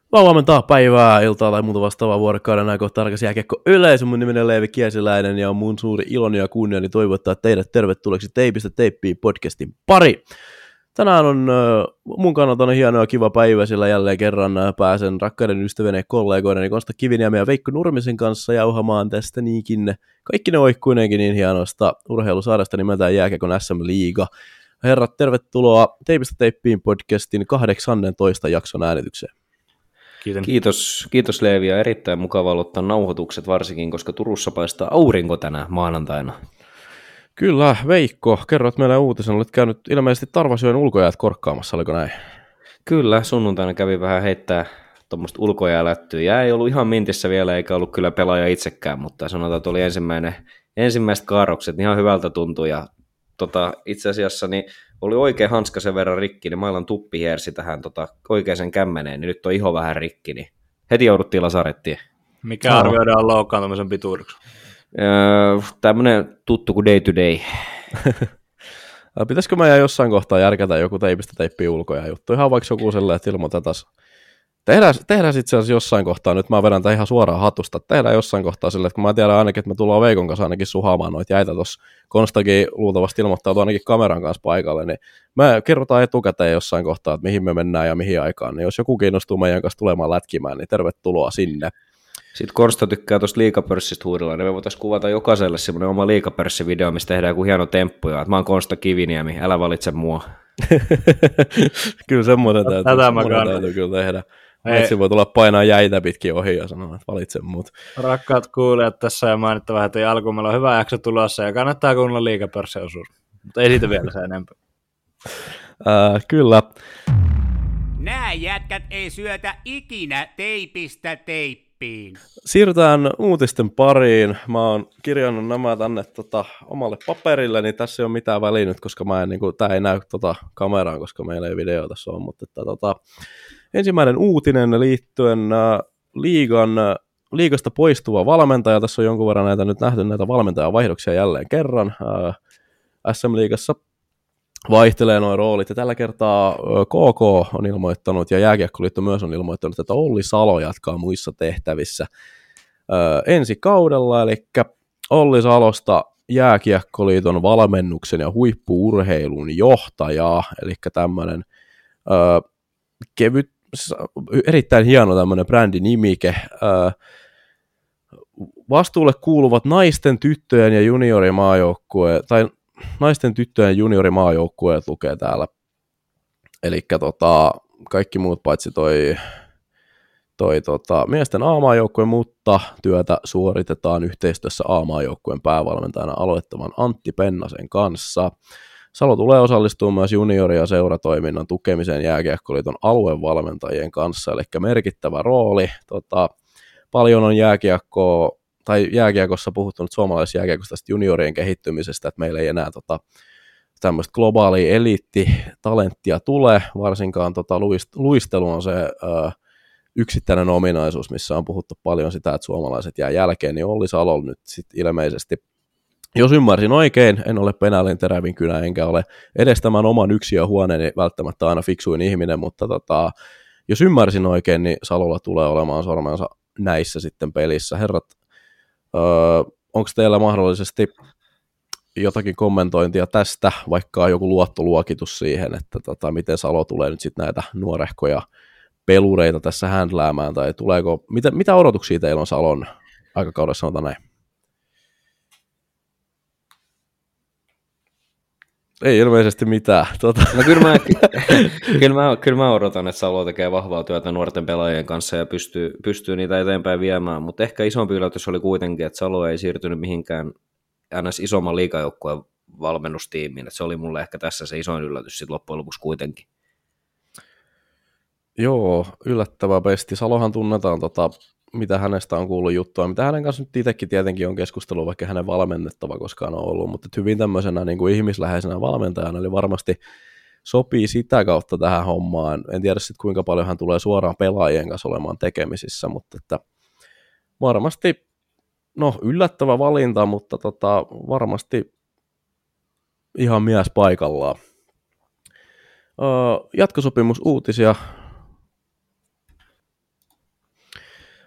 Huomenta, päivää, iltaa tai muuta vastaavaa vuorokauden aikaa tarkas jääkiekko yleisö. Mun nimeni on Leevi Kiesiläinen ja on mun suuri iloni ja kunniani toivottaa teidät tervetulleeksi Teipistä teippiin podcastin pari. Tänään on mun kannalta hieno ja kiva päivä, sillä jälleen kerran pääsen rakkaiden ystävien ja kollegoiden Konsta Kiviniemen ja Veikko Nurmisen kanssa jauhamaan tästä niinkin kaikki ne oikkuineenkin niin hienosta urheilusarjasta nimeltään Jääkiekon SM-liiga. Herrat, tervetuloa Teipistä teippiin podcastin 18 jakson äänitykseen. Kiitos Leevi, ja erittäin mukava aloittaa nauhoitukset varsinkin, koska Turussa paistaa aurinko tänään maanantaina. Kyllä, Veikko, kerrot meille uutisen, olet käynyt ilmeisesti Tarvasjoen ulkojäät korkkaamassa, oliko näin? Kyllä, sunnuntaina kävi vähän heittää tuommoista ulkojäälättyä. Jää ei ollut ihan mintissä vielä, eikä ollut kyllä pelaaja itsekään, mutta sanotaan, että oli ensimmäiset kaarokset, niin ihan hyvältä tuntui, ja itse asiassa niin oli oikein hanska sen verran rikki, niin mailan tuppi hiersi tähän oikeaan kämmeneen, niin nyt on iho vähän rikki, niin heti jouduttiin lasarettiin. Mikä arvioidaan loukkaantumisen pituudeksi? Tämmöinen tuttu kuin day to day. Pitäisikö meidän jossain kohtaa järkätä joku teipistä teippiä ulkoja juttu? Ihan vaikka joku sellainen, että ilmoitetaan. Tehdään itse asiassa jossain kohtaa, nyt mä vedän tämän ihan suoraan hatusta, tehdään jossain kohtaa silleen, että kun mä tiedän ainakin, että me tullaan Veikon kanssa ainakin suhaamaan noita jäitä tuossa, Konstakin luultavasti ilmoittautuu ainakin kameran kanssa paikalle, niin me kerrotaan etukäteen jossain kohtaa, että mihin me mennään ja mihin aikaan, niin jos joku kiinnostuu meidän kanssa tulemaan lätkimään, niin tervetuloa sinne. Sitten Konsta tykkää tuosta liigapörssistä huudella, niin me voitaisiin kuvata jokaiselle semmoinen oma liigapörssivideo, missä tehdään joku hieno temppu, ja että mä oon Konsta Kiviniemi, älä valitse mua. Kyllä semmoinen täytyy kyllä tehdä. Metsi voi tulla painaa jäitä pitkin ohi ja sanoa, että valitse muut. Rakkaat kuulijat, tässä on mainittava heti alkuun. Meillä on hyvä jakso tulossa ja kannattaa kuunnella liigapörssiosuus. Mutta ei siitä vielä se enempää. Kyllä. Nää jätkät ei syötä ikinä teipistä teippiin. Siirrytään uutisten pariin. Mä oon kirjannut nämä tänne omalle paperille, niin tässä ei ole mitään väliä nyt, koska tää ei näy kameraan, koska meillä ei video tässä on. Mutta ensimmäinen uutinen liittyen liigasta poistuva valmentaja. Tässä on jonkun verran nyt nähty näitä valmentajavaihdoksia jälleen kerran. SM-liigassa vaihtelee nuo roolit. Ja tällä kertaa KK on ilmoittanut ja Jääkiekkoliitto myös on ilmoittanut, että Olli Salo jatkaa muissa tehtävissä ensi kaudella. Eli Olli Salosta Jääkiekkoliiton valmennuksen ja huippu-urheilun johtaja. Eli tämmöinen kevyt, erittäin hieno tämmöinen brändinimike. Vastuulle kuuluvat naisten, tyttöjen ja juniorimaajoukkueet, tai naisten, tyttöjen juniorimaajoukkueet lukee täällä. Eli kaikki muut paitsi miesten A-maajoukkue, mutta työtä suoritetaan yhteistyössä A-maajoukkueen päävalmentajana aloittavan Antti Pennasen kanssa. Salo tulee osallistumaan myös juniori- ja seuratoiminnan tukemiseen Jääkiekkoliiton aluevalmentajien kanssa, eli merkittävä rooli. Paljon on jääkiekossa puhuttu nyt suomalaisjääkiekosta tästä juniorien kehittymisestä, että meillä ei enää tämmöistä globaalia eliittitalenttia tule, varsinkaan luistelu on se yksittäinen ominaisuus, missä on puhuttu paljon sitä, että suomalaiset jää jälkeen, niin Olli Salo nyt sitten ilmeisesti, jos ymmärsin oikein, en ole penäälin terävin kynä, enkä ole edes tämän oman yksiöhuoneeni välttämättä aina fiksuin ihminen, mutta jos ymmärsin oikein, niin Salolla tulee olemaan sormensa näissä sitten pelissä. Herrat, onko teillä mahdollisesti jotakin kommentointia tästä, vaikka joku luottoluokitus siihen, että miten Salo tulee nyt sitten näitä nuorehkoja pelureita tässä händläämään, tai tuleeko, mitä odotuksia teillä on Salon aikakaudessa, sanotaan näin? Ei ilmeisesti mitään. No kyllä mä odotan, että Salo tekee vahvaa työtä nuorten pelaajien kanssa ja pystyy niitä eteenpäin viemään, mutta ehkä isompi yllätys oli kuitenkin, että Salo ei siirtynyt mihinkään ns. Isomman liigajoukkueen valmennustiimiin, että se oli mulle ehkä tässä se isoin yllätys sitten loppujen lopuksi kuitenkin. Joo, yllättävä pesti. Salohan tunnetaan, mitä hänestä on kuullut juttua, mitä hänen kanssa nyt itsekin tietenkin on keskustelua, vaikka hänen valmennettava koskaan on ollut, mutta hyvin tämmöisenä niin kuin ihmisläheisenä valmentajana, eli varmasti sopii sitä kautta tähän hommaan. En tiedä sitten kuinka paljon hän tulee suoraan pelaajien kanssa olemaan tekemisissä, mutta että varmasti, yllättävä valinta, mutta varmasti ihan mies paikallaan. Jatkosopimusuutisia.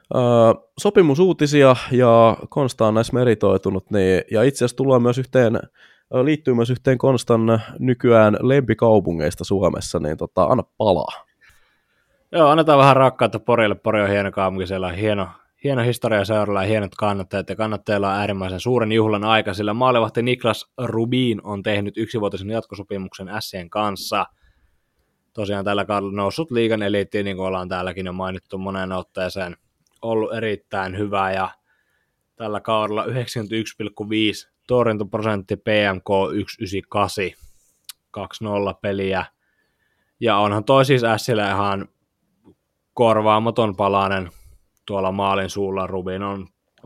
Sopimusuutisia, ja Konsta on näissä meritoitunut, niin, ja itse asiassa liittyy myös yhteen Konstan nykyään lempikaupungeista Suomessa, niin anna palaa. Joo, annetaan vähän rakkautta Porille. Pori on hieno kaupunki, siellä on hieno historia seuralla ja hienot kannattajat, ja kannattajilla on äärimmäisen suuren juhlan aika, sillä maalivahti Niklas Rubin on tehnyt 1-vuotisen jatkosopimuksen Sien kanssa. Tosiaan tällä kaudella noussut liigan eliittiin, niin kuin ollaan täälläkin jo mainittu moneen otteeseen, ollut erittäin hyvä, ja tällä kaudella 91,5 torjuntaprosentti, PMK 198, 2-0 peliä, ja onhan toi siis Sille ihan korvaamaton palanen tuolla maalin suulla. Rubin on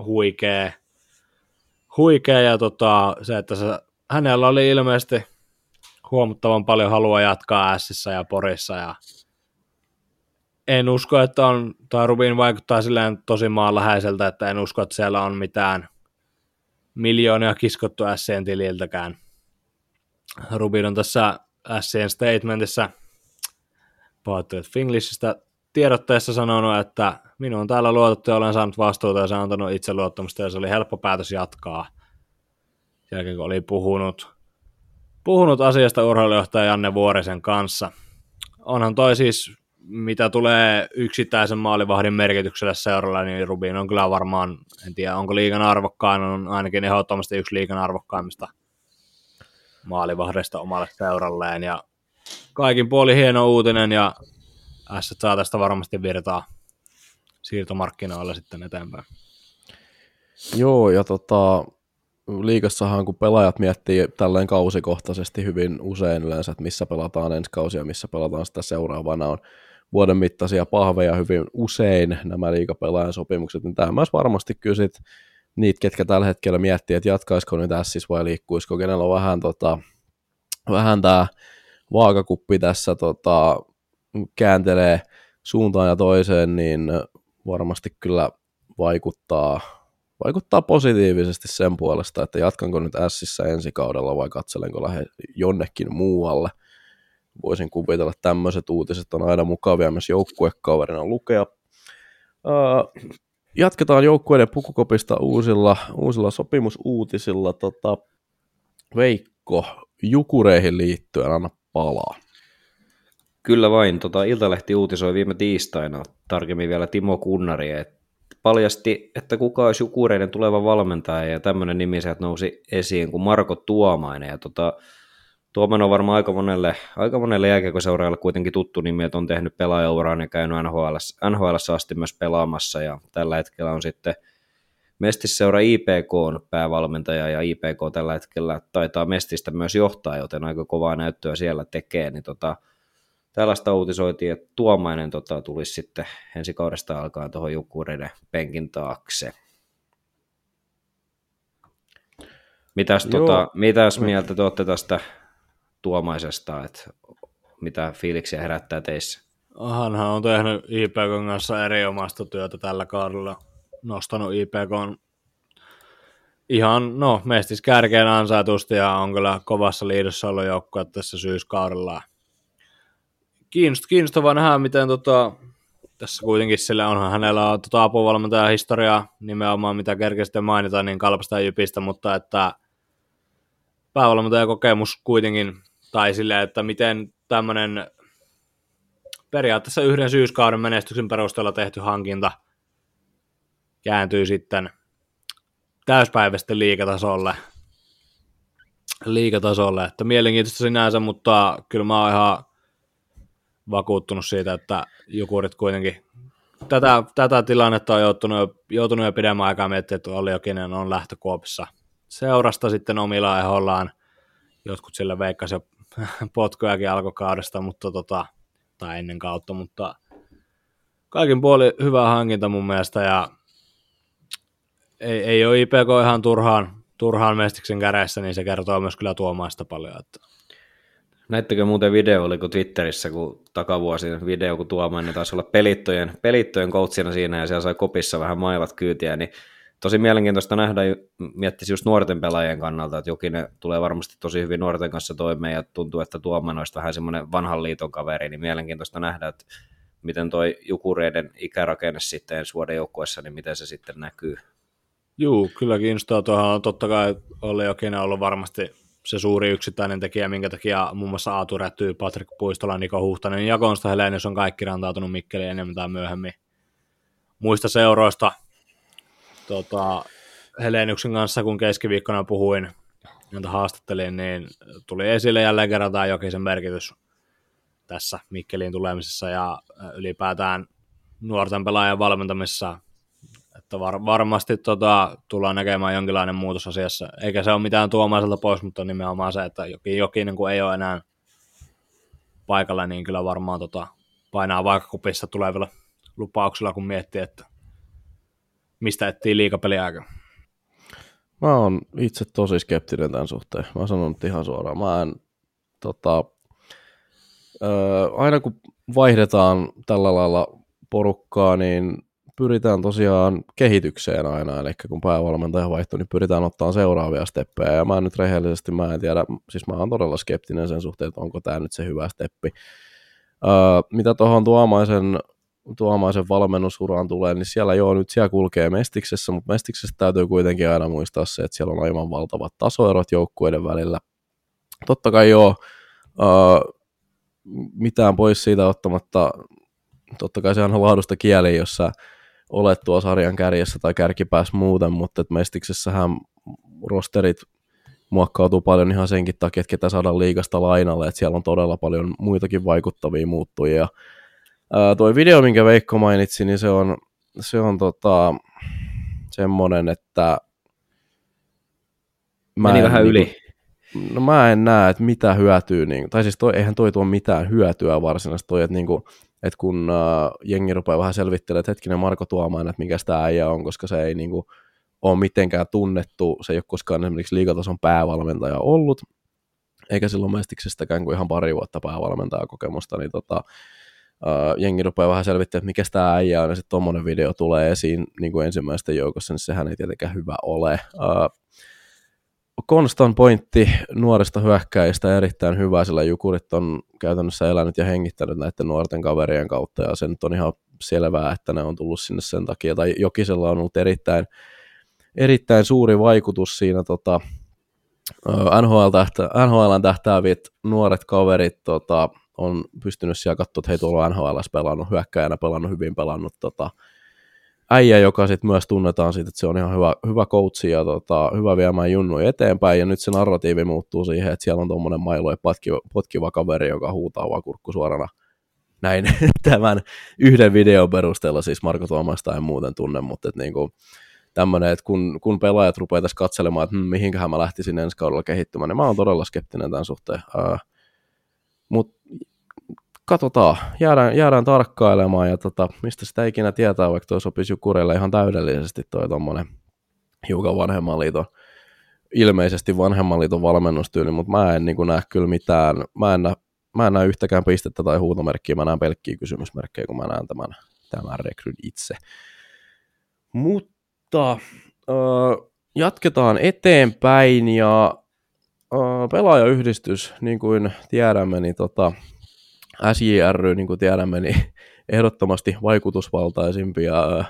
huikea ja se, että hänellä oli ilmeisesti huomattavan paljon halua jatkaa Sissä ja Porissa, ja en usko, että Rubin vaikuttaa silleen tosi maanläheiseltä, että en usko, että siellä on mitään miljoonia kiskottu Sien tililtäkään. Rubin on tässä Sien statementissa, pahoittelut Finglishistä, tiedotteessa sanonut, että minun on täällä luotettu ja olen saanut vastuuta ja se on antanut itseluottamusta ja se oli helppo päätös jatkaa. Sen jälkeen kun oli puhunut asiasta urheilujohtaja Janne Vuorisen kanssa. Onhan toi siis, mitä tulee yksittäisen maalivahdin merkitykselle seuralla, niin Rubin on kyllä varmaan, en tiedä onko liigan arvokkaan, on ainakin ehdottomasti yksi liigan arvokkaimmista maalivahdeista omalle seuralleen, ja kaikin puoli hieno uutinen, ja Ässät saa tästä varmasti virtaa siirtomarkkinoilla sitten eteenpäin. Joo, ja liigassahan kun pelaajat miettii tälleen kausikohtaisesti hyvin usein yleensä, että missä pelataan ensi kausi ja missä pelataan sitä seuraavana, on vuoden mittaisia pahveja hyvin usein nämä liigapelaajan sopimukset, niin tämä myös varmasti kyllä sit niitä, ketkä tällä hetkellä miettii, että jatkaisiko nyt Ässissä vai liikkuisiko, kenellä on vähän tämä vaakakuppi tässä kääntelee suuntaan ja toiseen, niin varmasti kyllä vaikuttaa positiivisesti sen puolesta, että jatkanko nyt Ässissä ensi kaudella vai katselenko jonnekin muualle. Voisin kuvitella, että tämmöiset uutiset on aina mukavia myös joukkuekaverina lukea. Jatketaan joukkueiden pukukopista uusilla sopimusuutisilla. Veikko, Jukureihin liittyen, anna palaa. Kyllä vain. Iltalehti uutisoi viime tiistaina, tarkemmin vielä Timo Kunnari, paljasti, että kuka olisi Jukureiden tuleva valmentaja, ja tämmöinen nimi sieltä nousi esiin kuin Marko Tuomainen, ja Tuomainen on varmaan aika monelle jääkiekkoseuraajalle kuitenkin tuttu nimi, että on tehnyt pelaajauraan ja käynyt NHL:ssä asti myös pelaamassa, ja tällä hetkellä on sitten Mestisseura IPK:n päävalmentaja, ja IPK tällä hetkellä taitaa Mestistä myös johtaa, joten aika kovaa näyttöä siellä tekee, niin tällaista uutisoitiin, että Tuomainen tulisi sitten ensi kaudesta alkaen tuohon Jukureiden penkin taakse. Mitäs mieltä te olette tästä Tuomaisesta, että mitä fiiliksiä herättää teissä? Hänhän on tehnyt IPK:n kanssa erinomaista työtä tällä kaudella, nostanut IPK:n ihan mestiskärkeen ansaitusti ja on kyllä kovassa liidossa ollut joukkue tässä syyskaudella. Kiinnostavaa nähdä, miten tässä kuitenkin sillä onhan hänellä on apuvalmentajan historiaa nimenomaan, mitä kerkeisesti mainitaan, niin Kalpasta ja Jypistä, mutta että päävalmentajan kokemus kuitenkin, tai silleen, että miten tämmöinen periaatteessa yhden syyskauden menestyksen perusteella tehty hankinta kääntyy sitten täyspäiväisesti liigatasolle, että mielenkiintoista sinänsä, mutta kyllä mä oon ihan vakuuttunut siitä, että Jukurit kuitenkin tätä tilannetta on joutunut jo pidemmän aikaa miettimään, että Olli Jokinen on lähtökuopissa seurasta sitten omilla ehollaan. Jotkut sillä veikkasi jo potkujakin alkukaudesta, tai ennen kautta, mutta kaikin puolin hyvä hankinta mun mielestä, ja ei ole IPK ihan turhaan Mestiksen kädessä, niin se kertoo myös kyllä Tuomaista paljon. Että Näittekö muuten video, oliko Twitterissä, kun takavuosien video, kun Tuomainen taisi olla pelittojen coachina siinä, ja siellä sai kopissa vähän mailat kyytiä, niin tosi mielenkiintoista nähdä, miettisi just nuorten pelaajien kannalta, että Jokinen tulee varmasti tosi hyvin nuorten kanssa toimeen, ja tuntuu, että Tuomainen olisi vähän semmoinen vanhan liiton kaveri, niin mielenkiintoista nähdä, että miten toi Jukureiden ikärakenne sitten ensi vuoden joukkueessa, niin miten se sitten näkyy. Juu, kyllä kiinnostaa. Tuohon on totta kai Olli Jokinen ollut varmasti se suuri yksittäinen tekijä, minkä takia muun muassa Aatu Räty, Patrik Puistola, Niko Huhtanen ja Konsta Helenius on kaikki rantautunut Mikkeliin enemmän tai myöhemmin muista seuroista. Heleniuksen kanssa, kun keskiviikkona puhuin, jonka haastattelin, niin tuli esille jälleen kerran tämä Jokisen merkitys tässä Mikkeliin tulemisessa ja ylipäätään nuorten pelaajan valmentamisessa, että varmasti tullaan näkemään jonkinlainen muutos asiassa, eikä se ole mitään Tuomaiselta pois, mutta nimenomaan se, että Jokinen kun ei ole enää paikalla, niin kyllä varmaan painaa vaakakupissa tulevilla lupauksilla, kun miettii, että mistä etsii liigapeliaikaa. Mä oon itse tosi skeptinen tämän suhteen. Mä sanon nyt ihan suoraan. Mä en, aina kun vaihdetaan tällä lailla porukkaa, niin pyritään tosiaan kehitykseen aina. Eli kun päävalmentaja vaihtuu, niin pyritään ottaa seuraavia steppejä. Ja mä nyt rehellisesti, mä en tiedä, siis mä oon todella skeptinen sen suhteen, että onko tämä nyt se hyvä steppi. Mitä tuohon Tuomaisen valmennusuraan tulee, niin siellä siellä kulkee Mestiksessä, mutta Mestiksessä täytyy kuitenkin aina muistaa se, että siellä on aivan valtavat tasoerot joukkueiden välillä. Totta kai mitään pois siitä ottamatta, totta kai sehän on laadusta kieli, jos sä olet tuo sarjan kärjessä tai kärkipäässä muuten, mutta Mestiksessähän rosterit muokkautuu paljon ihan senkin takia, että ketä saadaan liigasta lainalle, että siellä on todella paljon muitakin vaikuttavia muuttujia. Tuo video, minkä Veikko mainitsi, niin se on semmoinen, että meni vähän yli. No mä en näe, että mitä hyötyä, tai siis eihän toi tuo mitään hyötyä varsinaisesti, että kun jengi rupeaa vähän selvittelemään, että hetkinen Marko Tuomainen, että mikä tämä äijä on, koska se ei ole mitenkään tunnettu, se ei ole koskaan esimerkiksi liigatason päävalmentaja ollut, eikä silloin Mestiksestäkään kuin ihan pari vuotta päävalmentajakokemusta, niin jengi rupeaa vähän selvittämään, että mikä tämä äijä on, ja sitten tommonen video tulee esiin niin kuin ensimmäisten joukossa, niin sehän ei tietenkään hyvä ole. Konstan pointti nuorista hyökkäistä erittäin hyvä, sillä Jukurit on käytännössä elänyt ja hengittänyt näiden nuorten kaverien kautta, ja se nyt on ihan selvää, että ne on tullut sinne sen takia, tai Jokisella on ollut erittäin suuri vaikutus siinä NHL:n tähtäävät nuoret kaverit on pystynyt siellä katsoa, että hei, tuolla on NHL:ssä pelannut, hyökkäjänä hyvin pelannut äijä, joka sitten myös tunnetaan siitä, että se on ihan hyvä coachi ja hyvä viemään junnuja eteenpäin, ja nyt se narratiivi muuttuu siihen, että siellä on tuommoinen mailoja potkiva kaveri, joka huutaa vaan kurkku suorana näin tämän yhden videon perusteella, siis Marko Tuomaista en muuten tunne, mutta että tämmöinen, että kun pelaajat rupeaa tässä katselemaan, että mihinkähän mä lähtisin ensi kaudella kehittymään, niin mä oon todella skeptinen tämän suhteen. Mutta katsotaan, jäädään tarkkailemaan, ja mistä sitä ikinä tietää, vaikka toi sopisi Jukureille ihan täydellisesti toi tommonen hiukan ilmeisesti vanhemman liiton valmennustyyli, mutta mä en näe kyllä mitään, mä en näe yhtäkään pistettä tai huutomerkkiä, mä näen pelkkiä kysymysmerkkejä, kun mä näen tämän rekryn itse. Mutta jatketaan eteenpäin, ja pelaajayhdistys, niin kuin tiedämme, niin SJR, niin kuin tiedämme, niin ehdottomasti vaikutusvaltaisimpia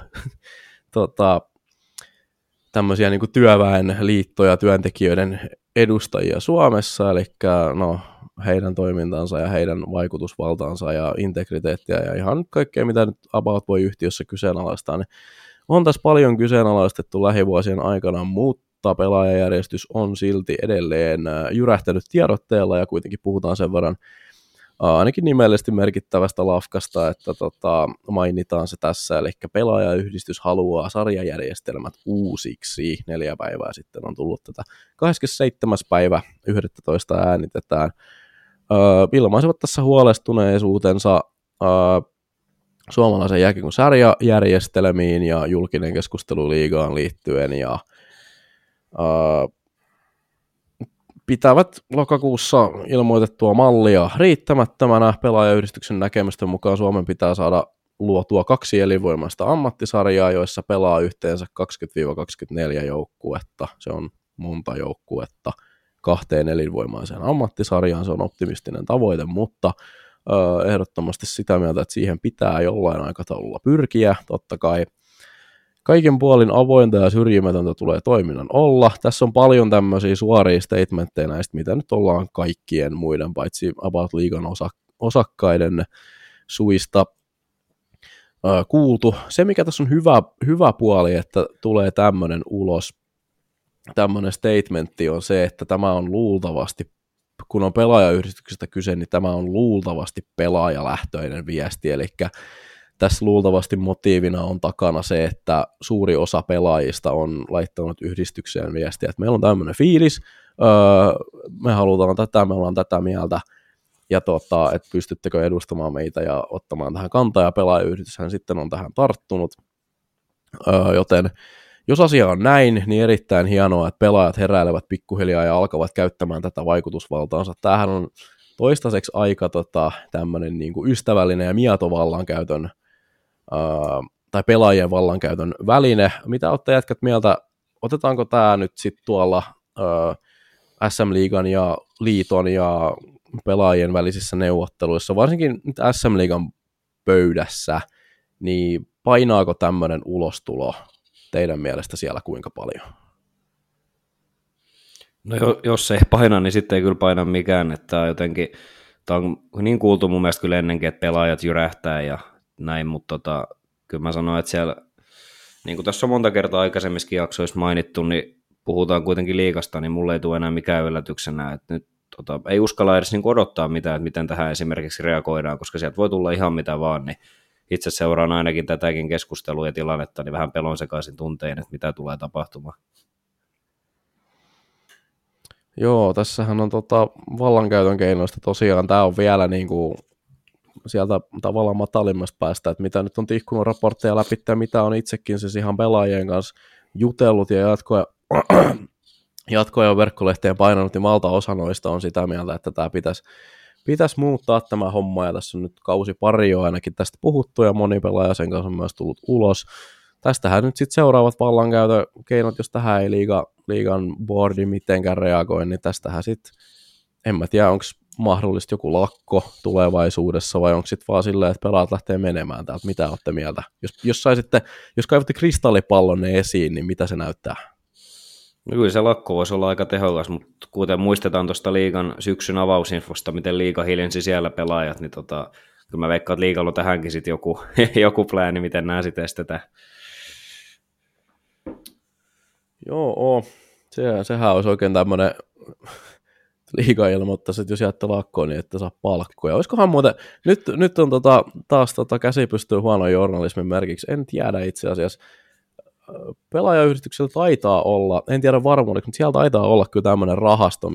tämmöisiä niin kuin työväenliittoja, työntekijöiden edustajia Suomessa, eli heidän toimintansa ja heidän vaikutusvaltaansa ja integriteettiä ja ihan kaikkea, mitä nyt about voi yhtiössä kyseenalaistaa, niin on tässä paljon kyseenalaistettu lähivuosien aikana, mutta pelaajajärjestys on silti edelleen jyrähtänyt tiedotteella, ja kuitenkin puhutaan sen verran ainakin nimellisesti merkittävästä lafkasta, että mainitaan se tässä, eli pelaajayhdistys haluaa sarjajärjestelmät uusiksi. 4 päivää sitten on tullut tätä. 27. päivä 11. äänitetään. Ilmaisivat tässä huolestuneisuutensa suomalaisen jääkiekon sarjajärjestelmiin ja julkinen keskustelu liigaan liittyen, ja pitävät lokakuussa ilmoitettua mallia riittämättömänä. Pelaajayhdistyksen näkemysten mukaan Suomen pitää saada luotua 2 elinvoimaista ammattisarjaa, joissa pelaa yhteensä 20-24 joukkuetta. Se on monta joukkuetta 2 elinvoimaiseen ammattisarjaan. Se on optimistinen tavoite, mutta ehdottomasti sitä mieltä, että siihen pitää jollain aikataululla pyrkiä, totta kai. Kaiken puolin avointa ja syrjimätöntä tulee toiminnan olla. Tässä on paljon tämmöisiä suoria statementteja näistä, mitä nyt ollaan kaikkien muiden, paitsi About Liigan osakkaiden suista kuultu. Se, mikä tässä on hyvä puoli, että tulee tämmöinen ulos, tämmöinen statementti on se, että tämä on luultavasti, kun on pelaajayhdistyksestä kyse, niin tämä on luultavasti pelaajalähtöinen viesti, eli tässä luultavasti motiivina on takana se, että suuri osa pelaajista on laittanut yhdistykseen viestiä, että meillä on tämmöinen fiilis, me halutaan tätä, me ollaan tätä mieltä, ja että pystyttekö edustamaan meitä ja ottamaan tähän kantaa, ja pelaajayhdistyshän sitten on tähän tarttunut, joten jos asia on näin, niin erittäin hienoa, että pelaajat heräilevät pikkuhiljaa ja alkavat käyttämään tätä vaikutusvaltaansa. Tämähän on toistaiseksi aika tämmöinen niin kuin ystävällinen ja mieto vallankäytön tai pelaajien vallankäytön väline. Mitä olette jätkät mieltä? Otetaanko tämä nyt sitten tuolla SM-liigan ja liiton ja pelaajien välisissä neuvotteluissa, varsinkin nyt SM-liigan pöydässä, niin painaako tämmöinen ulostulo teidän mielestä siellä kuinka paljon? No jos se ei paina, niin sitten ei kyllä paina mikään, että jotenkin, tämä on niin kuultu mun mielestä kyllä ennenkin, että pelaajat jyrähtää ja näin, mutta kyllä mä sanoin, että siellä, niin kuin tässä on monta kertaa aikaisemmissakin jaksoissa mainittu, niin puhutaan kuitenkin liigasta, niin mulle ei tule enää mikään yllätyksenä, että nyt ei uskalla edes niin odottaa mitään, että miten tähän esimerkiksi reagoidaan, koska sieltä voi tulla ihan mitä vaan, niin itse seuraan ainakin tätäkin keskustelua ja tilannetta, niin vähän pelon sekaisin tuntein, että mitä tulee tapahtumaan. Joo, tässähän on vallankäytön keinoista tosiaan, tämä on vielä niin kuin sieltä tavallaan matalimmasta päästä, että mitä nyt on tihkunut raportteja läpi, ja mitä on itsekin siis ihan pelaajien kanssa jutellut ja jatkoja verkkolehteen painanut, niin valtaosa noista on sitä mieltä, että tämä pitäisi muuttaa tämä homma, ja tässä on nyt kausi pari jo ainakin tästä puhuttu, ja moni pelaaja sen kanssa on myös tullut ulos. Tästähän nyt sitten seuraavat vallankäytön keinot, jos tähän ei liigan boardi mitenkään reagoi, niin tästähän sitten, en mä tiedä, onko mahdollisesti joku lakko tulevaisuudessa, vai onko sitten vaan silleen, että pelaat lähtee menemään täältä, mitä olette mieltä? Jos kaivatte kristallipallonne esiin, niin mitä se näyttää? No kyllä se lakko voisi olla aika tehokas, mutta kuten muistetaan tuosta liigan syksyn avausinfosta, miten liiga hiljensi siellä pelaajat, niin kyllä mä veikkaan, että liigalla on tähänkin sitten joku plääni, miten nämä sitten estetään. Joo, sehän olisi oikein tämmöinen liiga ilmoittaisi, että jos jäätte lakkoon, niin ette saa palkkoja. Olisikohan muuten, nyt on taas käsi pystyy huonon journalismin merkiksi, en tiedä itse asiassa. Pelaajayhdistyksellä taitaa olla, en tiedä varmuudeksi, mutta siellä taitaa olla kyllä tämmöinen rahasto,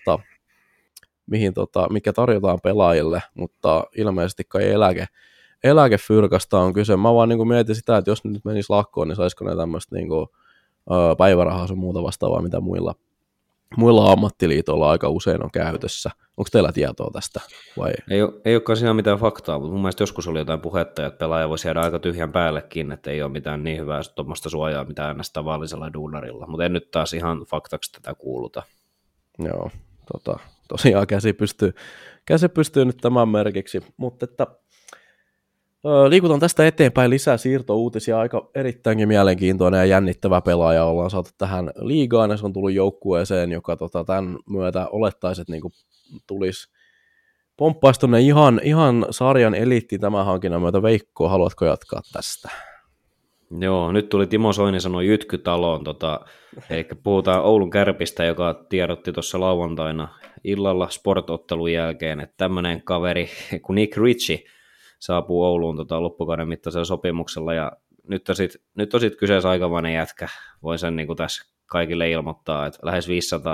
mikä tarjotaan pelaajille, mutta ilmeisesti kai eläkefyrkasta on kyse. Mä vaan niin mietin sitä, että jos nyt menisi lakkoon, niin saisiko ne tämmöistä niin päivärahaa sun muuta vastaavaa, mitä muilla ammattiliitoilla aika usein on käytössä. Onko teillä tietoa tästä? Vai? Ei olekaan siinä mitään faktaa, mutta mun mielestä joskus oli jotain puhetta, että pelaaja voisi jäädä aika tyhjän päällekin, että ei ole mitään niin hyvää tuommoista suojaa, mitä aina tavallisella duunarilla. Mutta en nyt taas ihan faktaksi tätä kuuluta. Joo, tosiaan käsi pystyy nyt tämän merkiksi, mutta että liikutaan tästä eteenpäin, lisää siirtouutisia, aika erittäinkin mielenkiintoinen ja jännittävä pelaaja ollaan saatu tähän liigaan, ja se on tullut joukkueeseen, joka tämän myötä olettaisi, että niinku tulisi pomppaisi tuonne ihan sarjan eliitti tämän hankinnan myötä. Veikko, haluatko jatkaa tästä? Joo, nyt tuli Timo Soini sanoi Jytkytaloon, eli puhutaan Oulun Kärpistä, joka tiedotti tuossa lauantaina illalla sportottelun jälkeen, että tämmöinen kaveri kuin Nick Ritchie saapuu Ouluun loppukauden mittaisella sopimuksella, ja nyt on sit kyseessä aikamoinen jätkä. Voin sen niin kuin tässä kaikille ilmoittaa, että lähes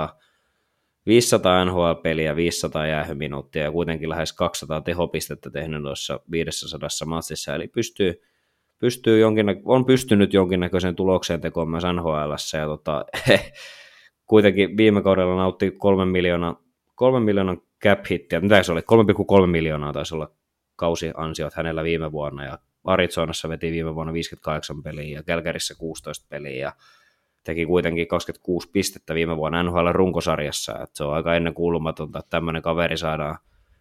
500 NHL-peliä, 500 jäähyminuuttia ja kuitenkin lähes 200 tehopistettä tehnyt tuossa 500 matsissa, eli on pystynyt jonkinnäköiseen tulokseen tekoon myös NHL:ssä, ja kuitenkin viime kaudella nautti 3 miljoonan cap-hittiä, mitä se oli, 3,3 miljoonaa taisi olla kausiansiot hänellä viime vuonna, ja Arizonassa veti viime vuonna 58 peliä ja Calgaryssä 16 peliä, ja teki kuitenkin 26 pistettä viime vuonna NHL-runkosarjassa, että se on aika ennenkuulumatonta, että tämmöinen kaveri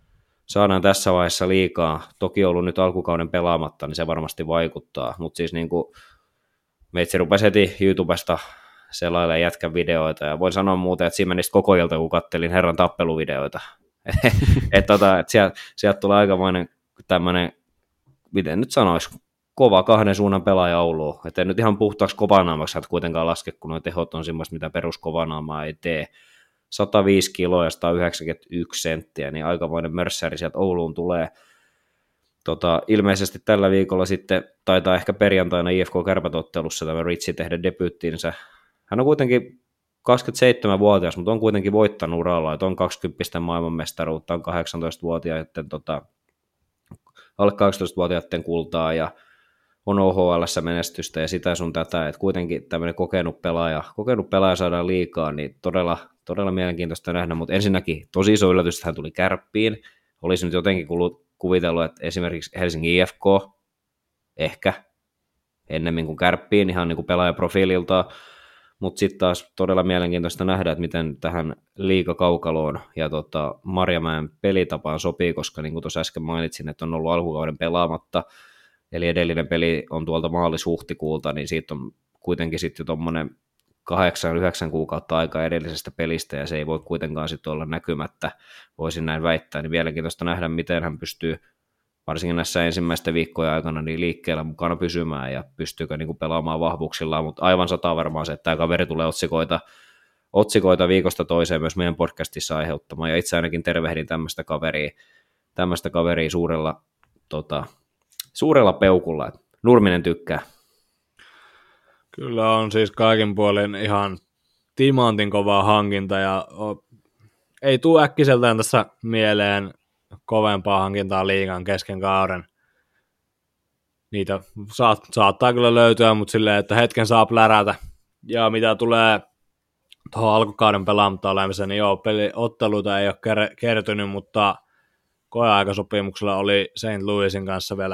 saadaan tässä vaiheessa liikaa. Toki ollut nyt alkukauden pelaamatta, niin se varmasti vaikuttaa, mutta siis niin kuin meitsi rupesi heti YouTubesta selailemaan jätkän videoita, ja voin sanoa muuten, että siinä menisi koko ilta, kun kattelin herran tappeluvideoita. että sieltä tulee aikamoinen tämmöinen, miten nyt sanoisi, kova kahden suunnan pelaaja Ouluun. Että nyt ihan puhtaaksi kovanaamaksi et kuitenkaan laske, kun nuo tehot on semmoista, mitä peruskovanaama ei tee. 105 kiloa ja 191 senttiä, niin aikamoinen mörssäri sieltä Ouluun tulee. Ilmeisesti tällä viikolla sitten taitaa ehkä perjantaina IFK-kärpätottelussa tämä Ritsi tehdä debyyttiinsä. Hän on kuitenkin 27-vuotias, mutta on kuitenkin voittanut uralla, että on 20 maailmanmestaruutta, on 18-vuotiaiden alle 18-vuotiaiden kultaa ja on OHL:ssä menestystä ja sitä sun tätä, että kuitenkin tämmöinen kokenut pelaaja saadaan liikaa, niin todella mielenkiintoista nähdä, mutta ensinnäkin tosi iso yllätys, että hän tuli Kärppiin. Olisi nyt jotenkin kuvitellut, että esimerkiksi Helsingin IFK ehkä ennemmin kuin Kärppiin ihan niin kuin pelaajaprofiililtaan, mutta sitten taas todella mielenkiintoista nähdä, että miten tähän liigakaukaloon ja Marjamäen pelitapaan sopii, koska niin kuin tuossa äsken mainitsin, että on ollut alkukauden pelaamatta, eli edellinen peli on tuolta maalis-huhtikuulta, niin siitä on kuitenkin sitten jo tuommoinen 8-9 kuukautta aikaa edellisestä pelistä, ja se ei voi kuitenkaan sitten olla näkymättä, voisin näin väittää, niin mielenkiintoista nähdä, miten hän pystyy varsinkin näissä ensimmäisten viikkojen aikana niin liikkeellä mukana pysymään, ja pystyykö niin kuin pelaamaan vahvuuksillaan, mutta aivan varmaan se, että tämä kaveri tulee otsikoita viikosta toiseen myös meidän podcastissa aiheuttamaan, ja itse ainakin tervehdin tämmöistä kaveria suurella peukulla. Nurminen tykkää. Kyllä on siis kaikin puolin ihan timantin kovaa hankinta, ja ei tule äkkiseltään tässä mieleen kovempaa hankintaa liigan kesken kauden. Niitä saattaa kyllä löytyä, mutta silleen, että hetken saa plärätä. Ja mitä tulee tuohon alkukauden pelaamatta olemiseen, niin joo, otteluita ei ole kertynyt, mutta koeaikasopimuksella oli St. Louisin kanssa vielä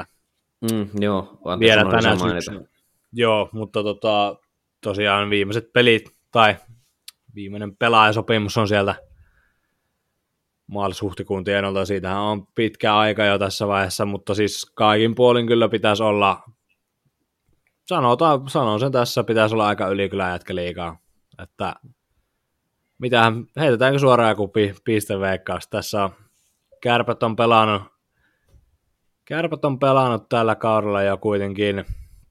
tänä syksynä. Joo, mutta tosiaan viimeiset pelit, tai viimeinen pelaajasopimus on sieltä maalis-huhtikuun tiedolta, siitähän on pitkä aika jo tässä vaiheessa, mutta siis kaikin puolin kyllä pitäisi olla, sanon sen tässä, pitäisi olla aika ylikylä jätkä liikaa, että heitetäänkö suoraan joku pisteveikkaus, tässä on Kärpät on pelannut tällä kaudella jo kuitenkin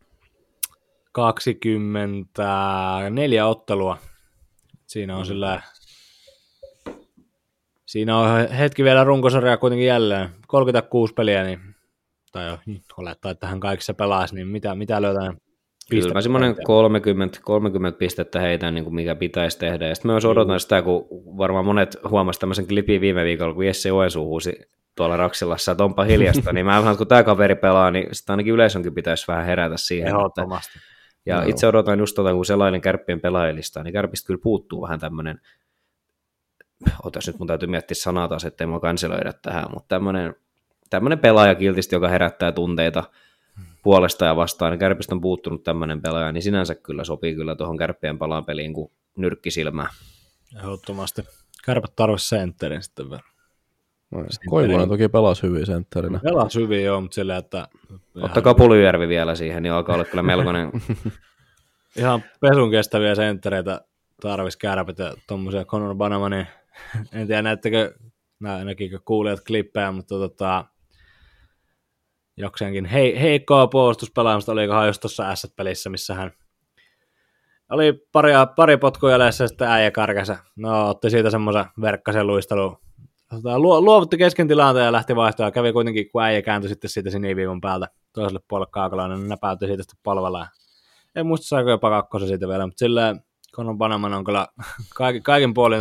24 ottelua, siinä on hetki vielä runkosarjaa kuitenkin jälleen, 36 peliä, niin, tai jo, olettaa, että hän kaikissa pelaisi, niin mitä löytää? Kyllä mä semmoinen 30 pistettä heitän, niin kuin mikä pitäisi tehdä, ja sitten myös odotan sitä, kun varmaan monet huomasivat tämmöisen klipin viime viikolla, kun Jesse Oensuu huusi tuolla Raksilassa, että onpa hiljasta, niin mä vähän, kun tämä kaveri pelaa, niin sitä ainakin yleisönkin pitäisi vähän herätä siihen. Ehdottomasti. Ja itse odotan just kun sellainen Kärppien pelaajalista, niin Kärpistä kyllä puuttuu vähän tämmöinen, nyt mun täytyy miettiä sanaa taas, ettei mua kanseloida tähän, mutta tämmöinen pelaaja kiltisti, joka herättää tunteita puolesta ja vastaan, niin Kärpistä on puuttunut tämmöinen pelaaja, niin sinänsä kyllä sopii kyllä tuohon Kärppien pelaapeliin kuin nyrkkisilmään. Ehdottomasti. Kärpät tarvitsisi sentterin sitten vielä. Koivunen toki pelasi hyvin sentterinä. Pelasi hyvin, joo, mutta silleen, että... Ottakaa Pulyjärvi vielä siihen, niin alkaa olla kyllä melkoinen... Ihan pesun kestäviä senttereitä tarvitsisi Kärpät ja tuommoisia Conor Banama, niin en tiedä näkikö kuulijat klippejä, mutta jokseenkin heikkoa puolustuspelaamista olikohan just tuossa S-pelissä, missä hän oli pari potkua jäljessä ja sitten äijä karkäsä. No, otti siitä semmoisen verkkaisen luistelun. Luovutti kesken tilanteen ja lähti vaihtoon. Kävi kuitenkin, kun äijä kääntyi sitten siitä siniviivon päältä toiselle puolelle kaakalainen, niin näpäytti siitä sitten polvella. En muista saako jopa kakkosen siitä vielä, mutta silleen Conor Banaman on kyllä kaikin puolin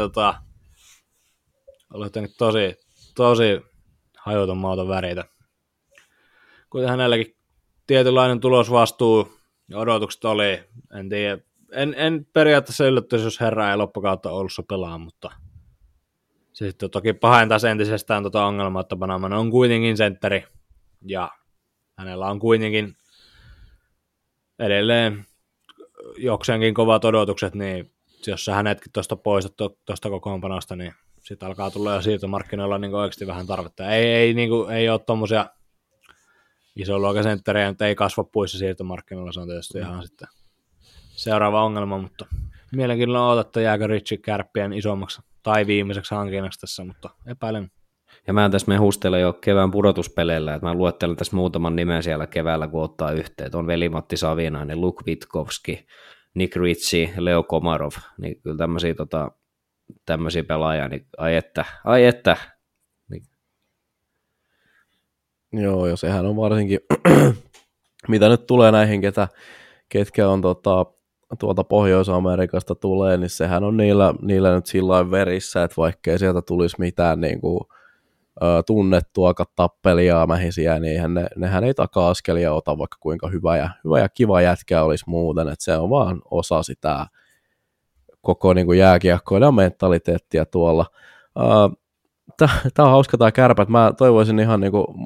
ollut jotenkin tosi hajuton mauton väritä. Kuten hänelläkin tietynlainen tulosvastuu ja odotukset oli, en tiedä. En periaatteessa yllättyisi, jos herra ei loppukautta Oulussa pelaa, mutta se sitten toki pahentaisi entisestään ongelmaa, että Banaman on kuitenkin sentteri ja hänellä on kuitenkin edelleen jokseenkin kovat odotukset, niin jos sä hänetkin tuosta poistat tuosta kokoonpanosta, niin sitten alkaa tulla jo siirtomarkkinoilla niin oikeasti vähän tarvetta. Ei ole tuommoisia isoluokan sentteriä, nyt ei kasva puissa siirtomarkkinoilla, se on tietysti ihan sitten seuraava ongelma, mutta mielenkiinnolla odotatte, jääkö Richie Kärppien isommaksi tai viimeiseksi hankinnaksi tässä, mutta epäilen. Ja mä tässä mehustelen jo kevään pudotuspeleillä, että mä luettelen tässä muutaman nimen siellä keväällä, kun ottaa yhteen. On Veli-Matti Savinainen, Luke Witkowski, Nick Ritchie, Leo Komarov, niin kyllä tämmöisiä pelaajia, niin ai että. Niin. Joo, ja sehän on varsinkin, mitä nyt tulee näihin, ketkä on tuolta Pohjois-Amerikasta tulee, niin sehän on niillä nyt sillain verissä, että vaikkei sieltä tulisi mitään niin kuin, tunnettua tappelijaa mähisiä, niin nehän ei taka-askelia ota, vaikka kuinka hyvä ja kiva jätkä olisi muuten, että se on vaan osa sitä koko niin kuin jääkiekkoilijan mentaliteettia tuolla. Tämä on hauska tämä Kärpä, että mä toivoisin ihan niin kuin,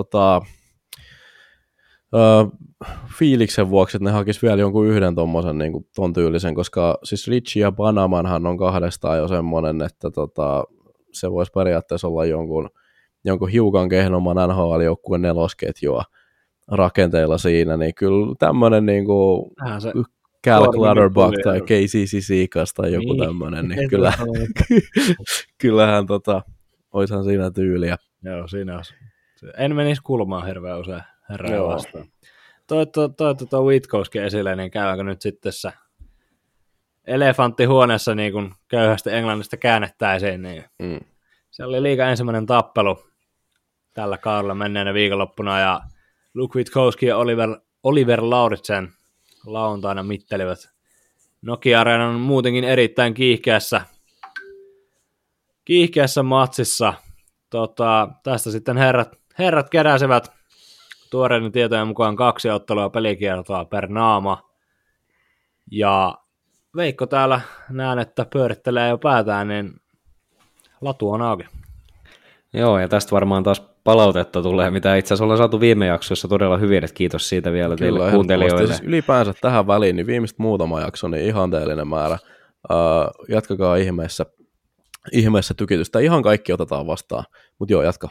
fiiliksen vuoksi, että ne hakisi vielä jonkun yhden tommosen niin kuin ton tyylisen, koska siis Richie ja Banamanhan on kahdestaan jo semmoinen, että se voisi periaatteessa olla jonkun hiukan kehnomman NHL-joukkueen nelosketjua rakenteilla siinä, niin kyllä tämmöinen niin kuin Cal Clutterbuck tai KCC Seacas tai joku niin. Tämmöinen, niin kyllähän oishan siinä tyyliä. Joo, siinä olisi. En menisi kulmaan hirveän usein herran vastaan. Toi Witkowski esille, niin käydäänkö nyt sitten tässä elefanttihuoneessa niin kuin köyhästi englannista käännettäisiin, niin se oli liiga ensimmäinen tappelu tällä kaudella menneenä viikonloppuna, ja Luke Witkowski ja Oliver Lauritsen lauantaina mittelivät Nokia-areenan muutenkin erittäin kiihkeässä matsissa. Tästä sitten herrat keräsivät tuoreiden tietojen mukaan 2 ottelua pelikiertoa per naama. Ja Veikko täällä näen, että pyörittelee jo päätään, niin latu on auki. Joo, ja tästä varmaan taas palautetta tulee, mitä itse asiassa ollaan saatu viime jaksossa todella hyvin, että kiitos siitä vielä teille kuuntelijoille. Siis ylipäänsä tähän väliin, niin viimeistä muutama jakso, niin ihanteellinen määrä. Jatkakaa ihmeessä tykitystä. Ihan kaikki otetaan vastaan, mutta joo, jatka.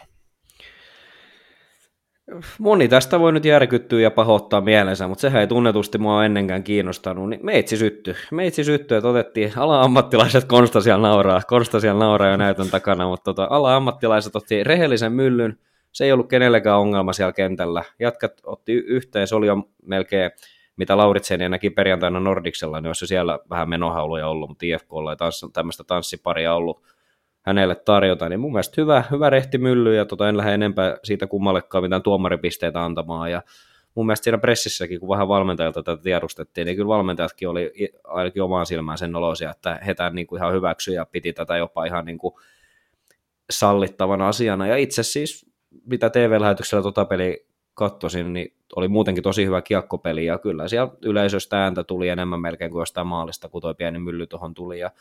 Moni tästä voi nyt järkyttyä ja pahoittaa mielensä, mutta sehän ei tunnetusti mua ennenkään kiinnostanut, niin meitsi syttyi, että otettiin ala-ammattilaiset, Konsta siellä nauraa jo näytön takana, mutta ala-ammattilaiset otti rehellisen myllyn, se ei ollut kenellekään ongelma siellä kentällä, jatkat otti yhteen, se oli jo melkein, mitä Lauritsen näki perjantaina Nordicsella, niin olisi siellä vähän menohauluja ollut, mutta IFK:lla ei tämmöistä tanssiparia ollut hänelle tarjota, niin mun mielestä hyvä rehti mylly, ja en lähde enempää siitä kummallekaan mitään tuomaripisteitä antamaan, ja mun mielestä siinä pressissäkin, kun vähän valmentajilta tätä tiedustettiin, niin kyllä valmentajatkin oli ainakin omaan silmään sen oloisia, että he tämän niin kuin ihan hyväksyi, ja piti tätä jopa ihan niin kuin sallittavana asiana, ja itse siis, mitä TV-lähetyksellä peliä katsoisin, niin oli muutenkin tosi hyvä kiekkopeli, ja kyllä siellä yleisöstä ääntä tuli enemmän melkein kuin jostain maalista, kun toi pieni mylly tuohon tuli, ja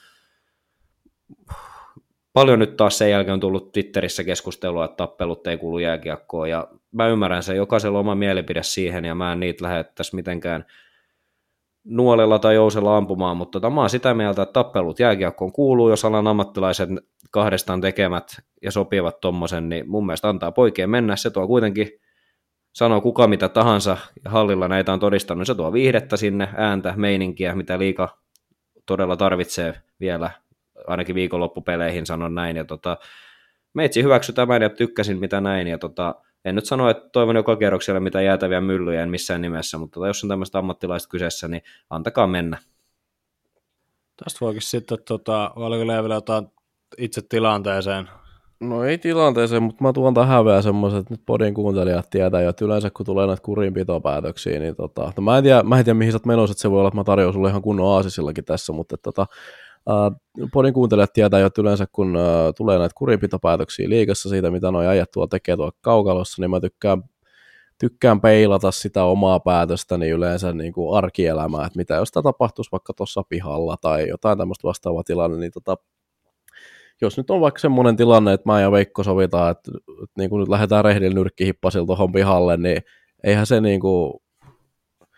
paljon nyt taas sen jälkeen on tullut Twitterissä keskustelua, että tappelut ei kuulu jääkiekkoon, ja mä ymmärrän sen, jokaisella oma mielipide siihen, ja mä en niitä lähde tässä mitenkään nuolella tai jousella ampumaan, mutta mä oon sitä mieltä, että tappelut jääkiekkoon kuuluu, jos alan ammattilaiset kahdestaan tekemät ja sopivat tommosen, niin mun mielestä antaa poikien mennä, se tuo kuitenkin, sanoo kuka mitä tahansa, ja hallilla näitä on todistanut, niin se tuo viihdettä sinne, ääntä, meininkiä, mitä liiga todella tarvitsee vielä, ainakin viikonloppupeleihin sanon näin, ja meitsi hyväksy tämän ja tykkäsin mitä näin, ja en nyt sano, että toivon joka kierroksella mitä jäätäviä myllyjä, en missään nimessä, mutta jos on tämmöistä ammattilaista kyseessä, niin antakaa mennä. Tästä voikin sitten, oliko Leivillä jotain itse tilanteeseen? No ei tilanteeseen, mutta mä tuon tähän vielä semmoiset, että nyt podin kuuntelijat tietää jo, että yleensä kun tulee näitä kurinpitopäätöksiä, niin mä en tiedä mihin sä oot menossa, että se voi olla, että mä tarjoan sulle ihan kunnon aasisillakin tässä, mutta podin kuuntelijat tietää jo, että yleensä kun tulee näitä kurinpitopäätöksiä liigassa siitä, mitä nuo äijät tuolla tekee tuolla kaukalossa, niin mä tykkään peilata sitä omaa päätöstäni yleensä niin kuin arkielämää, että mitä jos tämä tapahtuisi vaikka tuossa pihalla tai jotain tämmöistä vastaavaa tilanne, niin jos nyt on vaikka semmoinen tilanne, että mä ja Veikko sovitaan, että niin kuin nyt lähdetään rehdillä nyrkkihippasilta tuohon pihalle, niin eihän se niin kuin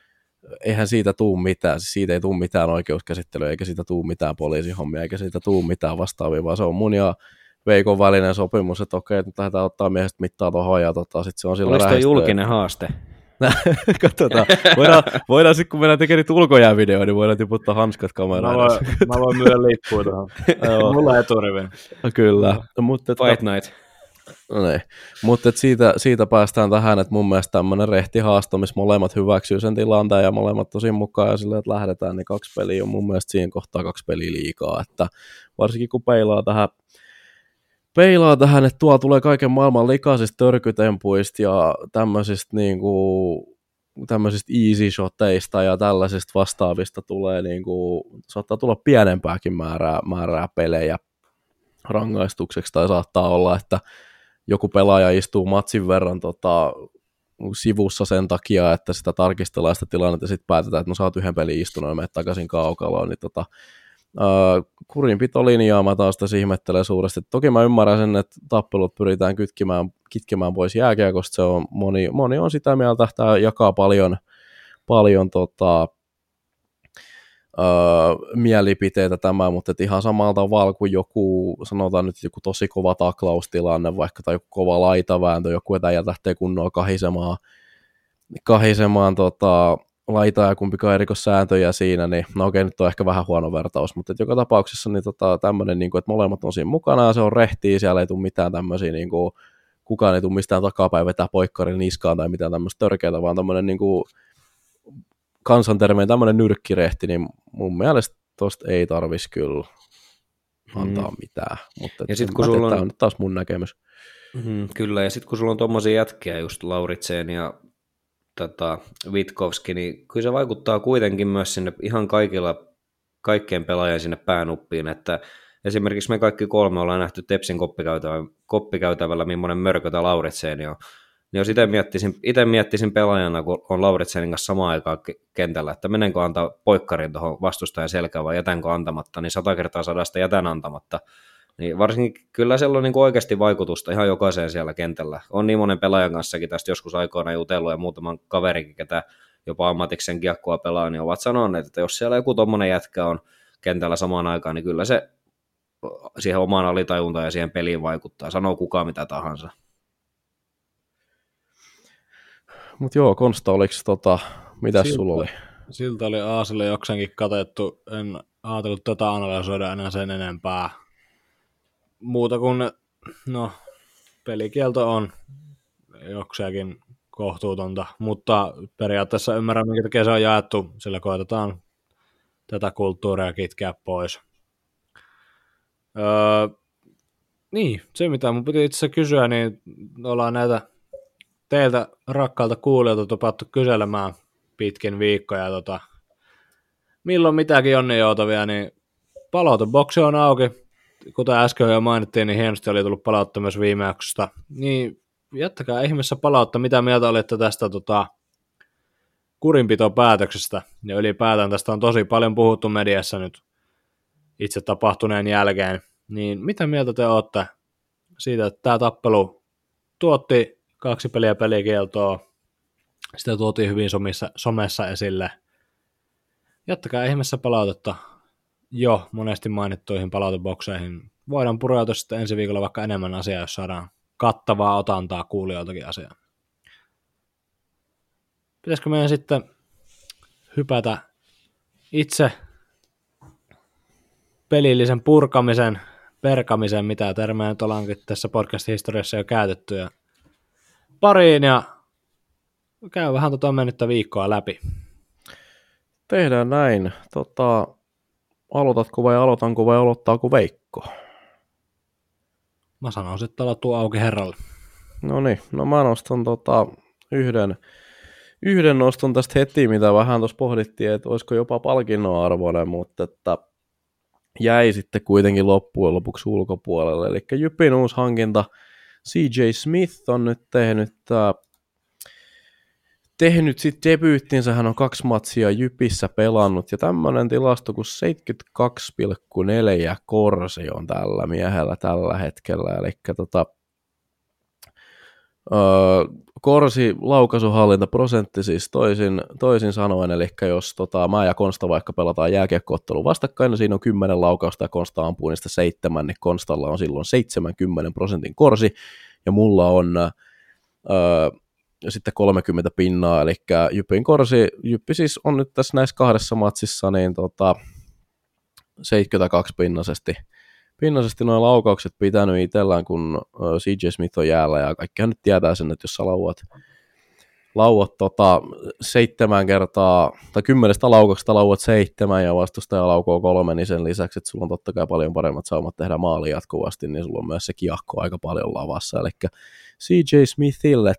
eihän siitä tule mitään, siis siitä ei tule mitään oikeuskäsittelyä, eikä siitä tule mitään poliisihommia, eikä siitä tule mitään vastaavia, vaan se on mun ja Veikon välinen sopimus, että okei, nyt lähdetään ottaa miehestä mittaa tuohon, ja sitten se on sillä Oliko toi julkinen haaste? Katsotaan. Voidaan sitten, kun mennään tekemään niitä ulkojäävideoita, niin voidaan tiputtaa hanskat kameraan. Mä voin myydä lippuja tuohon. Mulla eturivin. Kyllä. Fight Night. No niin. Mutta siitä päästään tähän, että mun mielestä tämmöinen rehtihaasto, missä molemmat hyväksyy sen tilanteen ja molemmat tosin mukaan ja silleen, että lähdetään, niin 2 peliä on mun mielestä siinä kohtaa 2 peliä liikaa. Että varsinkin kun peilaa tähän, että tuolla tulee kaiken maailman likaisista törkytempuista ja tämmöisistä easy shoteista ja tällaisista vastaavista tulee saattaa tulla pienempääkin määrää pelejä rangaistukseksi, tai saattaa olla, että joku pelaaja istuu matsin verran sivussa sen takia, että sitä tarkistellaan sitä tilannetta ja sitten päätetään, että no sä oot 1 pelin istunut ja menet takaisin kaukaloon, niin kurinpitolinjaa mä taas tässä ihmettelen suuresti. Toki mä ymmärrän sen, että tappelut pyritään kitkemään pois jääkiekosta, se on moni on sitä mieltä, että tämä jakaa paljon mielipiteitä tämä, mutta ihan samalla tavalla kuin sanotaan nyt joku tosi kova taklaustilanne, vaikka tai joku kova laitavääntö, joku äijä lähtee kunnolla kahisemaan laitaa ja kumpikaan rikossääntöjä siinä, niin no okei, nyt on ehkä vähän huono vertaus, mutta joka tapauksessa niin tämmöinen, niin kuin, että molemmat on siinä mukana ja se on rehtiä, siellä ei tule mitään tämmöisiä, niin kuin, kukaan ei tule mistään takapäin vetää poikkarin niskaan tai mitään tämmöistä törkeätä, vaan tämmöinen niin kuin, kansantermeen tämmöinen nyrkkirehti, niin mun mielestä tosta ei tarvitsisi kyllä antaa mitään, mutta ja sit, kun sulla tämä on nyt taas mun näkemys. Kyllä, ja sitten kun sulla on tommosia jätkiä, just Lauritsen ja Witkowski, niin kyllä se vaikuttaa kuitenkin myös sinne ihan kaikkien pelaajien sinne päänuppiin, että esimerkiksi me kaikki 3 ollaan nähty Tepsin koppikäytävällä, millainen mörkötä Lauritsen on. Niin jos itse miettisin pelaajana, kun on Lauritsenin kanssa samaan aikaan kentällä, että menenkö antaa poikkarin tuohon vastustajan selkään vai jätänkö antamatta, niin 100 kertaa 100 jätän antamatta. Niin varsinkin kyllä siellä on niin oikeasti vaikutusta ihan jokaiseen siellä kentällä. On niin monen pelaajan kanssakin tästä joskus aikoina jutellut ja muutaman kaverikin, ketä jopa ammatiksen kiekkoa pelaa, niin ovat sanoneet, että jos siellä joku tommonen jätkä on kentällä samaan aikaan, niin kyllä se siihen omaan alitajuntaan ja siihen peliin vaikuttaa. Sanoo kukaan mitä tahansa. Mutta joo, Konsta, oliko mitäs sulla oli? Siltä oli Aasille jokseenkin katettu, en ajatellut tätä analysoida enää sen enempää. Muuta kuin, no, pelikielto on jokseenkin kohtuutonta, mutta periaatteessa ymmärrän, minkä takia se on jaettu, sillä koetetaan tätä kulttuuria kitkeä pois. Niin, se mitä mun piti itse kysyä, niin ollaan näitä teiltä rakkailta kuulijoilta tupattu kyselemään pitkin viikkoja. Milloin mitäkin Jonni-joutavia, niin palauteboksi on auki. Kuten äsken jo mainittiin, niin hienosti oli tullut palautta myös viime jaksosta. Niin jättäkää ihmeessä palautta, mitä mieltä olitte tästä kurinpitopäätöksestä. Ja ylipäätään tästä on tosi paljon puhuttu mediassa nyt itse tapahtuneen jälkeen. Niin mitä mieltä te olette siitä, että tämä tappelu tuotti 2 peliä pelikieltoa, sitä tuotiin hyvin somessa esille. Jättäkää ihmeessä palautetta jo monesti mainittuihin palautebokseihin. Voidaan pureutua sitten ensi viikolla vaikka enemmän asiaa, jos saadaan kattavaa otantaa kuulijoiltakin asiaa. Pitäisikö meidän sitten hypätä itse pelillisen perkamisen, mitä termejä nyt ollaankin tässä podcast-historiassa jo käytetty, ja pariin ja käy vähän mennyttä viikkoa läpi. Tehdään näin. Aloitatko vai aloitanko vai aloittaako Veikko? Mä sanoisin, että aloittuu auki herralle. No niin, no mä nostan yhden noston tästä heti, mitä vähän tuossa pohdittiin, että olisiko jopa palkinnon arvoinen, mutta että jäi sitten kuitenkin loppujen lopuksi ulkopuolelle. Eli Jypin uusi hankinta CJ Smith on nyt tehnyt sitten debyyttinsä, hän on 2 matsia Jypissä pelannut, ja tämmöinen tilasto kuin 72,4 korsi on tällä miehellä tällä hetkellä, eli Korsi laukaisuhallintaprosentti siis toisin sanoen, eli jos mä ja Konsta vaikka pelataan jääkiekko-ottelu vastakkain, niin siinä on 10 laukausta ja Konsta ampuu niistä 7, niin Konstalla on silloin 70% korsi, ja mulla on sitten 30 pinnaa, eli Jypin korsi, Jyppi siis on nyt tässä näissä 2 matsissa, niin 72 pinnaisesti nuo laukaukset pitänyt itsellään, kun CJ Smith on jäällä, ja kaikkihan nyt tietää sen, että jos sä lauat 7 kertaa, tai 10 laukauksesta lauat 7 ja vastustaja laukoo 3, niin sen lisäksi, että sulla on totta kai paljon paremmat saumat tehdä maali jatkuvasti, niin sulla on myös se kiekko aika paljon lavassa, eli CJ Smithille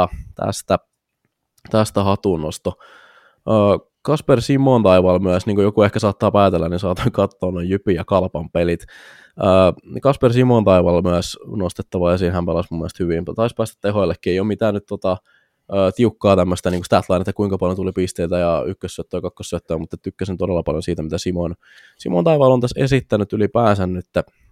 tästä hatunnosto. Kasper Simon taivaalla myös, niin kuin joku ehkä saattaa päätellä, niin saatan katsoa noin Jypin ja Kalpan pelit. Kasper Simon taivaalla myös nostettava esiin, hän pelasi mun mielestä hyvin, taisi päästä tehoillekin, ei ole mitään nyt tiukkaa tämmöistä niin statline, että kuinka paljon tuli pisteitä ja ykkössyöttöä ja kakkossyöttöä, mutta tykkäsin todella paljon siitä, mitä Simon taivaalla on tässä esittänyt ylipäänsä nyt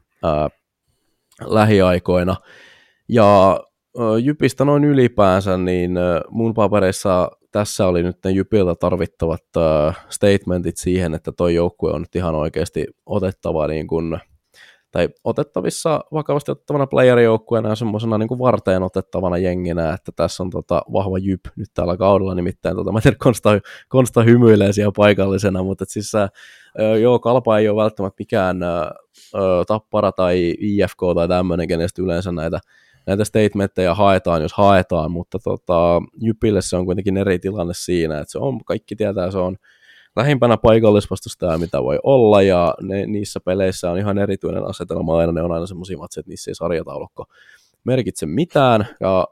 lähiaikoina. Ja Jypistä noin ylipäänsä, niin mun papereissa tässä oli nyt ne Jypiltä tarvittavat statementit siihen, että toi joukkue on nyt ihan oikeasti otettava niin kuin, tai otettavissa vakavasti otettavana playerijoukkueena ja semmoisena niin kuin varteen otettavana jenginä, että tässä on vahva Jyp nyt tällä kaudella, nimittäin mä tiedän, Konsta hymyilee siellä paikallisena, mutta siis Kalpa ei ole välttämättä mikään Tappara tai IFK tai tämmöinen, kenestä yleensä näitä statementteja haetaan, jos haetaan, mutta Jypille se on kuitenkin eri tilanne siinä, että kaikki tietää, se on lähimpänä paikallisvastustaja, mitä voi olla, ja niissä peleissä on ihan erityinen asetelma aina, ne on aina semmoisia matseja, että niissä ei sarjataulukko merkitse mitään, ja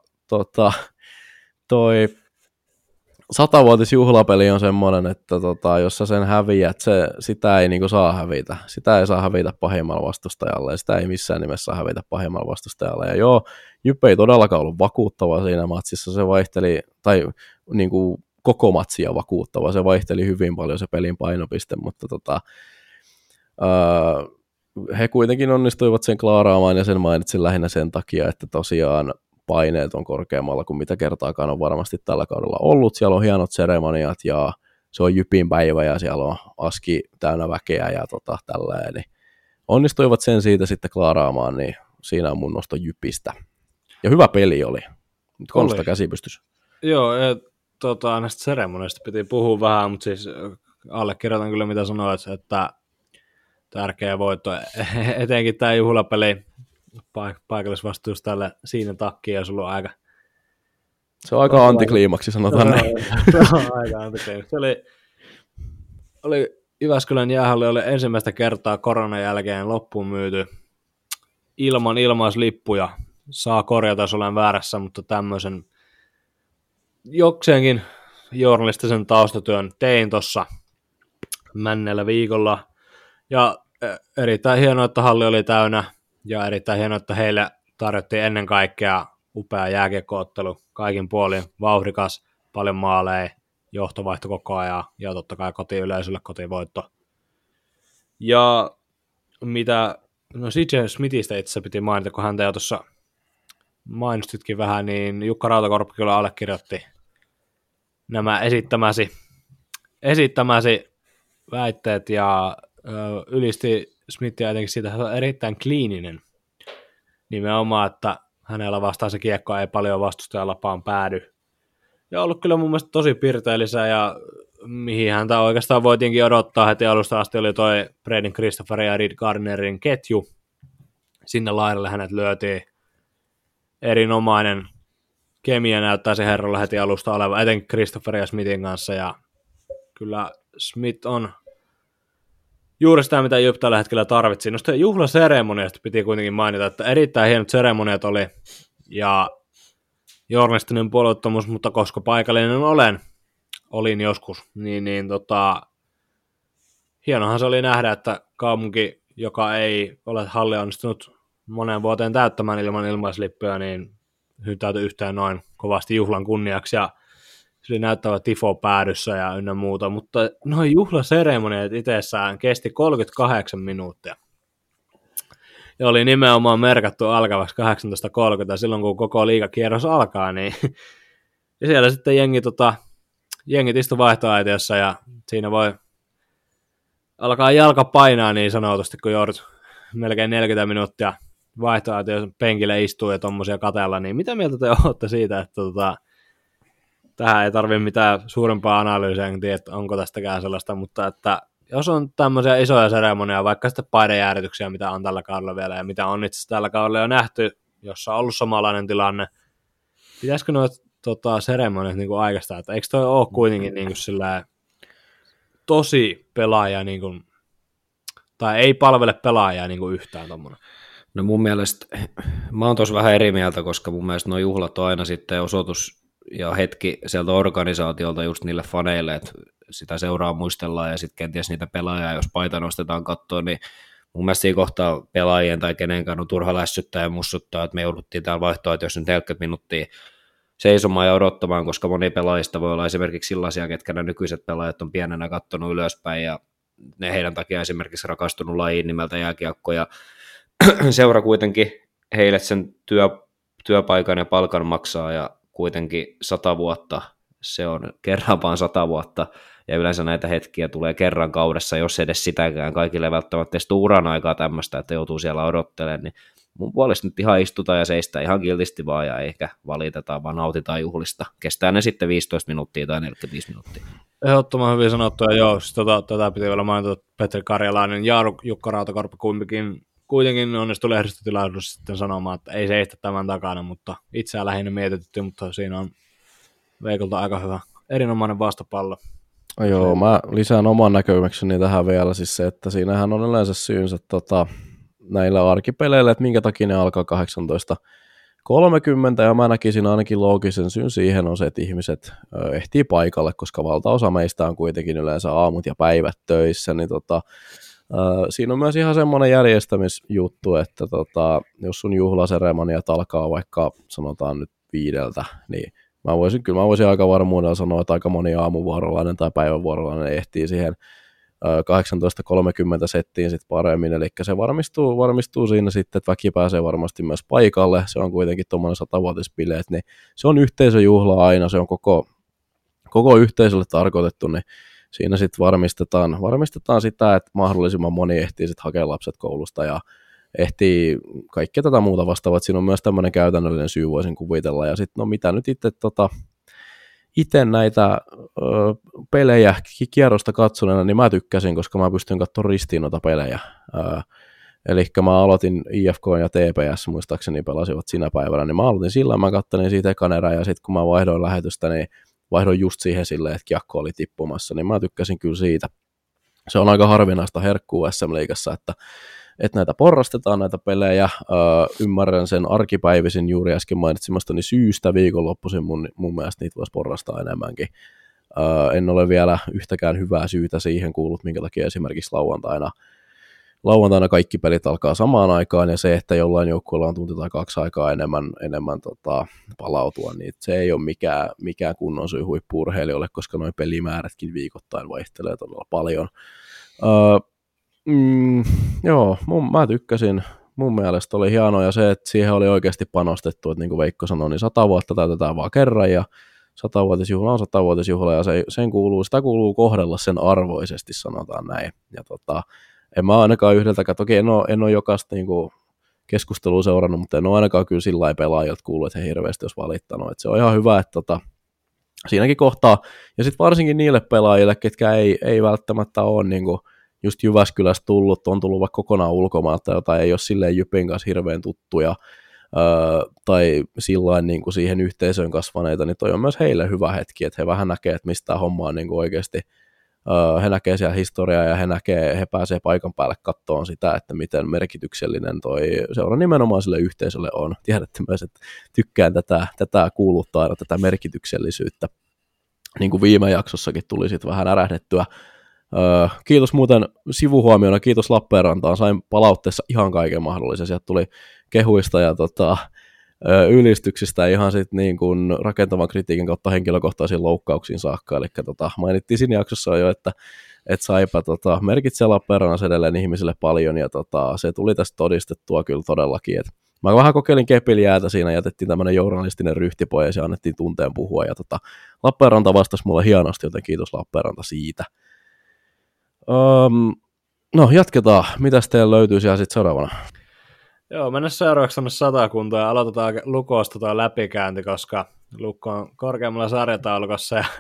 toi 100-vuotisjuhlapeli on semmoinen, että jos sä sen häviät, sitä ei niinku saa hävitä. Sitä ei saa hävitä pahimmalla vastustajalle, ja sitä ei missään nimessä saa hävitä pahimmalla vastustajalle. Ja joo, Jyp ei todellakaan ollut vakuuttava siinä matsissa, se vaihteli, tai niinku koko matsia vakuuttava, se vaihteli hyvin paljon se pelin painopiste, mutta he kuitenkin onnistuivat sen klaaraamaan, ja sen mainitsin lähinnä sen takia, että tosiaan paineet on korkeammalla kuin mitä kertaakaan on varmasti tällä kaudella ollut. Siellä on hienot seremoniat ja se on Jypin päivä ja siellä on aski täynnä väkeä ja tälleen. Niin onnistuivat sen siitä sitten klaaraamaan, niin siinä on mun nosto Jypistä. Ja hyvä peli oli. Konsta käsipystys. Joo, ja näistä seremoniasta piti puhua vähän, mutta siis allekirjoitan kyllä mitä sanoit, että tärkeä voitto, etenkin tämä juhlapeli paikallisvastustajalle siinä takia, ja sulla on aika... Se on aika antikliimaksi, sanotaan näin. Se on aika antikliimaksi. Se oli Jyväskylän jäähalli oli ensimmäistä kertaa koronan jälkeen loppuun myyty ilman ilmaislippuja. Saa korjata, jos olen väärässä, mutta tämmöisen jokseenkin journalistisen taustatyön tein tuossa menneellä viikolla. Ja erittäin hienoa, että halli oli täynnä. Ja erittäin hienoa, että heille tarjottiin ennen kaikkea upea jääkiekkoottelu, kaikin puolin vauhdikas, paljon maaleja, johtovaihto koko ajan ja totta kai kotiyleisölle kotivoitto. Ja CJ Smithistä itse piti mainita, kun häntä jo tuossa mainostitkin vähän, niin Jukka Rautakorpi kyllä allekirjoitti nämä esittämäsi väitteet ja ylisti Smithia jotenkin siitä, että hän on erittäin kliininen. Nimenomaan, että hänellä vastaan se kiekko ei paljon vastustajalapaan päädy. Ja ollut kyllä mun mielestä tosi pirteellistä, ja mihin häntä oikeastaan voitiinkin odottaa heti alusta asti, oli toi Braden Christopher ja Reed Gardnerin ketju. Sinne laidalle hänet lyötiin. Erinomainen kemia näyttää se herralla heti alusta olevan, etenkin Christopher ja Smithin kanssa, ja kyllä Smith on juuri sitä, mitä Jyp tällä hetkellä tarvitsi. No sitten juhlaseremoniasta piti kuitenkin mainita, että erittäin hienot seremoniat oli, ja journalistinen puolueettomuus, mutta koska paikallinen olin joskus, niin hienohan se oli nähdä, että kaupunki, joka ei ole halli onnistunut moneen vuoteen täyttämään ilman ilmaislippuja, niin hyntäytyi yhtään noin kovasti juhlan kunniaksi, ja se oli näyttävä tifo päädyssä ja ynnä muuta, mutta noin juhlaseremoniat itsessään kesti 38 minuuttia. ja oli nimenomaan merkattu alkavaksi 18.30 silloin, kun koko liigakierros alkaa, niin ja siellä sitten jengit istu vaihtoaitiossa ja siinä voi alkaa jalka painaa niin sanotusti, kun joudut melkein 40 minuuttia vaihtoaitiossa penkille istuu ja tommosia katella, niin mitä mieltä te olette siitä, että tähän ei tarvitse mitään suurempaa analyysiä, en tiedä, onko tästäkään sellaista, mutta että jos on tämmöisiä isoja seremoniaa, vaikka sitten painejäärityksiä, mitä on tällä kaudella vielä ja mitä on itse asiassa tällä kaudella jo nähty, jossa on ollut samanlainen tilanne, pitäisikö noita seremoniat niin aikaistaan, että eikö toi ole kuitenkin niin kuin tosi pelaaja, niin kuin, tai ei palvele pelaajaa niin kuin yhtään tommoinen? No mun mielestä, mä oon tossa vähän eri mieltä, koska mun mielestä nuo juhlat on aina sitten osoitus ja hetki sieltä organisaatiolta just niille faneille, että sitä seuraa muistellaan ja sitten kenties niitä pelaajia, jos paita nostetaan kattoon, niin mun mielestä siinä kohtaa pelaajien tai kenenkään on turha lässyttää ja mussuttaa, että me jouduttiin täällä vaihtoehtoissa nyt 40 minuuttia seisomaan ja odottamaan, koska moni pelaajista voi olla esimerkiksi sellaisia, ketkä nämä nykyiset pelaajat on pienenä kattonut ylöspäin ja ne heidän takia esimerkiksi rakastunut lajiin nimeltä jääkiekko ja seura kuitenkin heille sen työpaikan ja palkan maksaa ja kuitenkin 100 vuotta, se on kerran vaan 100 vuotta ja yleensä näitä hetkiä tulee kerran kaudessa, jos edes sitäkään, kaikille välttämättä edes uran aikaa tämmöistä, että joutuu siellä odottelemaan, niin mun puolesta nyt ihan istutaan ja seistään ihan kiltisti vaan ja eikä valitetaan, vaan nautitaan juhlista. Kestää ne sitten 15 minuuttia tai 45 minuuttia. Ehdottoman hyvin sanottu, ja joo, tätä piti vielä mainita Petri Karjalainen ja Jukka Rautakorpi kuitenkin onnistui lehdistötilaisuudessa sitten sanomaan, että ei seistä tämän takana, mutta itseään lähinnä mietityttiin, mutta siinä on Veikolta aika hyvä, erinomainen vastapallo. Joo, mä lisään oman näkemykseni tähän vielä, siis se, että siinähän on yleensä syynsä näillä arkipeleillä, että minkä takia ne alkaa 18.30, ja mä näkisin ainakin loogisen syyn siihen on se, että ihmiset ehtii paikalle, koska valtaosa meistä on kuitenkin yleensä aamut ja päivät töissä, niin siinä on myös ihan semmoinen järjestämisjuttu, että jos sun juhlaseremoniat alkaa vaikka sanotaan nyt 5, niin mä voisin aika varmuudella sanoa, että aika moni aamuvuorolainen tai päivävuorolainen ehtii siihen 18.30 settiin sitten paremmin, eli se varmistuu siinä sitten, että väki pääsee varmasti myös paikalle, se on kuitenkin tuommoinen 100-vuotispileet, niin se on yhteisöjuhla aina, se on koko yhteisölle tarkoitettu, niin siinä sitten varmistetaan sitä, että mahdollisimman moni ehtii sitten hakea lapset koulusta ja ehtii kaikkea tätä muuta vastaavaa, että siinä on myös tämmöinen käytännöllinen syy, voisin kuvitella, ja sitten no mitä nyt itse näitä pelejä kierrosta katsoneena, niin mä tykkäsin, koska mä pystyn katsomaan ristiin noita pelejä. Eli mä aloitin IFK ja TPS, muistaakseni pelasivat sinä päivänä, niin mä aloitin sillä, mä kattelin siitä ekan erää, ja sitten kun mä vaihdoin lähetystä, niin vaihdoin just siihen silleen, että kiekko oli tippumassa, niin mä tykkäsin kyllä siitä. Se on aika harvinaista herkkuu SM-liigassa, että näitä porrastetaan näitä pelejä, ymmärrän sen arkipäivisin juuri äsken mainitsemastani syystä viikonloppuisin mun mielestä niitä voisi porrastaa enemmänkin. En ole vielä yhtäkään hyvää syytä siihen kuullut, minkä takia esimerkiksi lauantaina kaikki pelit alkaa samaan aikaan, ja se, että jollain joukkueella on tunti tai 2 aikaa enemmän palautua, niin se ei ole mikään kunnon syy huippu-urheilijoille, koska nuo pelimäärätkin viikoittain vaihtelee todella paljon. Joo, mä tykkäsin. Mun mielestä oli hienoa, ja se, että siihen oli oikeasti panostettu, että niin kuin Veikko sanoi, niin 100 vuotta täytetään vaan kerran, ja 100-vuotisjuhla on 100-vuotisjuhla, ja sitä kuuluu kohdella sen arvoisesti, sanotaan näin. Ja en mä ainakaan yhdeltäkään, toki en ole jokaista niin kuin keskustelua seurannut, mutta en ole ainakaan kyllä sillä lailla pelaajilta kuullut, että he hirveästi olisi valittanut. Että se on ihan hyvä, että siinäkin kohtaa, ja sitten varsinkin niille pelaajille, ketkä ei välttämättä ole niin kuin just Jyväskylästä on tullut vaikka kokonaan ulkomailta, jota ei ole silleen Jypin kanssa hirveän tuttuja, tai sillain niin kuin siihen yhteisöön kasvaneita, niin toi on myös heille hyvä hetki, että he vähän näkee, että mistä homma on niin kuin oikeasti, he näkee siellä historiaa ja he pääsee paikan päälle katsomaan sitä, että miten merkityksellinen toi seura nimenomaan sille yhteisölle on. Tiedätte myös, että tykkään tätä kuuluttaa aina, tätä merkityksellisyyttä. Niin kuin viime jaksossakin tuli sitten vähän ärähdettyä. Kiitos muuten sivuhuomiona, kiitos Lappeenrantaan, sain palautteessa ihan kaiken mahdollisen, sieltä tuli kehuista ja ylistyksistä ihan sitten niin kuin rakentavan kritiikin kautta henkilökohtaisiin loukkauksiin saakka, eli mainittiin siinä jaksossa jo, että että Saipa merkitsee Lappeenrannassa edelleen ihmisille paljon, ja se tuli tästä todistettua kyllä todellakin. Et mä vähän kokeilin kepiljäätä siinä, jätettiin tämmöinen journalistinen ryhtipois ja annettiin tunteen puhua, ja Lappeenranta vastasi mulle hienosti, joten kiitos Lappeenranta siitä. No, jatketaan. Mitäs teillä löytyy siellä sitten seuraavana? Joo, mennään seuraavaksi tuonne Satakuntaan ja aloitetaan Lukosta tuo läpikäynti, koska Lukko on korkeammalla sarjataulukossa ja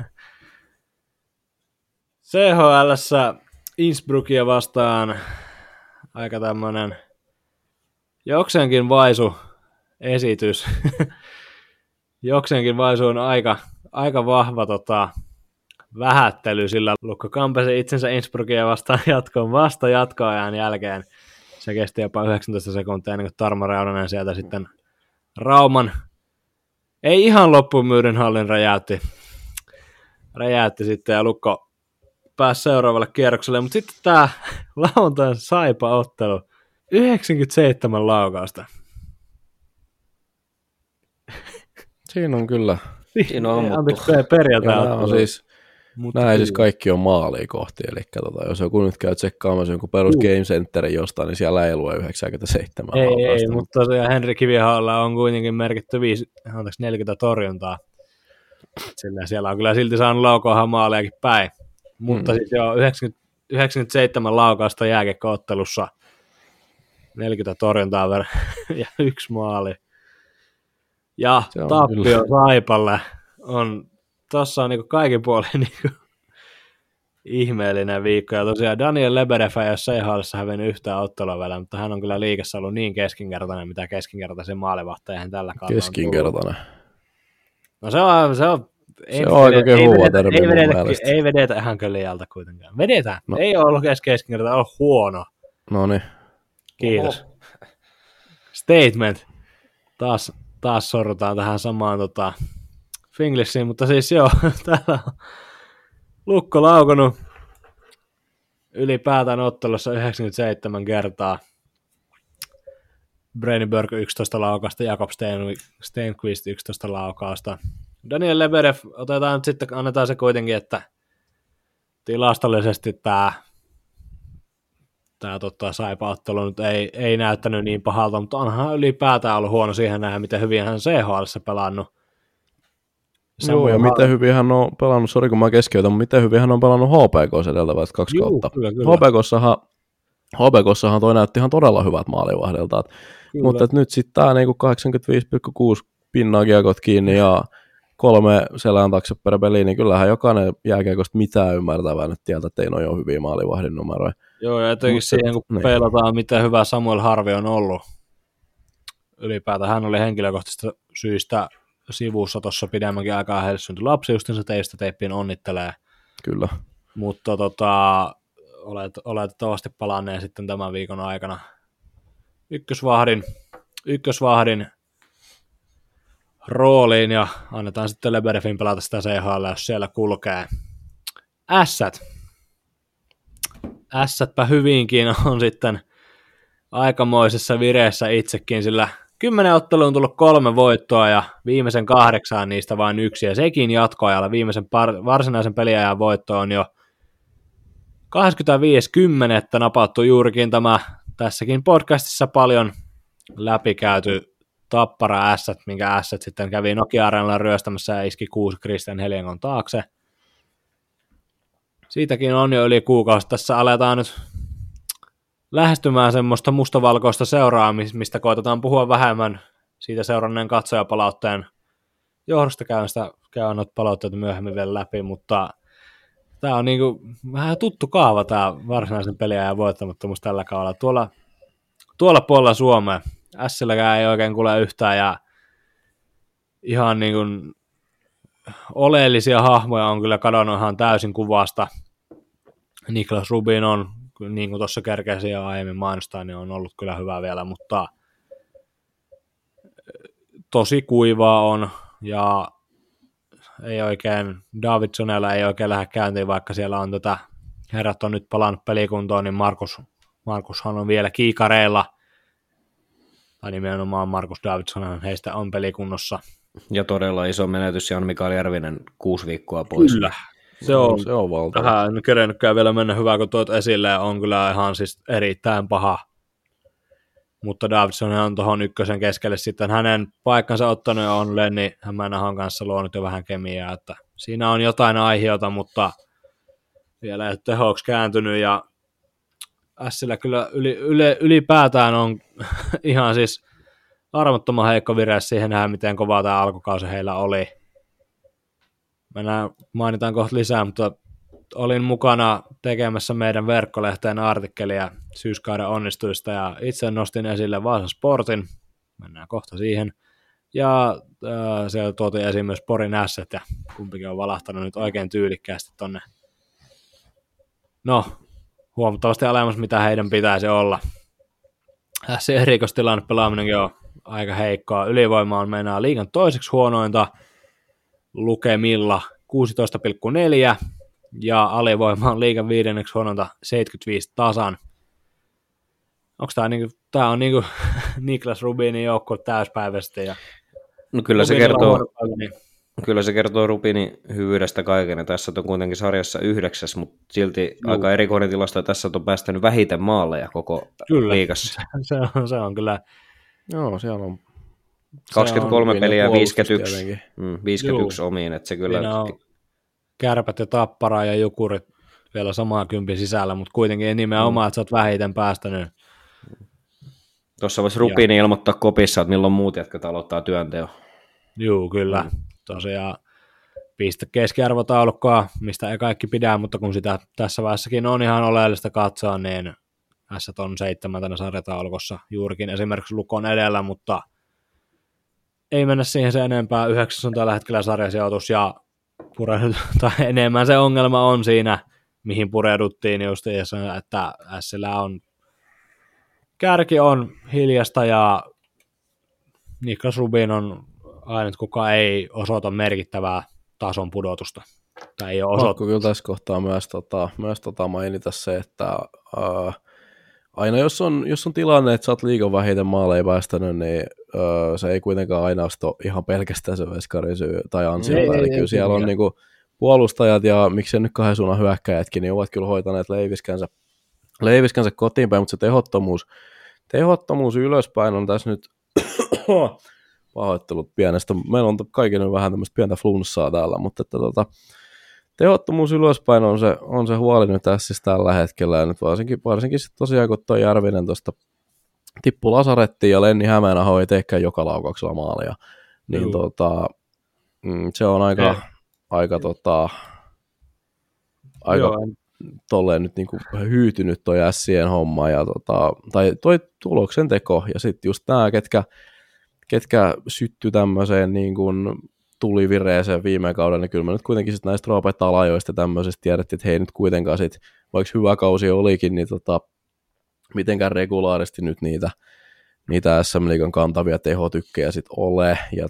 CHL:ssä Innsbruckia vastaan aika tämmöinen jokseenkin vaisu esitys. Jokseenkin vaisu on aika vahva vähättely, sillä Lukko kampesi itsensä Innsbruckia vastaan jatkoon vasta jatkoajan jälkeen. Se kesti jopa 19 sekuntia ennen kuin Tarmo Reunanen sieltä sitten Rauman ei ihan loppuun myydyn hallin räjäytti sitten ja Lukko pääsi seuraavalle kierrokselle, mutta sitten tämä lauantain Saipa-ottelu 97 laukausta. Siinä on kyllä. Siinä on ammuttu. Anteeksi, perjantai-ottelu. Nämä ei siis kaikki on maalia kohti, eli jos joku nyt käy tsekkaamassa jonkun perus Game Centerin jostain, niin siellä ei lue 97 Ei, mutta tosiaan Henri Kivihaalla on kuitenkin merkitty 40 torjuntaa. Sillä siellä on kyllä silti saanut laukoahan maalejakin päin. Mutta siis joo, 97 laukausta jääkiekko-ottelussa, 40 torjuntaa ja 1 maali. Ja tappio Saipalle on tossa on niinku kaikin puolin niinku ihmeellinen viikko. Ja tosiaan Daniel Lebedev ei ole CHL:ssä hävinnyt yhtään ottelua vielä, mutta hän on kyllä liigassa ollut niin keskinkertainen, mitä keskinkertaisen maalivahtajan tällä kaudella. Keskinkertainen. No se on aika kehua termi mun mielestä. Ei vedetä ihan kyllä liialta kuitenkaan. Vedetään. No. Ei ole ollut keskinkertainen, on ollut huono. Noniin. Kiitos. Statement. Taas sorrutaan tähän samaan Finglishsiin, mutta siis joo, täällä on Lukko laukonut ylipäätään ottelussa 97 kertaa. Brainiberg 11 laukausta, Jakob Stenqvist 11 laukausta. Daniel Lebedev, otetaan nyt sitten, annetaan se kuitenkin, että tilastollisesti tämä Saipa-ottelu nyt ei näyttänyt niin pahalta, mutta onhan ylipäätään ollut huono siihen nähdä, miten hyvin hän CHL:ssä pelannut. Joo, ja miten hyvin hän on pelannut, sori kun mä keskeytän, mutta miten hyvin hän on pelannut HPK:ssa edeltävät 2 kautta. Kyllä. HPK:ssahan toi näytti ihan todella hyvät maalivahdelta. Mutta nyt sitten tämä niinku 85,6 pinnaa kiekot kiinni ja 3 selän taakse per peli, niin kyllähän jokainen jääkiekosta mitään ymmärtävää nyt tietää, että ei ole jo hyviä maalivahdin numeroja. Joo, ja etenkin siihen, kun peilataan, miten hyvä Samuel Harvi on ollut. Ylipäätään hän oli henkilökohtaisista syistä sivussa tuossa pidemmänkin aikaa heille syntyi lapsi, justinsa teistä teippiin onnittelee. Kyllä. Mutta oletettavasti palanneen sitten tämän viikon aikana ykkösvahdin rooliin ja annetaan sitten Lebedevin pelata sitä CHL, jos siellä kulkee. Ässätpä hyvinkin on sitten aikamoisessa vireessä itsekin, sillä 10 otteluun on tullut 3 voittoa ja viimeisen 8 niistä vain 1, ja sekin jatkoajalla viimeisen varsinaisen peliajan voitto on jo 25.10. napattu juurikin tämä tässäkin podcastissa paljon läpikäyty Tappara Ässät, minkä Ässät sitten kävi Nokia-areenalla ryöstämässä ja iski 6 Christian Heliengon taakse. Siitäkin on jo yli kuukausi. Tässä aletaan nyt lähestymään semmoista mustavalkoista seuraamista, mistä koitetaan puhua vähemmän siitä seuranneen katsojapalautteen johdosta. Käyn noita palautteita myöhemmin vielä läpi, mutta tämä on niinku vähän tuttu kaava tämä varsinaisen peliajan voittamattomuus tällä kaudella. Tuolla puolella Suomea Ässilläkään ei oikein kuule yhtään ja ihan niin kuin oleellisia hahmoja on kyllä kadonnut ihan täysin kuvasta. Niklas Rubin on, niin kuin tuossa kerkesin jo aiemmin mainostaa, niin on ollut kyllä hyvä vielä, mutta tosi kuivaa on ja ei oikein, Davidsonella ei oikein lähde käyntiin, vaikka siellä on herrat on nyt palannut pelikuntoon, niin Markushan on vielä kiikareilla, tai nimenomaan Markus Davidsson heistä on pelikunnossa. Ja todella iso menetys, ja on Mikael Järvinen 6 viikkoa pois. Kyllä. Se on valtava. Vähän en kerennytkään vielä mennä, hyvä kun tuot esille, on kyllä ihan siis erittäin paha. Mutta Davidson on tuohon ykkösen keskelle sitten hänen paikkansa ottanut ja on Lenni Hämeenahon kanssa luonut jo vähän kemiaa, että siinä on jotain aihiota, mutta vielä ei ole tehoksi kääntynyt ja Ässillä kyllä ylipäätään on ihan siis armottoman heikko vire siihen nähdä, miten kovaa tämä alkukausi heillä oli. Mainitaan kohta lisää, mutta olin mukana tekemässä meidän verkkolehteen artikkelia syyskauden onnistuista ja itse nostin esille Vaasan Sportin, mennään kohta siihen, ja siellä tuotiin esiin myös Porin Ässät ja kumpikin on valahtanut nyt oikein tyylikkäästi tonne. No, huomattavasti alemmas mitä heidän pitäisi olla. Ässien erikoistilanne pelaaminenkin on aika heikkoa. Ylivoima on meinaa liigan toiseksi huonointa lukemilla 16,4 ja alivoima on liigan viidenneksi huonointa 75 tasan. Onko tämä on niinku Niklas Rubinin joukkue täyspäiväisesti? Ja No kyllä se kertoo Rubinin hyvyydestä kaiken, ja tässä on kuitenkin sarjassa 9, mutta silti aika erikoinen tilasto, että tässä on päästänyt vähiten maaleja koko liigassa. Se on kyllä. Joo, siellä on 23 peliä ja 51 omiin, että se kyllä. Kärpät ja Tappara ja Jukurit vielä samaa kympin sisällä, mutta kuitenkin nimenomaan, että sä oot vähiten päästänyt. Tuossa voisi Rubini ilmoittaa kopissa, että milloin muut jatkat aloittaa työnteon. Joo, kyllä. Tosiaan piste keskiarvotaulukkoa, mistä ei kaikki pidä, mutta kun sitä tässä vaiheessakin on ihan oleellista katsoa, niin S on 7. sarjataulukossa juurikin esimerkiksi Lukon edellä, mutta ei mennä siihen se enempää. 9 on tällä hetkellä sarjasijoitus ja enemmän se ongelma on siinä, mihin pureuduttiin just, että Sillä on kärki on hiljasta ja Niklas Rubin on ainut, kuka ei osoita merkittävää tason pudotusta. Tai ei ole Pakko kyllä tässä kohtaa myös mainita se, että aina jos on tilanne, että sä oot liigan vähiten maaleja päästänyt, niin se ei kuitenkaan aina ole ihan pelkästään se veskarin syy tai ansiota. Eli kyllä siellä on niinku puolustajat ja miksei nyt 2 suunnan hyökkäjätkin, niin ovat kyllä hoitaneet leiviskänsä kotiin päin, mutta se tehottomuus ylöspäin on tässä nyt pahoittelut pienestä. Meillä on kaikille vähän tämmöistä pientä flunssaa täällä, mutta että tehottomuus ylöspäin on se huoli nyt tässä tällä hetkellä, ja nyt varsinkin sit tosiaan, kun tuo Järvinen tuosta tippui lasarettiin, ja Lenni Hämeenaho ei teekään joka laukauksella maalia, niin se on aika tolleen nyt niinku hyytynyt toi Ässien homma, ja tai toi tuloksen teko, ja sitten just nämä, ketkä syttyi tämmöiseen niin kuin tulivireeseen viime kaudella, niin kyllä me nyt kuitenkin sit näistä Roope Talajoista ja tämmöisestä tiedettiin, että hei nyt kuitenkaan sit, vaikka hyvä kausi olikin, niin mitenkään regulaaristi nyt niitä SM Liigan kantavia tehotykkejä sit ole, ja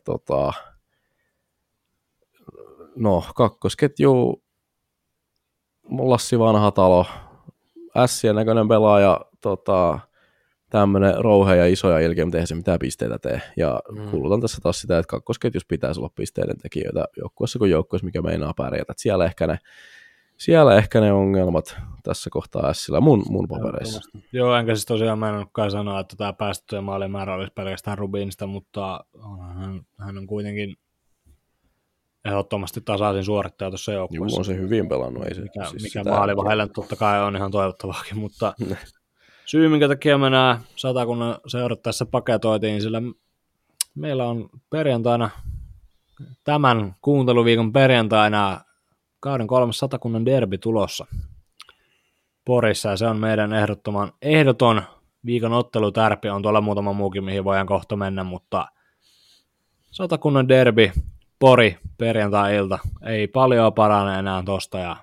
kakkosketju Lassi Vanhatalo, Ässien näköinen pelaaja, tämmöinen rouhe ja isoja ilkeä, mutta eihän se mitään pisteitä tee. Ja kuulutan tässä taas sitä, että kakkosketjus pitäisi olla pisteiden tekijöitä joukkueessa kuin joukkueessa, mikä meinaa pärjätä. Siellä ehkä ne ongelmat tässä kohtaa Ässillä mun papereissa. Joo, enkä siis tosiaan mä en olekaan sanoa, että tämä päästettyjen maalien määrä olisi pelkästään Rubinista, mutta hän on kuitenkin ehdottomasti tasaisin suorittaja tuossa joukkueessa. Joo, on se hyvin pelannut. Ei se, mikä maalivahdelle totta kai on ihan toivottavaakin, mutta syy, minkä takia me nämä Satakunnan seurat tässä paketoitiin, sillä meillä on perjantaina, tämän kuunteluviikon perjantaina, kauden 3. Satakunnan derby tulossa Porissa, ja se on meidän ehdoton viikon ottelutärpi, on tuolla muutama muukin, mihin voidaan kohta mennä, mutta Satakunnan derby, Pori, perjantai-ilta, ei paljon parane enää tosta, ja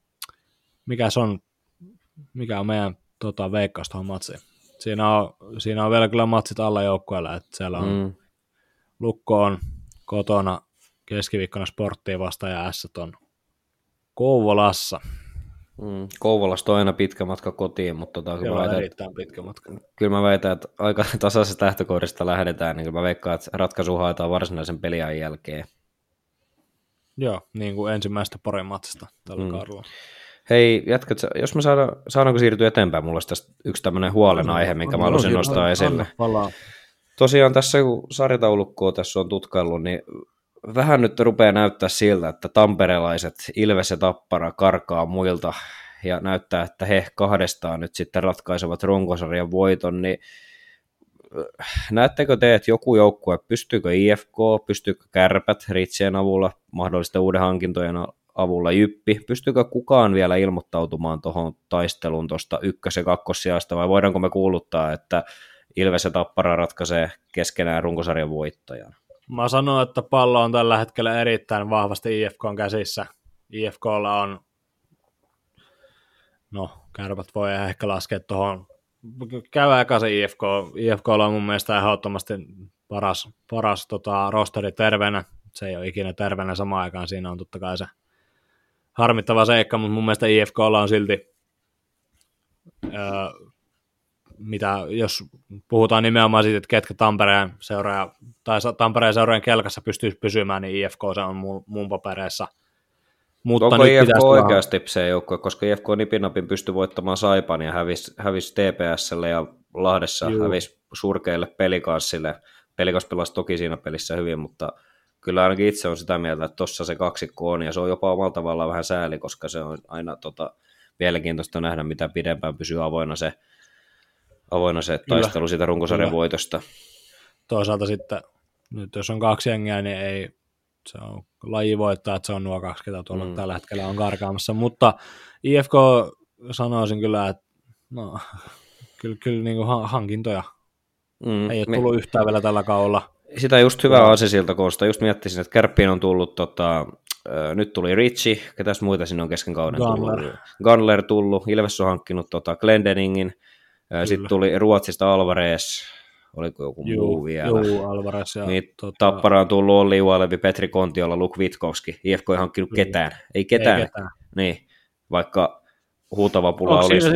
mikä on meidän veikkaus tuohon matsiin. Siinä on vielä kyllä matsit alla joukkueella, että siellä on Lukko on kotona keskiviikkona Sporttia vastaan ja S on Kouvolassa. Kouvolasta on aina pitkä matka kotiin, mutta erittäin pitkä matka. Kyllä mä väitän, että aika tasaisesta lähtökohdista lähdetään, niin kyllä mä veikkaan, että ratkaisu haetaan varsinaisen peliajan jälkeen. Joo, niin kuin ensimmäistä Porin matsista tällä kaudella. Hei, jatkat, jos me saadaanko siirtyä eteenpäin, mulla olisi tästä yksi tämmöinen huolenaihe, minkä mä haluaisin nostaa esille. Tosiaan tässä, kun sarjataulukkoa tässä on tutkaillut, niin vähän nyt rupeaa näyttää siltä, että tamperelaiset Ilves ja Tappara karkaa muilta, ja näyttää, että he kahdestaan nyt sitten ratkaisevat runkosarjan voiton, niin näettekö te, että joku joukkue, pystyykö IFK, pystyykö Kärpät Ritsien avulla, mahdollisten uuden hankintojen avulla Jyppi, pystyykö kukaan vielä ilmoittautumaan tuohon taisteluun tuosta ykkös- ja kakkossijasta, vai voidaanko me kuuluttaa, että Ilves ja Tappara ratkaisee keskenään runkosarjan voittajan? Mä sanon, että pallo on tällä hetkellä erittäin vahvasti IFK:n käsissä. IFK:lla on, Kärpät voi ehkä laskea tuohon, käy ekaisin IFK. IFK:lla on mun mielestä ehdottomasti paras rosteri terveenä. Se ei ole ikinä terveenä samaan aikaan, siinä on totta kai se harmittava seikka, mutta mun mielestä IFK:lla on silti, mitä jos puhutaan nimenomaan siitä, että ketkä Tampereen seuraajan kelkassa pystyisi pysymään, niin IFK se on mun papereissa. Mutta onko IFK oikeasti se joukkue, koska IFK nipinapin pystyi voittamaan Saipan ja hävisi TPSlle ja Lahdessa hävisi surkeille Pelikanssille. Pelikas pelasi toki siinä pelissä hyvin, mutta kyllä ainakin itse on sitä mieltä, että tuossa se kaksikko on, ja se on jopa omalla tavallaan vähän sääli, koska se on aina mielenkiintoista nähdä, mitä pidempään pysyy avoinna se taistelu siitä runkosarjan voitosta. Toisaalta sitten, nyt jos on kaksi jengiä, niin ei, se on laji voittaa, että se on nuo kaksi, ketä tuolla tällä hetkellä on karkaamassa, mutta IFK sanoisin kyllä, että kyllä niin kuin hankintoja ei ole tullut yhtään vielä tällä kaudella. Sitä just hyvä Aasinsilta koosta, just miettisin, että Kärppiin on tullut, nyt tuli Ritchie, ketäs muita sinne on kesken kauden tullut. Gunler tullut, Ilves on hankkinut Glendeningin, sitten tuli Ruotsista Alvarez, oliko joku muu vielä? Joo, Alvarez. Ja, niin, Tappara on tullut Olli Ualevi, Petri Kontiola, Luke Witkowski, IFK ei hankkinut ketään, ei ketään. Niin, vaikka huutava pula olisi.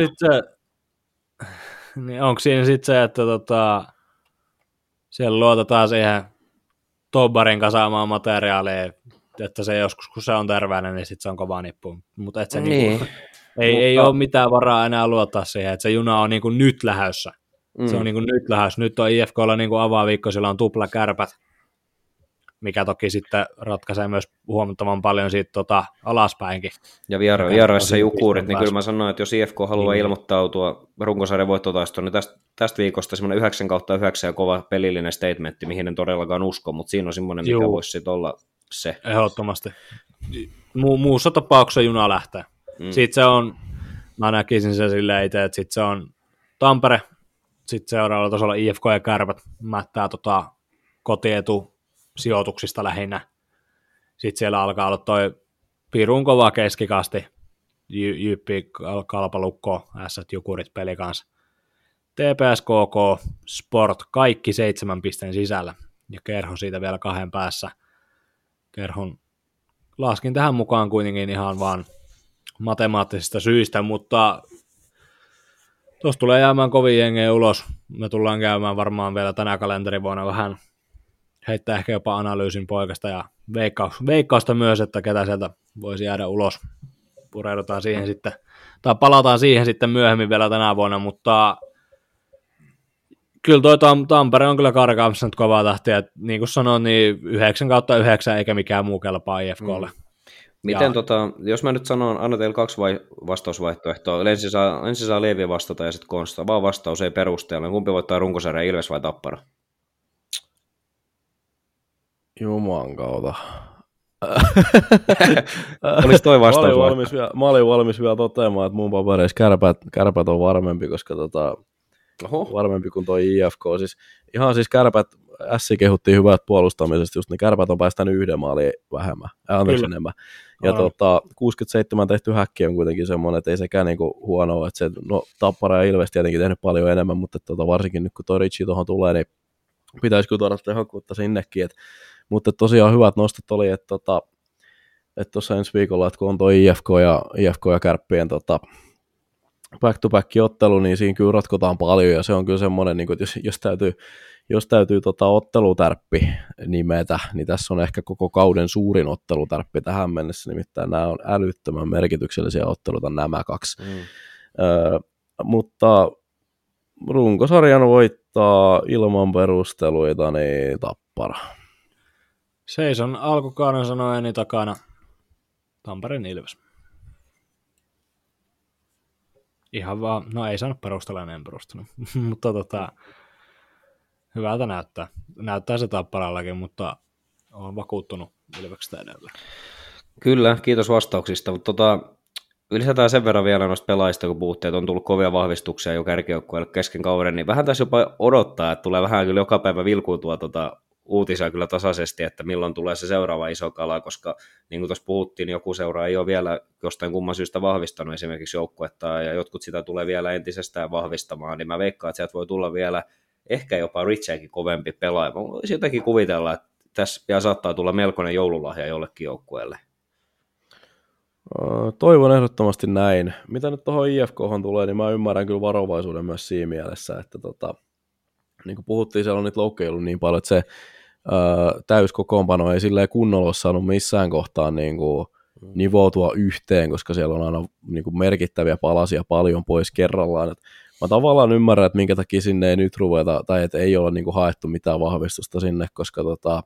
Onko siinä sitten se, että siellä luotetaan siihen Tobbarin kasaamaan materiaalia, että se joskus, kun se on terveinen, niin sitten se on kova nippu. Mutta ei ole mitään varaa enää luottaa siihen, että se juna on niinku nyt lähdössä. Se on niinku nyt lähdössä. Nyt on IFK:lla niinku avaaviikko, sillä on tupla Kärpät, mikä toki sitten ratkaisee myös huomattavan paljon siitä alaspäinkin. Ja vieraissa Jukurit, niin kyllä mä sanoin, että jos IFK haluaa ilmoittautua runkosarjan voittotaistoon, niin tästä viikosta semmoinen 9/9 ja kova pelillinen statementti, mihin en todellakaan usko, mutta siinä on semmoinen, mikä voisi sitten olla se. Ehdottomasti. Muussa tapauksessa juna lähtee. Sitten se on, mä näkisin sen silleen itse, että sitten se on Tampere, sitten seuraavalla tasolla IFK ja Kärpät mättää kotietu sijoituksista lähinnä. Sitten siellä alkaa olla toi pirun kova keskikasti, Jyppi, Kalpalukko, Ässät, Jukurit peli kanssa. TPS, KK, Sport, kaikki 7 pisteen sisällä, ja Kerho siitä vielä 2 päässä. Kerhon laskin tähän mukaan kuitenkin ihan vaan matemaattisista syistä, mutta tuossa tulee jäämään kovin jengejä ulos. Me tullaan käymään varmaan vielä tänä kalenterivuonna vähän heittää ehkä jopa analyysin poikasta ja veikkausta myös, että ketä sieltä voisi jäädä ulos. Pureudutaan siihen sitten, tai palataan siihen sitten myöhemmin vielä tänä vuonna, mutta kyllä toi Tampere on kyllä karkaamassa nyt kovaa tahtia, että niin kuin sanoin, niin 9/9 eikä mikään muu kelpaa IFK:lle. Miten jos mä nyt sanon, annan teille 2 vastausvaihtoehtoa, ensin saa Leevi vastata ja sitten Konsta, vaan vastaus ei perusteella, kumpi voittaa runkosarjan, Ilves vai Tappara? Juman kautta. Olisi toi vastaus. Mä olin valmis vielä toteamaan, että mun papereissa kärpät on varmempi, koska varmempi kuin toi IFK. Siis Kärpät, Ässi kehuttiin hyvät puolustamisesta, just ne Kärpät on päästänyt 1 maalin vähemmän, enemmän. Ja 67 tehty häkki on kuitenkin semmoinen, että ei sekään niinku huonoa, että Tappara ja Ilves tietenkin tehnyt paljon enemmän, mutta varsinkin nyt kun toi Ritchie tuohon tulee, niin pitäisi kyllä tuoda tehokkuutta sinnekin. Mutta tosiaan hyvät nostot oli, että tuossa ensi viikolla, että kun on tuo IFK ja Kärppien back-to-back-ottelu, niin siinä kyllä ratkotaan paljon, ja se on kyllä semmoinen, niin että jos täytyy jos täytyy ottelutärppi nimetä, niin tässä on ehkä koko kauden suurin ottelutärppi tähän mennessä, nimittäin nämä on älyttömän merkityksellisiä otteluita nämä kaksi. Mutta runkosarjan voittaa ilman perusteluita niin Tappara. Seison alkukauden sanojeni takana Tampereen Ilves. Ihan vaan, no ei saanut perustella, en perustanut, mutta hyvältä näyttää. Näyttää se Tapparallakin, mutta olen vakuuttunut Ilveksestä edelleen. Kyllä, kiitos vastauksista, mutta lisätään sen verran vielä noista pelaajista, kun puhuttiin, että on tullut kovia vahvistuksia jo kärkijoukkueelle kesken kauden, niin vähän tässä jopa odottaa, että tulee vähän kyllä joka päivä vilkuutua uutisia kyllä tasaisesti, että milloin tulee se seuraava iso kala, koska niin kuin tuossa puhuttiin, niin joku seura ei ole vielä jostain kumman syystä vahvistanut esimerkiksi joukkuetta, ja jotkut sitä tulee vielä entisestään vahvistamaan, niin mä veikkaan, että sieltä voi tulla vielä ehkä jopa Richiäkin kovempi pelaaja. Mä voisin jotenkin kuvitella, että tässä vielä saattaa tulla melkoinen joululahja jollekin joukkueelle. Toivon ehdottomasti näin. Mitä nyt tuohon IFK:hon tulee, niin mä ymmärrän kyllä varovaisuuden myös siinä mielessä, että niin kuin puhuttiin, siellä on niitä loukkeja ollut niin paljon, että se täyskokoonpano ei silleen kunnolla ole saanut missään kohtaa niin kuin nivoutua yhteen, koska siellä on aina niin kuin merkittäviä palasia paljon pois kerrallaan. Et mä tavallaan ymmärrän, että minkä takia sinne ei nyt ruveta, tai että ei ole niin kuin haettu mitään vahvistusta sinne, koska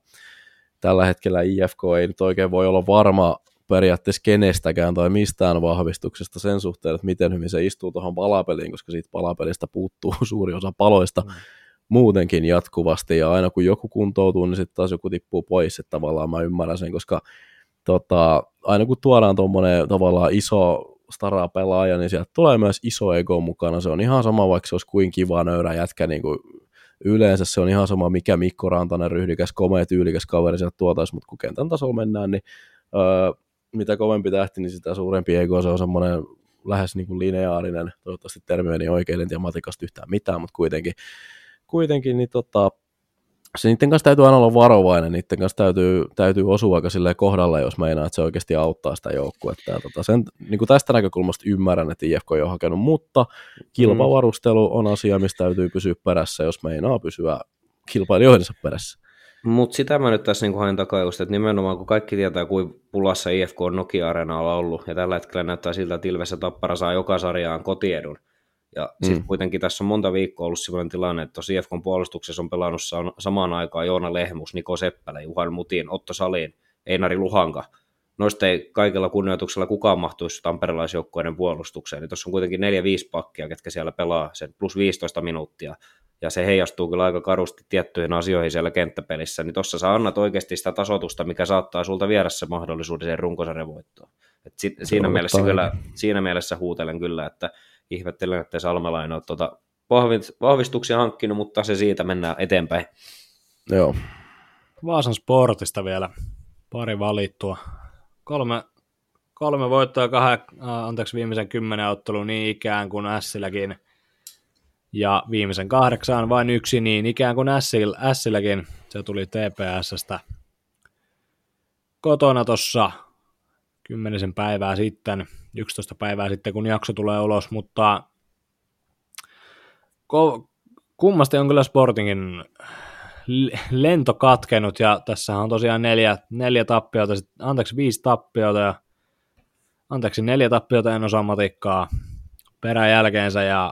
tällä hetkellä IFK ei nyt oikein voi olla varma periaatteessa kenestäkään tai mistään vahvistuksesta sen suhteen, että miten hyvin se istuu tuohon palapeliin, koska siitä palapelistä puuttuu suuri osa paloista muutenkin jatkuvasti, ja aina kun joku kuntoutuu, niin sitten taas joku tippuu pois, että tavallaan mä ymmärrän sen, koska aina kun tuodaan tuommoinen tavallaan iso stara pelaaja, niin sieltä tulee myös iso ego mukana, se on ihan sama, vaikka se olisi kuin kiva nöyrä jätkä, niin kuin yleensä se on ihan sama, mikä Mikko Rantanen, ryhdikäs, komea, tyylikäs kaveri sieltä tuotaisi, mutta kun kentän tasolla mennään, niin mitä kovempi tähti, niin sitä suurempi ego, se on semmoinen lähes niin kuin lineaarinen, toivottavasti termi meni oikein, en tiedä matikasta yhtään mitään, mutta kuitenkin niin se niiden kanssa täytyy aina olla varovainen, niiden kanssa täytyy osua aika silleen kohdalle, jos meinaa, että se oikeasti auttaa sitä joukkuetta. Ja sen, niin kuin tästä näkökulmasta ymmärrän, että IFK ei ole hakenut, mutta kilpavarustelu on asia, mistä täytyy pysyä perässä, jos meinaa pysyä kilpailijoidensa perässä. Mutta sitä mä nyt tässä niin hain takaa just, että nimenomaan kun kaikki tietää, kuin pulassa IFK on Nokia-areenalla ollut, ja tällä hetkellä näyttää siltä, että Ilves ja Tappara saa joka sarjaan kotiedun. Ja sitten kuitenkin tässä on monta viikkoa ollut sellainen tilanne, että tuossa IFK:n puolustuksessa on pelannut samaan aikaan Joona Lehmus, Niko Seppälä, Juhan Mutin, Otto Salin, Einari Luhanka. Noista ei kaikella kunnioituksella kukaan mahtuisi tamperelaisjoukkueiden puolustukseen. Niin tuossa on kuitenkin 4-5 pakkia, ketkä siellä pelaa sen plus 15 minuuttia. Ja se heijastuu kyllä aika karusti tiettyihin asioihin siellä kenttäpelissä. Niin tuossa sä annat oikeasti sitä tasoitusta, mikä saattaa sulta viedä se mahdollisuuden siihen runkosarjan voittoon. Siinä mielessä huutelen kyllä, että ihmettelen, että Salmelainen on vahvistuksia hankkinut, mutta se siitä mennään eteenpäin. Joo. Vaasan Sportista vielä pari valittua. Kolme voittoa viimeisen 10 ottelun niin ikään kuin Ässilläkin. Ja viimeisen 8 vain yksi niin ikään kuin Ässilläkin. Se tuli TPS:stä kotona tuossa 10 päivää sitten, 11 päivää sitten, kun jakso tulee ulos, mutta kummasti on kyllä Sportingin lento katkenut, ja tässä on tosiaan 4 tappiota, 5 tappiota, ja 4 tappiota, en osaa matikkaa perän jälkeensä, ja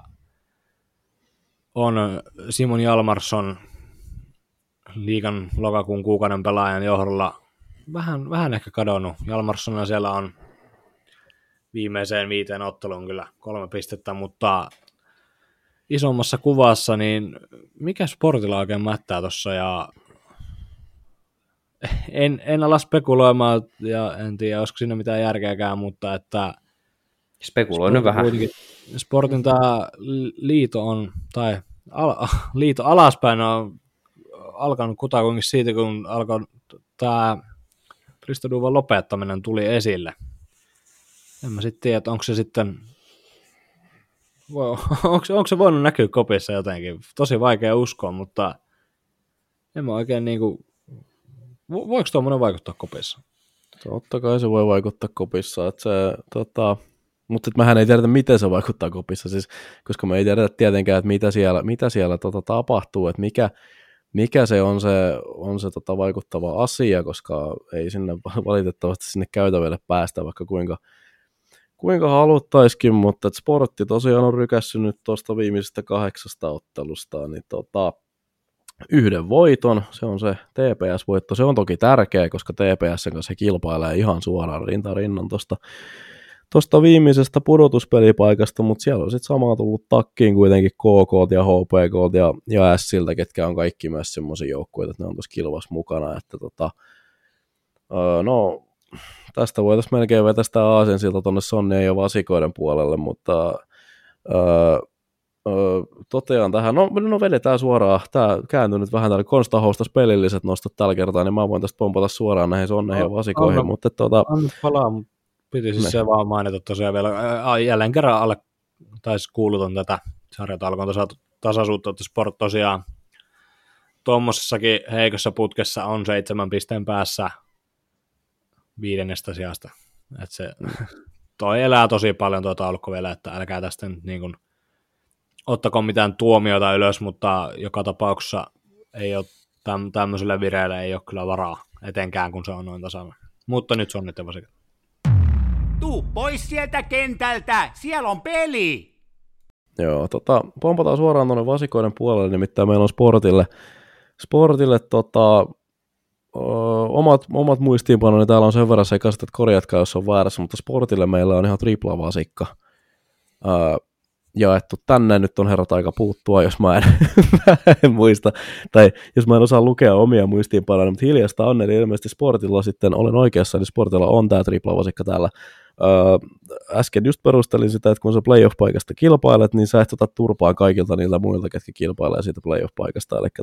on Simon Jalmarsson liigan lokakuun kuukauden pelaajan johdolla vähän ehkä kadonnut. Jalmarssonilla siellä on viimeiseen 5 otteluun kyllä 3 pistettä, mutta isommassa kuvassa, niin mikä Sportilla oikein mättää tuossa, ja en ala spekuloimaan, ja en tiedä, olisiko siinä mitään järkeäkään, mutta että spekuloinut vähän. Sportin tämä liito on, tai liito alaspäin on alkanut kutakuinkin siitä, kun alkoi tämä Risto Duvan lopettaminen tuli esille. En mä sitten tiedä, että onko se sitten, onko se voinut näkyä kopissa jotenkin. Tosi vaikea uskoa, mutta en mä oikein niinku, voiko tuommoinen vaikuttaa kopissa? Totta kai se voi vaikuttaa kopissa, että se, mutta mehän ei tiedetä, miten se vaikuttaa kopissa, siis, koska me ei tiedetä tietenkään, että mitä siellä tapahtuu, että mikä se on vaikuttava asia, koska ei sinne valitettavasti sinne käytävälle päästä, vaikka kuinka haluttaisikin, mutta Sportti tosiaan on rykässyt nyt tuosta viimeisestä 8 ottelustaan, niin yhden voiton, se on se TPS-voitto, se on toki tärkeä, koska TPS:n kanssa he kilpailee ihan suoraan rinnan tuosta viimeisestä pudotuspelipaikasta, mutta siellä on sitten samaa tullut takkiin kuitenkin KK ja HPK ja Siltä, ketkä on kaikki myös semmoisia joukkueita, että ne on tuossa kilvassa mukana, että no tästä voitaisiin melkein vetästä aasinsilta tuonne Sonnien ja Vasikoiden puolelle, mutta totean tähän, no vedetään suoraan, tämä kääntyy nyt vähän tälle Konsta hostas pelilliset nostot tällä kertaa, niin mä voin tästä pompata suoraan näihin Sonneihin ja Vasikoihin, mutta Anna palaa, piti siis se vaan mainita tosiaan vielä, jälleen kerran alle taisi kuuluton tätä sarjatalkoon tasaisuutta, että Sport tosiaan tuommoisessakin heikossa putkessa on 7 pisteen päässä 5. sijasta, että se toi elää tosi paljon tuo taulukko vielä, että älkää tästä nyt niin kuin ottako mitään tuomiota ylös, mutta joka tapauksessa ei ole tämmöiselle vireelle ei ole kyllä varaa, etenkään kun se on noin tasainen. Mutta nyt Sonnit ja Vasikat. Tuu pois sieltä kentältä, siellä on peli! Joo, pompataan suoraan tuonne Vasikoiden puolelle, nimittäin meillä on Sportille omat muistiinpanoni, niin täällä on sen verran sekaiset, että korjatkaa, jos on väärässä, mutta Sportille meillä on ihan tripla vasikka jaettu. Tänne nyt on herrat aika puuttua, jos mä en muista, tai jos mä en osaa lukea omia muistiinpanoja, mutta hiljasta on, eli ilmeisesti Sportilla sitten, olen oikeassa, niin Sportilla on tämä tripla vasikka täällä. Äsken just perustelin sitä, että kun sä playoff-paikasta kilpailet, niin sä et ota turpaa kaikilta niiltä muilta, ketkä kilpailee siitä playoff-paikasta, eli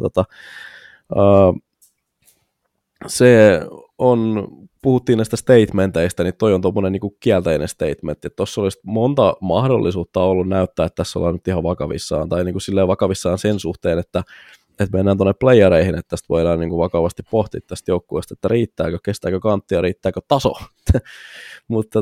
se on, puhuttiin näistä statementeista, niin toi on tommonen niinku kielteinen statement, että tuossa olisi monta mahdollisuutta ollut näyttää, että tässä ollaan nyt ihan vakavissaan, tai niinku silleen vakavissaan sen suhteen, että mennään tuonne playereihin, että tästä voidaan niinku vakavasti pohtia tästä joukkueesta, että riittääkö, kestääkö kanttia, riittääkö taso, mutta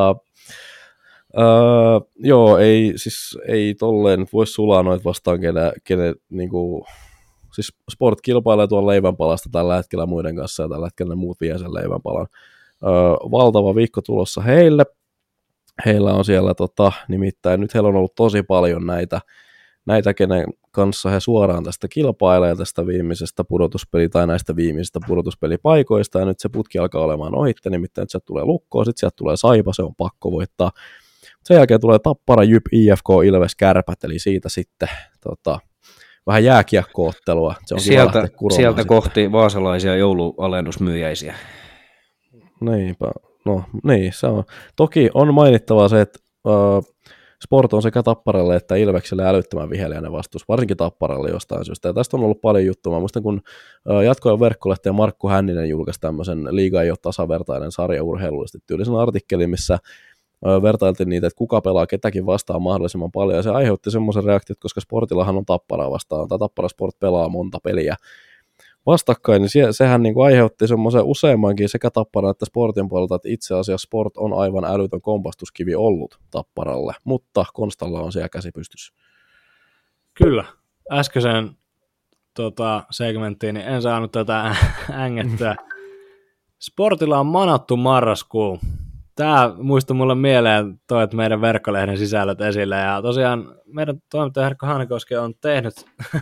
joo, ei tolleen voi sulaa noita vastaan, kenen niinku, siis Sport kilpailee tuolla leivänpalasta tällä hetkellä muiden kanssa, ja tällä hetkellä ne muut vie sen leivänpalan. Valtava viikko tulossa heille. Heillä on siellä nimittäin, nyt heillä on ollut tosi paljon näitä, kenen kanssa he suoraan tästä kilpailee tästä viimeisestä tai näistä viimeisistä pudotuspelipaikoista, ja nyt se putki alkaa olemaan ohitte, nimittäin nyt sieltä tulee Lukkoa, sitten sieltä tulee Saipa, se on pakko voittaa. Sen jälkeen tulee Tappara, Jyp, IFK, Ilves, Kärpät, eli siitä sitten vähän jääkiekko-ottelua. Se on sieltä kohti vaasalaisia joulualennusmyyjäisiä. Niinpä. No niin, se on. Toki on mainittavaa se, että Sport on sekä Tapparalle että Ilvekselle älyttömän viheliäinen vastus, varsinkin Tapparalle jostain syystä. Ja tästä on ollut paljon juttua. Mä muistan, kun Jatkoajan verkkolehti ja Markku Hänninen julkaisi tämmöisen Liiga ei ole tasavertainen sarja urheilullisesti tyylisen artikkelin, missä vertailtiin niitä, että kuka pelaa ketäkin vastaan mahdollisimman paljon, ja se aiheutti semmoisen reaktion, koska Sportillahan on Tapparaa vastaan, tai Tappara Sport pelaa monta peliä vastakkain, niin sehän niin kuin aiheutti semmoisen useammankin sekä Tapparan että Sportin puolelta, että itse asiassa Sport on aivan älytön kompastuskivi ollut Tapparalle, mutta Konstalla on siellä käsi pystyssä. Kyllä, äskeiseen segmenttiin niin en saanut tätä ängettyä. Sportilla on manattu marraskuu. Tämä muistui mulle mieleen toi, että meidän verkkolehden sisällöt esille, ja tosiaan meidän toimittaja Herkko Hankoski on tehnyt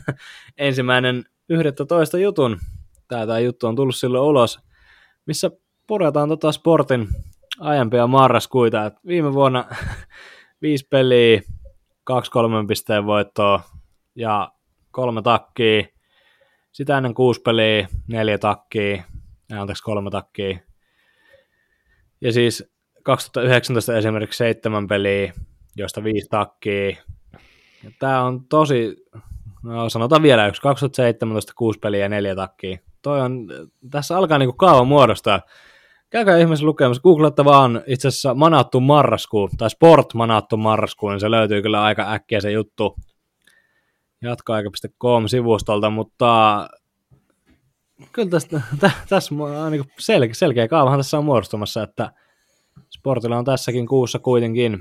1.11. jutun. Tämä juttu on tullut silloin ulos, missä puretaan Sportin aiempia marraskuita. Et viime vuonna 5 peliä, 2 3 pisteen voittoa ja 3 takkia. Sitä ennen 6 peliä, 4 takkia, 3 takkia. Ja siis 2019 esimerkiksi 7 peliä, joista 5 takkia. Ja tämä on tosi, no sanotaan vielä yksi, 2017 6 peliä ja 4 takkia. Tässä alkaa niinku kaava muodostaa. Käykää ihmeessä lukemassa, googlatta vaan itse asiassa manattu marraskuu, tai Sport manattu marraskuu, niin se löytyy kyllä aika äkkiä se juttu jatkoaika.com-sivustolta, mutta kyllä tässä on niin selkeä kaavahan tässä on muodostumassa, että Sportilla on tässäkin kuussa kuitenkin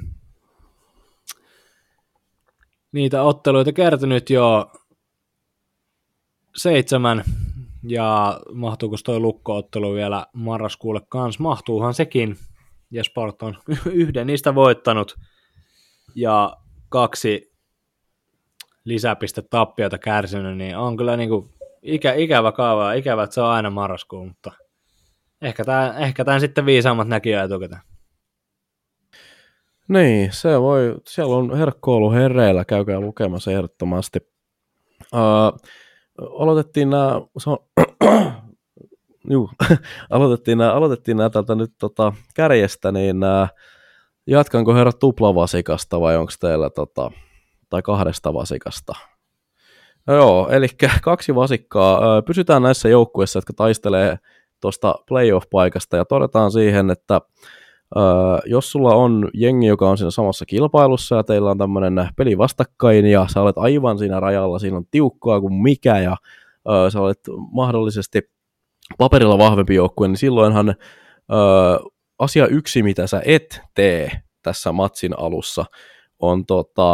niitä otteluita kertynyt jo 7, ja mahtuuko toi Lukko-ottelu vielä marraskuulle kanssa? Mahtuuhan sekin, ja Sport on yhden niistä voittanut, ja 2 lisäpistetappiota kärsinyt, niin on kyllä niinku ikävä kaava, ikävä, että se on aina marraskuun, mutta ehkä tämän sitten viisaammat näki jo etukäteen. Niin, siellä on herkko ollut hereillä, käykää lukemassa ehdottomasti. Aloitettiin nämä tältä nyt kärjestä, niin jatkanko herrat tuplavasikasta vai onko teillä tai 2 vasikasta? No joo, eli 2 vasikkaa. Pysytään näissä joukkueissa, jotka taistelee tuosta playoff-paikasta ja todetaan siihen, että jos sulla on jengi, joka on siinä samassa kilpailussa ja teillä on tämmöinen peli vastakkain ja sä olet aivan siinä rajalla, siinä on tiukkaa kuin mikä ja sä olet mahdollisesti paperilla vahvempi joukkue, niin silloinhan asia 1, mitä sä et tee tässä matsin alussa, on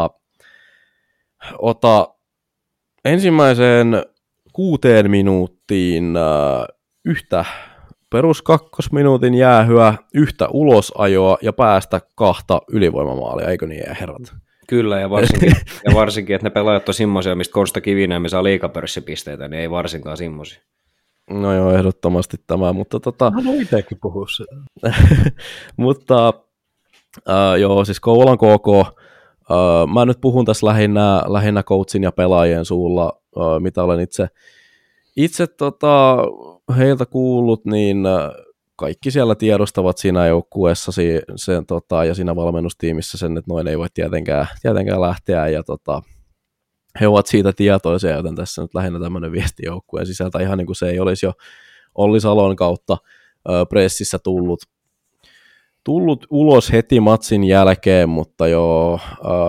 ota ensimmäiseen 6 minuuttiin yhtä perus 2 minuutin jäähyä, 1 ulosajoa ja päästä 2 ylivoimamaalia, eikö niin, herrat? Kyllä, ja varsinkin, että ne pelaajat on semmoisia, mistä Konsta Kiviniemi saa liigapörssipisteitä, niin ei varsinkaan semmoisia. No joo, ehdottomasti tämä, mutta Hän on itsekin puhua sitä. mutta joo, siis Kouvolan KK, mä nyt puhun tässä lähinnä coachin ja pelaajien suulla, mitä olen itse heiltä kuullut, niin kaikki siellä tiedostavat siinä joukkueessa ja siinä valmennustiimissä sen, että noin ei voi tietenkään lähteä, ja he ovat siitä tietoisia, joten tässä nyt lähinnä tämmöinen viesti joukkueen sisältä, ihan niin kuin se ei olisi jo Olli Salon kautta pressissä tullut ulos heti matsin jälkeen, mutta joo,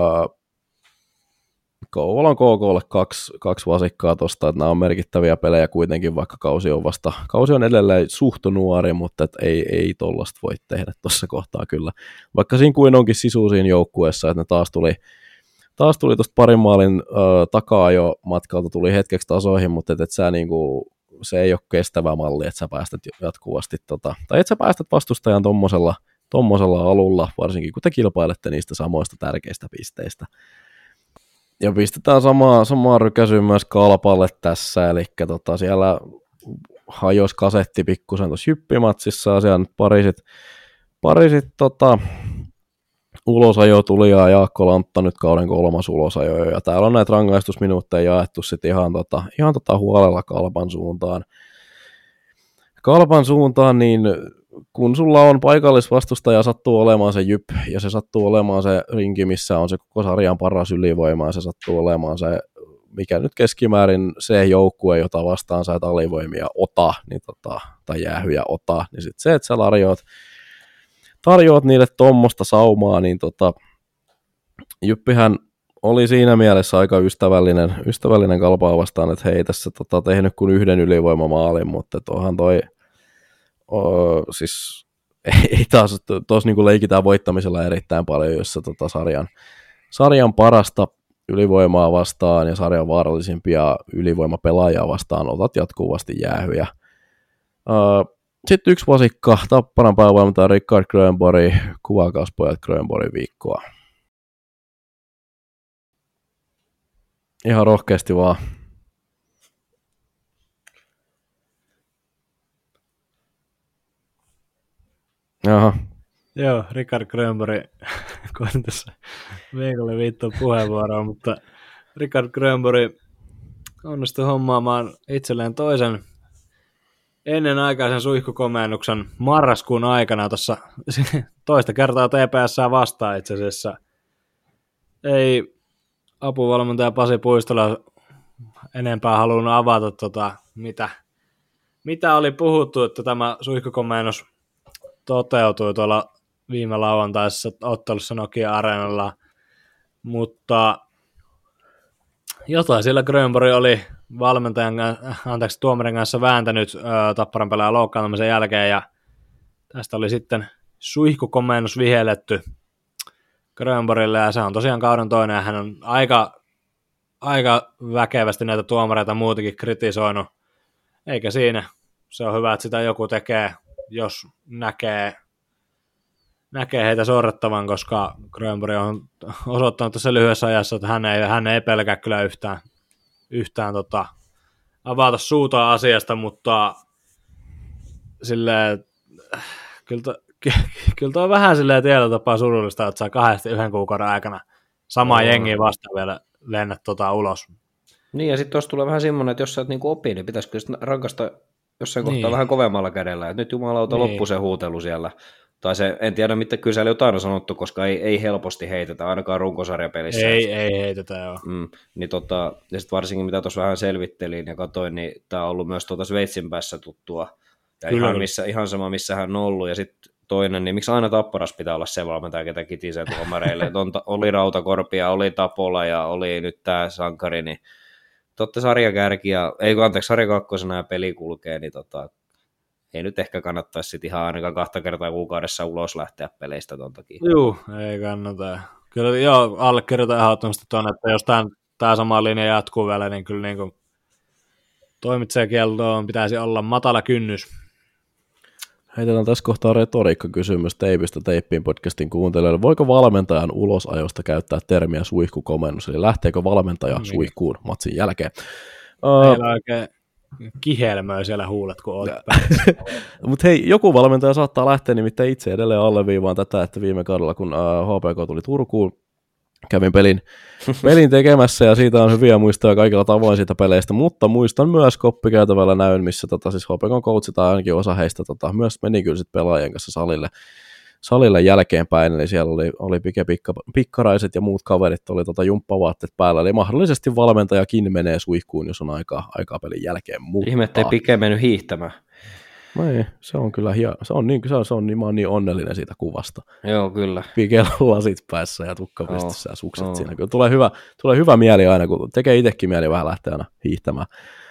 Kouvolan KK:lle 2 vasikkaa tosta, että nämä on merkittäviä pelejä kuitenkin, vaikka kausi on edelleen suht nuori, mutta ei tollasta voi tehdä tuossa kohtaa kyllä. Vaikka siinä kuin onkin sisu siinä joukkueessa, että ne taas tuli tuosta parin maalin takaa jo matkalta, tuli hetkeksi tasoihin, mutta se ei ole kestävä malli, että sä päästät jatkuvasti, tai että sä päästät vastustajan tommosella alulla, varsinkin kun te kilpailette niistä samoista tärkeistä pisteistä. Ja pistetään samaa rykäisyä myös Kalpalle tässä, eli siellä hajosi kasetti pikkusen tuossa jyppimatsissa, ja siellä nyt parisit ulosajo tuli, ja Jaakko Lantta nyt kauden 3. ulosajo, ja täällä on näitä rangaistusminuutteja jaettu sitten ihan huolella Kalpan suuntaan, niin kun sulla on paikallisvastustaja, sattuu olemaan se Jyp, ja se sattuu olemaan se rinki, missä on se koko sarjan paras ylivoima, ja se sattuu olemaan se, mikä nyt keskimäärin se joukkue, jota vastaan sä et alivoimia ota, niin tai jäähyjä ota, niin sitten se, että sä tarjoat niille tommosta saumaa, niin Jyppihän oli siinä mielessä aika ystävällinen Kalpaa vastaan, että hei tässä tehnyt kuin 1 ylivoimamaalin, mutta onhan siis ei taas tuossa niin leikitään voittamisella erittäin paljon, jossa sarjan parasta ylivoimaa vastaan ja sarjan vaarallisimpia ylivoimapelaajia vastaan otat jatkuvasti jäähyjä. Sitten 1 vasikka, Tapparan päävalmentaja Rickard Grönborg, kuvaakaas pojat Grönborgin viikkoa. Ihan rohkeasti vaan. Jaha. Joo, Rickard Grönborg, koin tässä viikolle viittoon puheenvuoroa, mutta Rickard Grönborg onnistui hommaamaan itselleen toisen ennenaikaisen suihkukomennuksen marraskuun aikana tuossa toista kertaa TPS:ää vastaan itse asiassa. Ei apuvalmentaja Pasi Puistola enempää halunnut avata, mitä oli puhuttu, että tämä suihkukomennus toteutui tuolla viime lauantaisessa ottelussa Nokia-areenalla, mutta jotain siellä Grönborg oli tuomarin kanssa vääntänyt Tapparan pelaajan loukkaantumisen jälkeen, ja tästä oli sitten suihkukomennus vihelletty Grönborgille, ja se on tosiaan kauden toinen, ja hän on aika aika väkevästi näitä tuomareita muutenkin kritisoinut, eikä siinä. Se on hyvä, että sitä joku tekee, jos näkee heitä sorrettavan, koska Grönborg on osoittanut tässä lyhyessä ajassa, että hän ei pelkää kyllä yhtään avata suuta asiasta, mutta silleen, kyllä toi on vähän silleen tietyllä tapaa surullista, että saa 2 yhden kuukauden aikana samaa jengiä vastaan vielä lennät ulos. Niin, ja sitten tuossa tulee vähän semmoinen, että jos sä et niinku opi, niin pitäisikö rankasta jossain kohtaa vähän kovemmalla kädellä, että nyt jumalauta loppu se huutelu siellä. Tai se, en tiedä, mitä kysely on aina sanottu, koska ei helposti heitetä, ainakaan runkosarjapelissä. Ei heitetä, joo. Niin ja sitten varsinkin, mitä tuossa vähän selvittelin ja katsoin, niin tämä on ollut myös Sveitsin päässä tuttua. Ja ihan sama, missä hän on ollut. Ja sitten toinen, niin miksi aina Tapparas pitää olla se valmentaja, ketä kitisee tuomareille. Oli Rautakorpia, oli Tapola ja oli nyt tämä Sankari, niin totta sarjakärki ja, sarja kakkosena ja peli kulkee, niin ei nyt ehkä kannattaisi sit ihan ainakaan 2 kertaa kuukaudessa ulos lähteä peleistä ton takia. Juu, ei kannata. Kyllä joo, allekirjoitan ehdottomasti tuonne, että jos tämä sama linja jatkuu vielä, niin kyllä niin toimitsijakieltoon pitäisi olla matala kynnys. Heitetään tässä kohtaa retoriikkakysymys Teipistä Teippiin podcastin kuuntelijoille. Voiko valmentajan ulosajosta käyttää termiä suihkukomennus, eli lähteekö valmentaja suihkuun matsin jälkeen? Meillä on oikein kihelmöi siellä huulet, kun olet päässä. Mutta hei, joku valmentaja saattaa lähteä, nimittäin itse edelleen alleviivaan tätä, että viime kaudella, kun HPK tuli Turkuun, kävin pelin tekemässä ja siitä on hyviä muistoja kaikilla tavoin siitä peleistä, mutta muistan myös koppikäytävällä näyn, missä siis HPK:n coachi tai ainakin osa heistä myös meni kyllä sit pelaajien kanssa salille jälkeenpäin, eli siellä oli pikkaraiset ja muut kaverit oli jumppavaatteet päällä, eli mahdollisesti valmentajakin menee suihkuun, jos on aikaa pelin jälkeen. Ihme, ettei Pike mennyt hiihtämään. Ei, se on kyllä mä oon niin onnellinen siitä kuvasta. Joo, kyllä. Pikellä lasit päässä ja tukka pystyssä ja sukset siinä. Kyllä tulee hyvä mieli aina, kun tekee itsekin mieli vähän lähteä aina hiihtämään,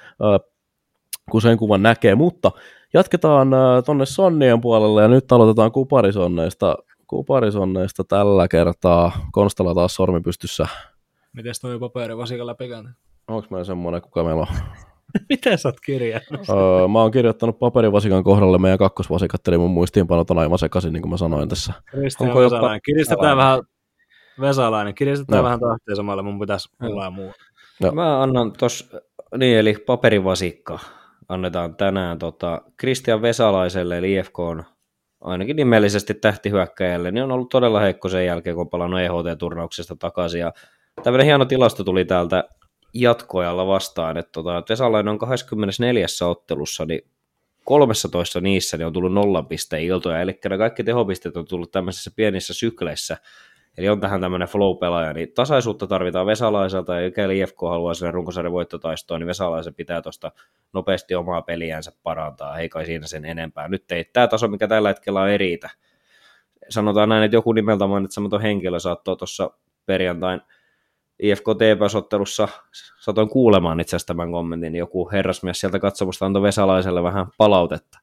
kun sen kuvan näkee. Mutta jatketaan tonne Sonnien puolelle ja nyt aloitetaan Kuparisonneista tällä kertaa. Konstalla taas sormi pystyssä. Mites toi paperivasikan läpikäynti? Onko meillä semmoinen, kuka meillä on? Miten sä oot kirjannut? Mä oon kirjoittanut paperivasikan kohdalle meidän kakkosvasikat, eli mun muistiinpanot on aivan sekaisin, niin kuin mä sanoin tässä. Onko Vesalainen? Kiristetään vähän Vesalainen. Kiristetään vähän tahtia samalla, mun pitäisi olla ja muu. No. Mä annan tossa, niin eli paperivasikka annetaan tänään Kristian Vesalaiselle, eli IFK on ainakin nimellisesti tähtihyökkäjälle, niin on ollut todella heikko sen jälkeen, kun on palannut EHT-turnauksesta takaisin. Ja tämmöinen hieno tilasto tuli täältä jatkoajalla vastaan, että Vesalainen on 24 ottelussa, niin 13 niissä niin on tullut 0 pisteen iltoja, eli ne kaikki tehopisteet on tullut tämmöisissä pienissä sykleissä, eli on tähän tämmöinen flow-pelaaja, niin tasaisuutta tarvitaan Vesalaiselta, ja mikäli IFK haluaa sinne runkosarjan voittotaistoon, niin Vesalaisen pitää tuosta nopeasti omaa peliänsä parantaa, ei kai siinä sen enempää. Nyt ei tämä taso, mikä tällä hetkellä on, ei riitä. Sanotaan näin, että joku nimeltä mainitsematon henkilö saattoi tuossa perjantain IFK TPS-ottelussa, satoin kuulemaan itse asiassa tämän kommentin, niin joku herrasmies sieltä katsomusta antoi Vesalaiselle vähän palautetta.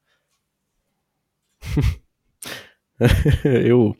Juu.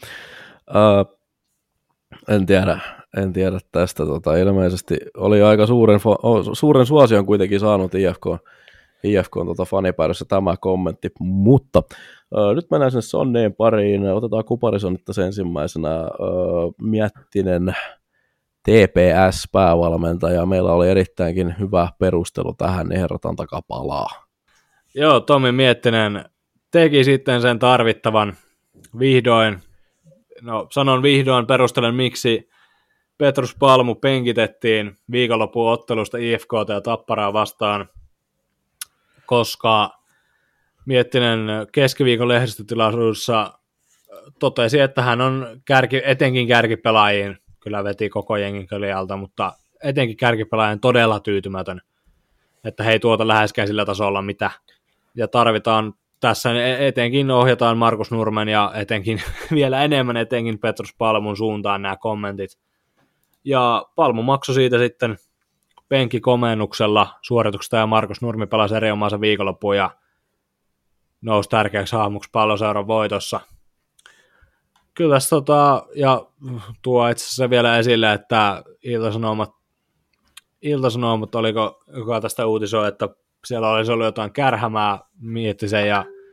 En tiedä tästä. Ilmeisesti oli aika suuren suosion kuitenkin saanut IFK fanipäädyssä tämä kommentti, mutta nyt mennään sinne Sonneen pariin. Otetaan Kuparisonnetta sen ensimmäisenä. Miettinen TPS-päävalmentaja. Meillä oli erittäinkin hyvä perustelu tähän, niin herrataan takapalaa. Joo, Tommi Miettinen teki sitten sen tarvittavan vihdoin. No, sanon vihdoin, perustelen miksi Petrus Palmu penkitettiin viikonlopun ottelusta IFK:ta ja Tapparaa vastaan, koska Miettinen keskiviikon lehdistötilaisuudessa totesi, että hän on etenkin kärkipelaajiin, kyllä veti koko jengin alta, mutta etenkin kärkipelaajan todella tyytymätön, että he ei tuota läheskään sillä tasolla mitä, ja tarvitaan tässä etenkin ohjataan Markus Nurmen ja etenkin vielä enemmän etenkin Petrus Palmun suuntaan nämä kommentit. Ja Palmu maksoi siitä sitten penkkikomennuksella suorituksesta ja Markus Nurmi pelasi erinomaisen viikonloppuun ja nousi tärkeäksi hahmoksi Palloseuran voitossa. Kyllä tässä ja tuo itse asiassa vielä esille, että Ilta-Sanomat Ilta-Sanomat, mutta oliko joka tästä uutisoi, että siellä olisi ollut jotain kärhämää Miettisen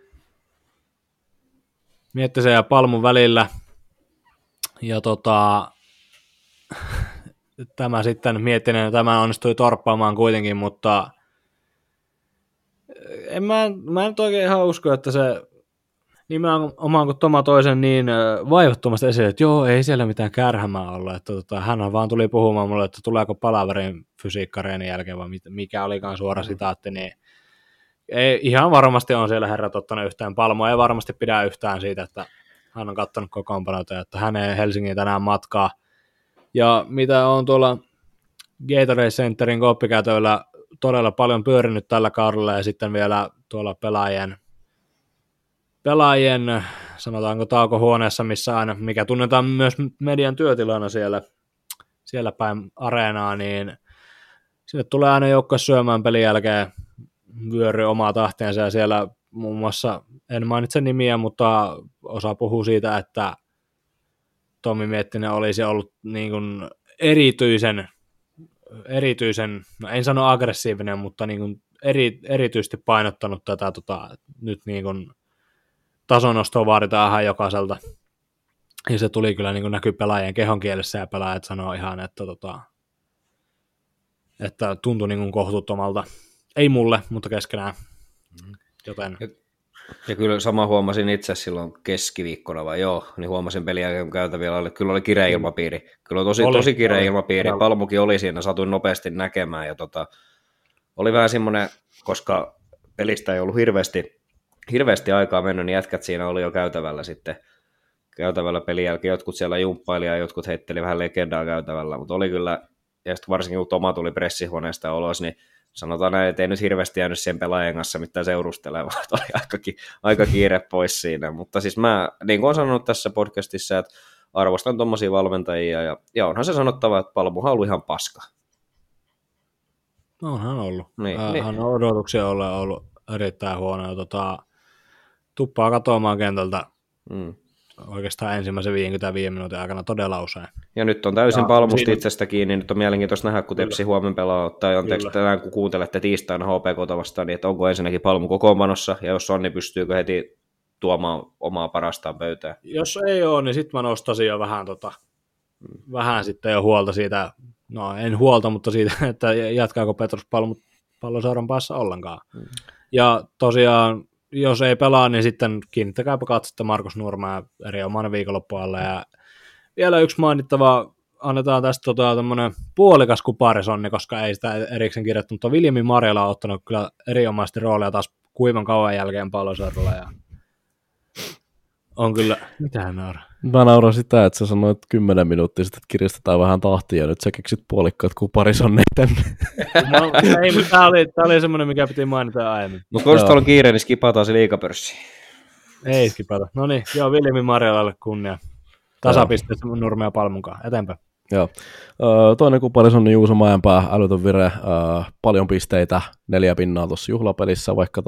ja Palmun välillä. Ja tämä sitten Miettinen, tämä onnistui torppaamaan kuitenkin, mutta mä en nyt oikein ihan usko, että se nimenomaan kun Toma toisen niin vaivattomasti esille, että joo, ei siellä mitään kärhämää ollut, että hän vaan tuli puhumaan mulle, että tuleeko palaverin fysiikkareen jälkeen, vai mikä olikaan suora sitaatti, niin ei, ihan varmasti on siellä herrat ottanut yhtään Palmoa, ei varmasti pidä yhtään siitä, että hän on katsonut kokoonpanoita, että hän ei Helsingin tänään matkaa. Ja mitä on tuolla Gatorade Centerin koppikäytöillä todella paljon pyörinyt tällä kaudella, ja sitten vielä tuolla pelaajien sanotaanko taukohuoneessa, missä aina, mikä tunnetaan myös median työtilana siellä päin areenaa, niin sinne tulee aina joukko syömään pelin jälkeen vyöry omaa tahtiansa, ja siellä muun muassa, en mainitse nimiä, mutta osa puhuu siitä, että Tommi Miettinen olisi ollut niin kuin erityisen, no en sano aggressiivinen, mutta niin kuin erityisesti painottanut tätä nyt niin kuin tasonostoa vaaditaan ihan jokaiselta. Ja se tuli kyllä niin kuin näkyy pelaajien kehon kielessä, ja pelaajat sanoo ihan, että tuntui niin kuin kohtuuttomalta. Ei mulle, mutta keskenään. Joten. Ja kyllä sama huomasin itse silloin keskiviikkona, vai joo, niin huomasin peliä käytävillä, että kyllä oli kireä ilmapiiri. Kyllä oli tosi kireä ilmapiiri. Palmukin oli siinä, satuin nopeasti näkemään. Ja oli vähän semmoinen, koska pelistä ei ollut hirveästi aikaa mennyt, niin jätkät siinä oli jo käytävällä pelin jälkeen. Jotkut siellä jumppaili ja jotkut heitteli vähän legendaa käytävällä, mutta oli kyllä, ja sitten varsinkin kun Toma tuli pressihuoneesta ulos, niin sanotaan näin, että ei nyt hirveästi jäänyt sen pelaajan kanssa mitään seurustelemaan, että oli aika kiire pois siinä. Mutta siis mä, niin kuin olen sanonut tässä podcastissa, että arvostan tommosia valmentajia, ja onhan se sanottava, että Palmuhan on ollut ihan paska. No onhan ollut. Niin. Hän on odotuksia ollut erittäin huonoja. Tuppaa katoamaan kentältä oikeastaan ensimmäisen 55 minuutin aikana todella usein. Ja nyt on täysin Palmusta itsestä kiinni. Nyt on mielenkiintoista nähdä, kun Tepsi huomenna pelaa, tai anteeksi tänään, kun kuuntelette tiistaina HPK:ta vastaan, niin että onko ensinnäkin Palmu kokoonpanossa, ja jos on, niin pystyykö heti tuomaan omaa parastaan pöytään. Jos ei ole, niin sitten mä nostaisin jo vähän sitten jo huolta siitä, no en huolta, mutta siitä, että jatkaako Petrus Palloseuran päässä ollenkaan. Ja tosiaan, jos ei pelaa, niin sitten kiinnittäkääpä katsetta Markus Nurmaa erinomainen viikonloppualle. Ja vielä yksi mainittava, annetaan tästä tämmöinen puolikas kuparisonni, koska ei sitä erikseen kirjattu, mutta Viljami Marjala on ottanut kyllä erinomaisesti roolia taas kuivan kauan jälkeen Palloseuralla. Ja on kyllä, mitä hän nauraa? Mä nauran sitä, että sä sanoit 10 minuuttia sitten, että kiristetään vähän tahtia, ja nyt sä keksit puolikkaat kuparisonnit tänne. Ei, mutta tää oli semmoinen, mikä piti mainita aiemmin. Mutta kun on kiire, niin skipataan se liigapörssiin. Ei skipata. No niin, joo, Viljami Marjalalle kunnia. Tasapisteet Nurmea Palmunkaan. Eteenpäin. Joo. Toinen kuparisonni Juuso Mäenpää, älytön vire, paljon pisteitä, 4 pinnaa tuossa juhlapelissä, vaikka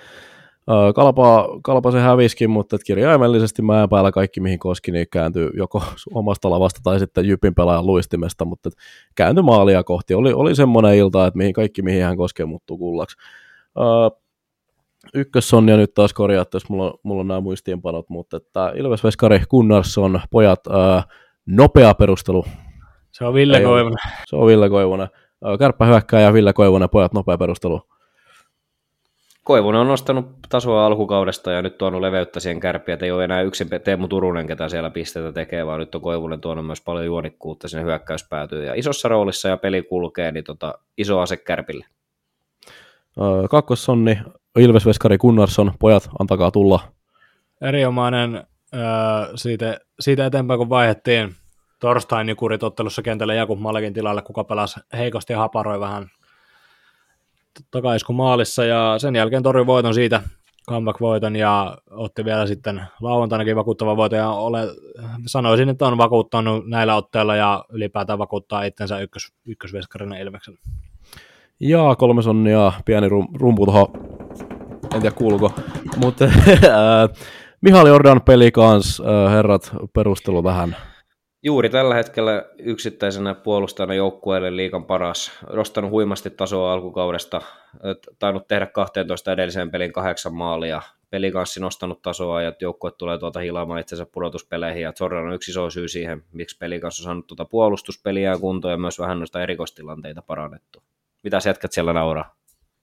Kalpa se häviskin, mutta kirjaimellisesti Mäenpäällä kaikki mihin koski, niin kääntyi joko omasta lavasta tai sitten Jypin pelaajan luistimesta, mutta kääntyi maalia kohti. Oli semmoinen ilta, että mihin hän koskee muuttuu kullaksi. Ykkössonnia nyt taas korjaatte, jos mulla on nämä muistiinpanot, mutta että Ilves Veskari Gunnarsson, pojat, nopea perustelu. Se on Ville Koivunen. Se on Ville Koivunen. Kärppähyökkääjä Ville Koivunen, pojat, nopea perustelu. Koivunen on nostanut tasoa alkukaudesta ja nyt tuonut leveyttä siihen Kärppiin, että ei ole enää yksin Teemu Turunen, ketä siellä pisteitä tekee, vaan nyt on Koivunen tuonut myös paljon juonikkuutta sinne hyökkäyspäätyyn. Ja isossa roolissa ja peli kulkee, niin iso ase Kärpille. Kakkossonni, Ilves Veskari Gunnarsson, pojat, antakaa tulla. Erinomainen siitä eteenpäin, kun vaihdettiin torstain nikurit ottelussa kentälle Jakub Malekin tilalle, kuka pelasi heikosti ja haparoi vähän takaisku maalissa, ja sen jälkeen torjui voiton siitä, comeback-voiton, ja otti vielä sitten lauantainakin vakuuttava voiton, ja sanoisin, että on vakuuttanut näillä otteilla, ja ylipäätään vakuuttaa itsensä ykkösveskarina Ilveksellä. Ja 3 sonnia, pieni rumpu tuohon, en tiedä kuuluuko, mutta Mihail Jordan peli kans, herrat, perustelu vähän. Juuri tällä hetkellä yksittäisenä puolustajana joukkueelle liigan paras. Nostanut huimasti tasoa alkukaudesta, tainnut tehdä 12 edelliseen pelin 8 maalia. Pelikanssi nostanut tasoa ja joukkue tulee tuolta hilaamaan itsensä pudotuspeleihin. Ja Zorran on yksi iso syy siihen, miksi Pelikanssi on saanut tuota puolustuspeliä kuntoon ja myös vähän noista erikoistilanteita parannettu. Mitä sä jätkät siellä nauraa?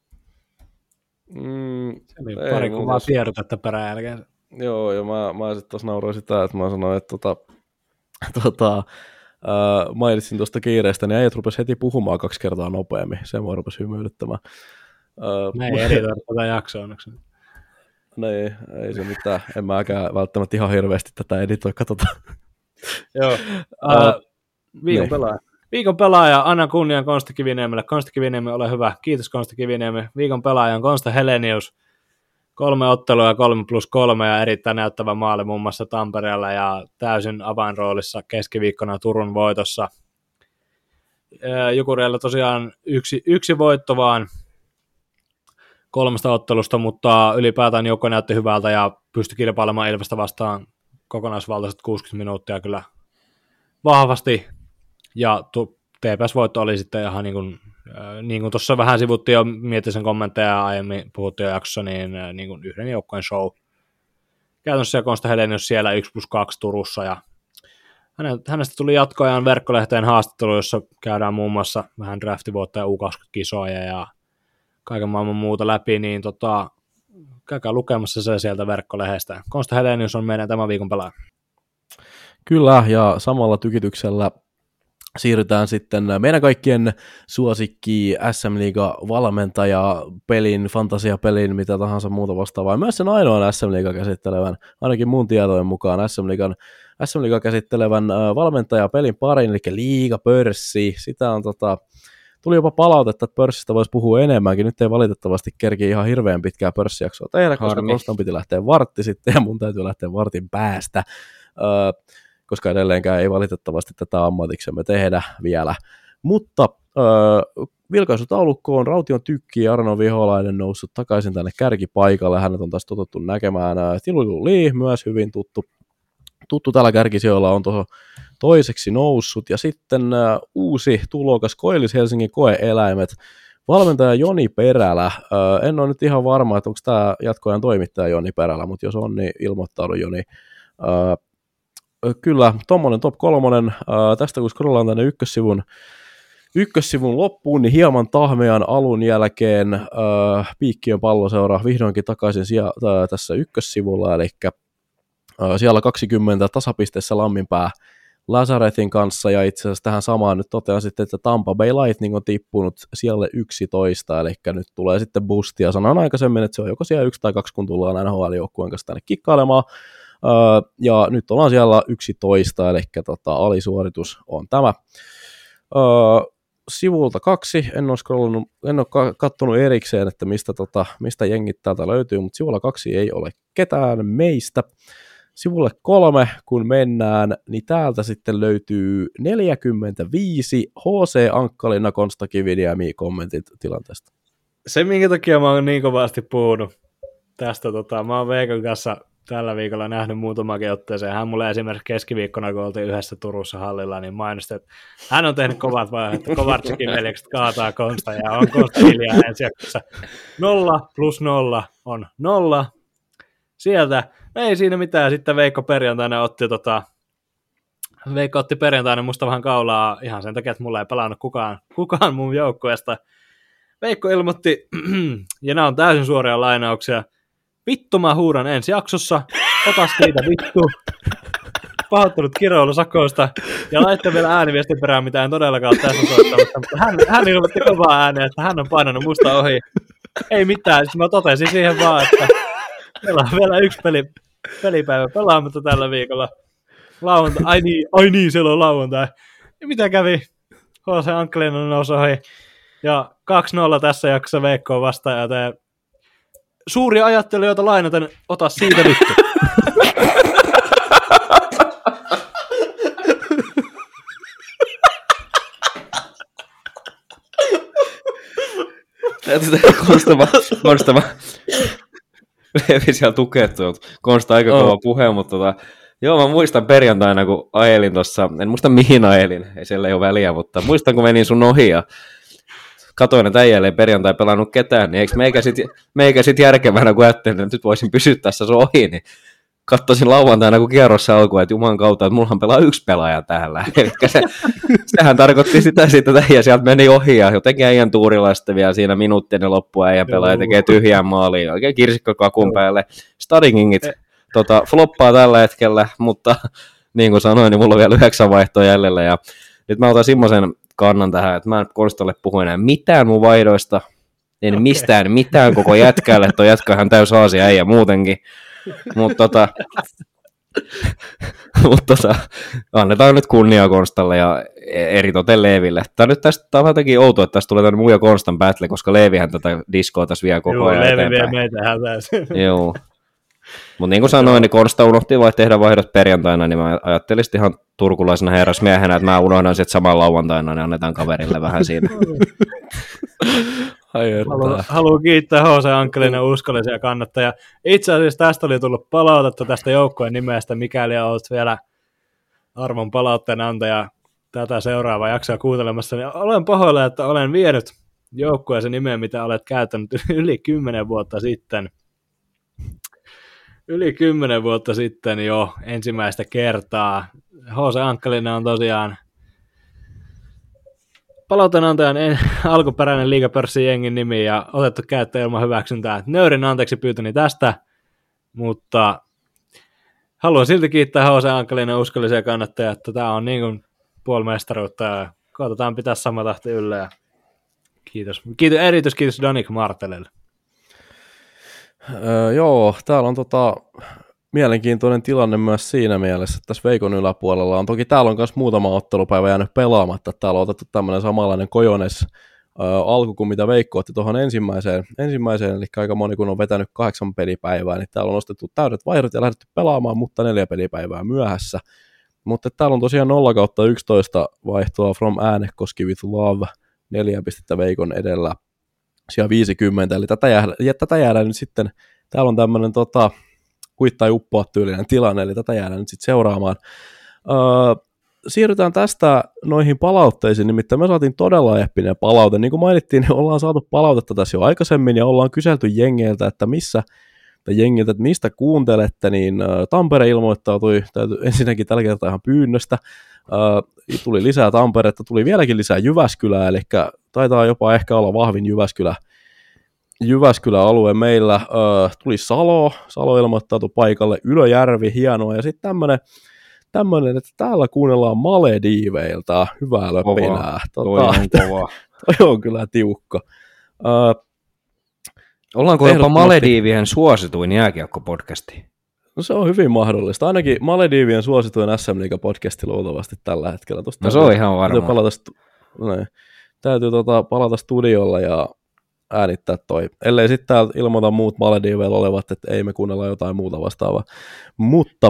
Pari kuvaa tiedotetta perän jälkeen. Joo, ja mä sitten tuossa nauroin sitä, että mä sanoin, että mainitsin tuosta kiireestä, niin äijät rupesi heti puhumaan 2 kertaa nopeammin. Se mua rupesi hymyilyttämään. Mä en editoida tätä jaksoa onneksi. No ei se mitään. En mäkään välttämättä ihan hirveästi tätä editoi, katsotaan. Joo. Viikon pelaaja. Viikon pelaaja, annan kunnian Konsta Kiviniemelle. Konsta Kiviniemi, ole hyvä. Kiitos Konsta Kiviniemi. Viikon pelaaja on Konsta Helenius. 3 ottelua 3+3 ja erittäin näyttävä maali muun muassa Tampereella ja täysin avainroolissa keskiviikkona Turun voitossa. Jukurialla tosiaan yksi voitto vaan 3 ottelusta, mutta ylipäätään joukko näytti hyvältä ja pystyi kilpailemaan Ilvestä vastaan kokonaisvaltaiset 60 minuuttia kyllä vahvasti. Ja TPS-voitto oli sitten ihan niin kuin tuossa vähän sivuttiin jo, mietin sen kommentteja ja aiemmin puhuttiin jo jaksossa, niin kuin yhden joukkojen show. Käytännössä Konsta Helenius siellä 1+2 Turussa ja hänestä tuli jatkoajan Verkkolehteen haastattelu, jossa käydään muun muassa vähän draftivuotta U20-kisoja ja kaiken maailman muuta läpi, niin käykää lukemassa se sieltä Verkkolehdestä. Konsta Helenius on meidän tämän viikon pelaaja. Kyllä, ja samalla tykityksellä siirrytään sitten meidän kaikkien suosikkiin SM Liiga-valmentaja pelin, fantasiapelin, mitä tahansa muuta vastaavaa. Myös sen ainoan SM Liiga käsittelevän, ainakin mun tietojen mukaan SM Liiga käsittelevän valmentajapelin parin, eli Liigapörssi. Sitä on tuli jopa palautetta, että pörssistä voisi puhua enemmänkin. Nyt ei valitettavasti kerki ihan hirveän pitkää pörssijaksoa tehdä, koska Kostan piti lähteä vartti sitten ja mun täytyy lähteä vartin päästä. Koska edelleenkään ei valitettavasti tätä ammatiksemme tehdä vielä. Mutta vilkaisutaulukkoon Raution Tykki ja Arno Viholainen noussut takaisin tänne kärkipaikalle. Hänet on taas totuttu näkemään. Tilu Lee myös hyvin tuttu tällä kärkisijoilla on tuohon toiseksi noussut. Ja sitten uusi tulokas Koillis Helsingin koeeläimet. Valmentaja Joni Perälä. En ole nyt ihan varma, että onko tämä jatkoajan toimittaja Joni Perälä, mutta jos on, niin ilmoittaudu Joni. Kyllä, tommonen top 3, tästä kun scrollaan tänne ykkössivun loppuun, niin hieman tahmean alun jälkeen Piikkiön Palloseura vihdoinkin takaisin tässä ykkössivulla, eli siellä 20 tasapisteessä Lamminpää Lazarethin kanssa, ja itse asiassa tähän samaan nyt totean sitten, että Tampa Bay Lightning on tippunut siellä 11, eli nyt tulee sitten boostia. Sanoin aikaisemmin, että se on joko siellä 1 tai 2, kun tullaan NHL-joukkueen kanssa tänne kikkailemaan. Ja nyt ollaan siellä 11, eli alisuoritus on tämä. Sivulta 2, en ole katsonut erikseen, että mistä jengit täältä löytyy, mutta sivulla 2 ei ole ketään meistä. Sivulle 3, kun mennään, niin täältä sitten löytyy 45 HC Ankkalina Konsta Kiviniemi kommentit tilanteesta. Se, minkä takia mä oon niin kovasti puhunut tästä, mä oon Veikon kanssa tällä viikolla nähnyt muutamakin otteeseen. Hän mulle esimerkiksi keskiviikkona, kun oltiin yhdessä Turussa hallilla, niin mainosti, että hän on tehnyt kovat vaiheet, Kovarczykin veljekset kaataa Konsta ja on Konsta hiljaa ensi jaksossa. 0+0 on 0. Sieltä, ei siinä mitään. Sitten Veikko otti perjantaina musta vähän kaulaa ihan sen takia, että mulla ei pelannut kukaan mun joukkueesta. Veikko ilmoitti, ja nämä on täysin suoria lainauksia, vittu mä huudan ensi jaksossa, ota siitä vittu, pahoittelut kiroilusakoista, ja laittoi vielä ääniviestin perään, mitä en todellakaan ole tässä soittamassa, mutta hän ilmoitti kovaa ääneen, että hän on painanut musta ohi. Ei mitään, siis mä totesin siihen vaan, että meillä on vielä yksi pelipäivä pelaamatta tällä viikolla. Lauantai, ai niin, siellä on lauantai. Ja mitä kävi? HC Ankkalina nousi ohi. Ja 2-0 tässä jaksossa Veikkoon vastaan, joten suuria ajattelijoita lainaten, ota siitä vittu. Konstava. Levi siellä tukehtuu. Konsta aika kova puhe, mutta Joo, mä muistan perjantaina, kun ajelin tuossa, en muista mihin ajelin, ei siellä ei ole väliä, mutta muistan, kun menin sun ohi ja katoin, että äijälle ei perjantai pelannut ketään, niin eikö meikä sit järkevänä, kun ajattelin, että nyt voisin pysyä tässä sun ohi, niin katsoisin lauantaina, kun kierrossa alkoi, että juman kautta, että mullahan pelaa yksi pelaaja täällä. Eli sehän tarkoitti sitä, että äijä sieltä meni ohi ja jotenkin äijän tuurilla sitten vielä siinä minuuttinen loppu äijän pelaaja tekee tyhjään maaliin, oikein kirsikkakakun päälle. Stadingingit floppaa tällä hetkellä, mutta niin kuin sanoin, niin mulla on vielä 9 vaihtoa jäljellä ja nyt mä otan semmoisen kannan tähän, että mä en Konstalle puhu enää mitään mun vaihdoista, en mistään mitään koko jätkälle, tuo jätkähän täys Aasia äijä muutenkin. Mutta annetaan nyt kunniaa Konstalle ja eritoten Leeville. Tämä on jotenkin outoa, että tästä tulee tänne muu ja Konstan battle, koska Leevihän tätä diskoa tässä vie koko ajan eteenpäin. Leevi vie meitä hätäisiin. Joo. Mutta niin kuin sanoin, niin Konsta unohti vaan tehdä vaihdot perjantaina, niin mä ajattelin ihan turkulaisena herrasmiehenä, että mä unohdan sitten saman lauantaina, niin annetaan kaverille vähän siinä. Haluan kiittää H.C. Ankkelinen uskollisia kannattajia. Itse asiassa tästä oli tullut palautetta tästä joukkueen nimestä, mikäli olet vielä arvon palautteen antaja tätä seuraavaa jaksoa kuuntelemassa, niin olen pahoilla, että olen vienyt joukkueesi nimeä, mitä olet käyttänyt yli 10 vuotta sitten. Yli 10 vuotta sitten jo ensimmäistä kertaa. H.C. Ankkelinen on tosiaan palautenantajan alkuperäinen liigapörssin jengin nimi ja otettu käyttöön ilman hyväksyntää. Nöyrin anteeksi pyytäni tästä, mutta haluan silti kiittää H.C. Ankkelinen uskollisia kannattajia, että tämä on niin kuin puoli mestaruutta ja koetetaan pitää sama tahti yllä. Ja kiitos. Kiitos Danik Martelelle. Joo, täällä on mielenkiintoinen tilanne myös siinä mielessä, että tässä Veikon yläpuolella on, toki täällä on myös muutama ottelupäivä jäänyt pelaamatta, täällä on otettu tämmöinen samanlainen Kojones alku kuin mitä Veikko otti tuohon ensimmäiseen, eli aika moni kun on vetänyt 8 pelipäivää, niin täällä on ostettu täydet vaihdot ja lähdetty pelaamaan, mutta 4 pelipäivää myöhässä. Mutta täällä on tosiaan 0/11 vaihtoa from Äänekoski with love, 4 pistettä Veikon edellä, siellä 50, eli tätä jäädään nyt sitten, täällä on tämmöinen kuittaa uppoa tyylinen tilanne, eli tätä jäädään nyt sitten seuraamaan. Siirrytään tästä noihin palautteisiin, nimittäin me saatiin todella eeppinen palaute. Niin kuin mainittiin, niin ollaan saatu palautetta tässä jo aikaisemmin, ja ollaan kyselty jengiltä, että mistä kuuntelette, niin Tampere ilmoittautui, ensinnäkin tällä kertaa ihan pyynnöstä, tuli lisää Tamperetta, tuli vieläkin lisää Jyväskylää, eli taitaa jopa ehkä olla vahvin Jyväskylä-alue meillä. Tuli Salo ilmoittautui paikalle, Ylöjärvi, hienoa, ja sitten tämmöinen, että täällä kuunnellaan Malediiveilta, hyvää löpinää. Toi on kova. Toi on kyllä tiukka. Ollaanko jopa Malediivien suosituin jääkiekko-podcasti? No se on hyvin mahdollista. Ainakin Malediivien suosituin SM Liiga-podcasti luultavasti tällä hetkellä. No se on ihan varma. Täytyy palata studiolla ja äänittää toi. Ellei sitten täällä ilmoita muut Malediiveilla olevat, että ei me kuunnella jotain muuta vastaavaa. Mutta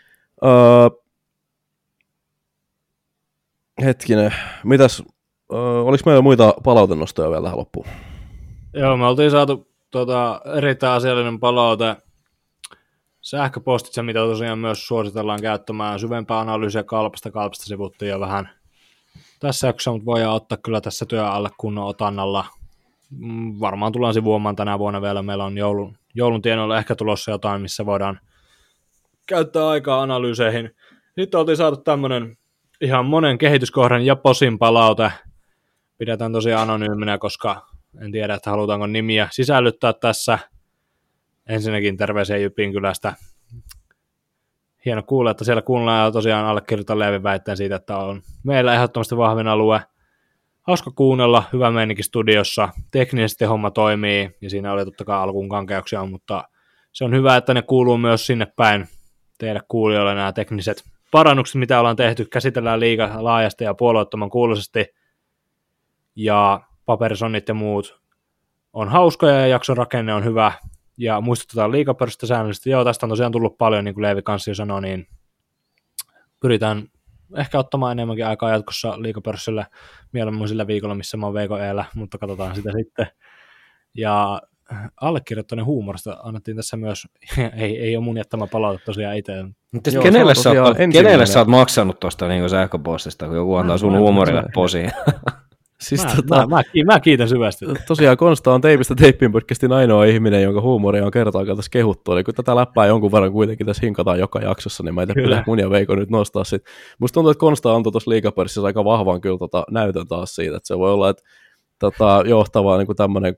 hetkinen, oliko meillä muita palautennostoja vielä tähän loppuun? Joo, me oltiin saatu erittäin asiallinen palaute sähköpostitse, mitä tosiaan myös suositellaan käyttämään syvempää analyysiä Kalpasta sivuttiin jo vähän tässä jaksossa, mutta voidaan ottaa kyllä tässä työn alle kunnon otannalla. Varmaan tullaan sivuomaan tänä vuonna vielä. Meillä on joulun tienoilla ehkä tulossa jotain, missä voidaan käyttää aikaa analyyseihin. Nyt oltiin saatu tämmöinen ihan monen kehityskohdan ja posin palaute. Pidetään tosiaan anonyyminä, koska en tiedä, että halutaanko nimiä sisällyttää tässä. Ensinnäkin terveisiä Jypin kylästä. Hieno kuulla, että siellä kuunnellaan ja tosiaan allekirjoittaa Leevin väitteen siitä, että on meillä ehdottomasti vahvin alue. Hauska kuunnella, hyvä meininki studiossa, teknisesti homma toimii ja siinä oli totta kai alkuun kankeuksia, mutta se on hyvä, että ne kuuluu myös sinne päin teille kuulijoille nämä tekniset parannukset, mitä ollaan tehty, käsitellään liiga laajasti ja puolueettoman kuuluisesti ja paperisonnit ja muut on hauskoja ja jakson rakenne on hyvä ja muistutetaan liigapörssistä säännöllisesti. Joo, tästä on tosiaan tullut paljon, niin kuin Leevi kanssa jo sanoi, niin pyritään ehkä ottamaan enemmänkin aikaa jatkossa liigapörssillä mieluummin sillä viikolla, missä mä oon VKE:llä, mutta katsotaan sitä sitten. Ja allekirjoittaneen huumorista annettiin tässä myös, ei ole mun jättämä palaute tosiaan itse. Mutta kenelle sä oot maksanut tuosta niin sähköpostista, kun joku antaa sun huumorille posiin? Siis mä kiitän syvästi. Tosiaan Konsta on Teipistä Teippiin podcastin ainoa ihminen, jonka huumoria on kertaakaan tässä kehuttu. Eli kun tätä läppää jonkun verran kuitenkin tässä hinkataan joka jaksossa, niin mä en tiedä mun ja Veikko nyt nostaa sit. Musta tuntuu, että Konsta antoi tuossa liigapörssissä aika vahvan kyllä näytön taas siitä, että se voi olla, että johtava niin tämmöinen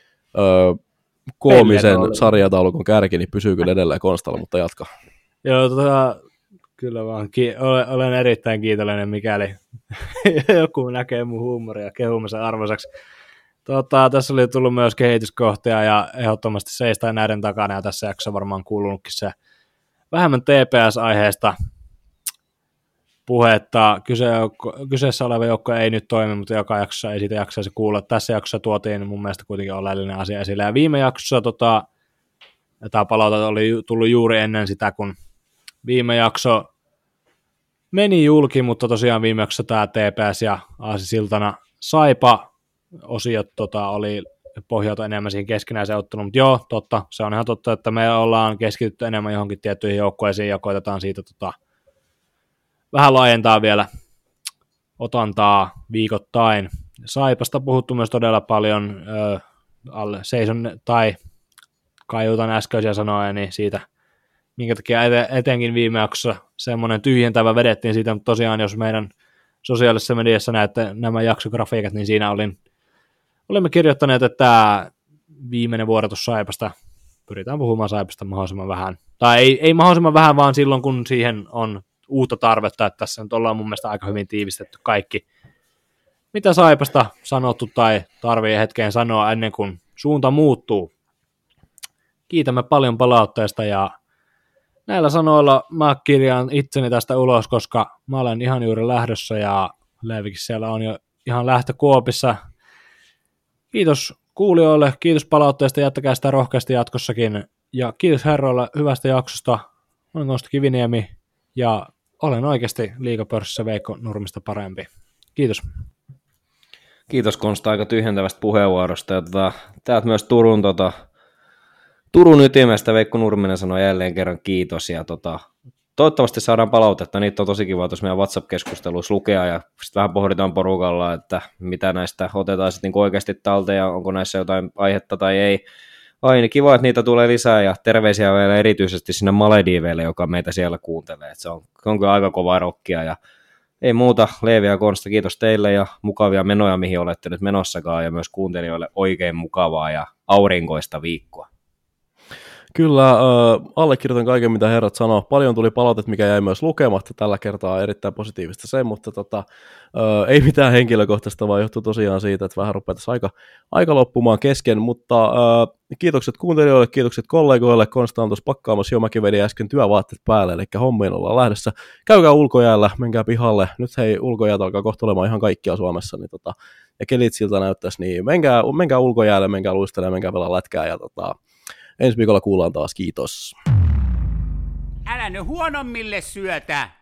koomisen sarjataulukon kärki, niin pysyy kyllä edelleen Konstalla, mutta jatka. Joo, kyllä vaan. Olen erittäin kiitollinen, mikäli joku näkee mun huumoria kehumisen arvoiseksi. Tässä oli tullut myös kehityskohtia ja ehdottomasti seistään näiden takana, ja tässä jaksossa varmaan kuulunutkin se vähemmän TPS-aiheesta puhetta. Kyseessä oleva joukko ei nyt toimi, mutta joka jaksossa ei siitä jaksaisi kuulla. Tässä jaksossa tuotiin mun mielestä kuitenkin oleellinen asia esille. Ja viime jaksossa tämä palaute oli tullut juuri ennen sitä, kun viime jakso meni julki, mutta tosiaan viime jaksossa tämä TPS ja Aasisiltana Saipa osiot oli pohjautu enemmän siihen keskinäiseen otteluun, mutta joo, totta, se on ihan totta, että me ollaan keskitytty enemmän johonkin tiettyihin joukkueisiin ja koitetaan siitä vähän laajentaa vielä otantaa viikoittain. Saipasta puhuttu myös todella paljon, seison tai kaiutan äskeisiä sanoja, niin siitä, minkä takia etenkin viime jaksossa semmoinen tyhjentävä vedettiin siitä, mutta tosiaan jos meidän sosiaalisessa mediassa näette nämä jaksografiikat, niin siinä olimme kirjoittaneet, että tämä viimeinen vuorotus Saipasta, pyritään puhumaan Saipasta mahdollisimman vähän, tai ei mahdollisimman vähän, vaan silloin kun siihen on uutta tarvetta, että tässä nyt ollaan mun mielestä aika hyvin tiivistetty kaikki, mitä Saipasta sanottu tai tarvii hetkeen sanoa ennen kuin suunta muuttuu. Kiitämme paljon palautteesta ja näillä sanoilla mä kirjaan itseni tästä ulos, koska mä olen ihan juuri lähdössä ja Leivikin siellä on jo ihan lähtökuopissa. Kiitos kuulijoille, kiitos palautteesta, jättäkää sitä rohkeasti jatkossakin ja kiitos herroille hyvästä jaksosta. Olen Konsta Kiviniemi ja olen oikeasti liigapörssissä Veikko Nurmista parempi. Kiitos. Kiitos Konsta aika tyhjentävästä puheenvuorosta. Ja täältä myös Turun ytimestä Veikko Nurminen sanoi jälleen kerran kiitos. Ja toivottavasti saadaan palautetta. Niitä on tosi kiva tuossa meidän WhatsApp-keskusteluissa lukea. Ja sitten vähän pohditaan porukalla, että mitä näistä otetaan sitten niin oikeasti talteen ja onko näissä jotain aihetta tai ei. Niin kiva, että niitä tulee lisää ja terveisiä vielä erityisesti sinne Malediiveille, joka meitä siellä kuuntelee. Se on kyllä aika kovaa rockia ja ei muuta, Leevi ja Konsta, kiitos teille ja mukavia menoja, mihin olette nyt menossakaan ja myös kuuntelijoille oikein mukavaa ja aurinkoista viikkoa. Kyllä, allekirjoitan kaiken, mitä herrat sanoo. Paljon tuli palautetta, mikä jäi myös lukematta. Tällä kertaa erittäin positiivista se, mutta ei mitään henkilökohtaista, vaan johtuu tosiaan siitä, että vähän rupeaa tässä aika loppumaan kesken. Mutta kiitokset kuuntelijoille, kiitokset kollegoille. Konsta on tuossa pakkaamassa jo, mäkin vedin äsken työvaatteet päälle, eli hommiin ollaan lähdössä. Käykää ulkojäällä, menkää pihalle. Nyt hei, ulkojäät alkaa kohta olemaan ihan kaikkia Suomessa, niin ja kelit siltä näyttäisi, niin menkää ulkojäälle, menkää luistelemaan, menkää pelaa lätkää ja ensi viikolla kuullaan taas, kiitos. Älä nyt huonommille syötä.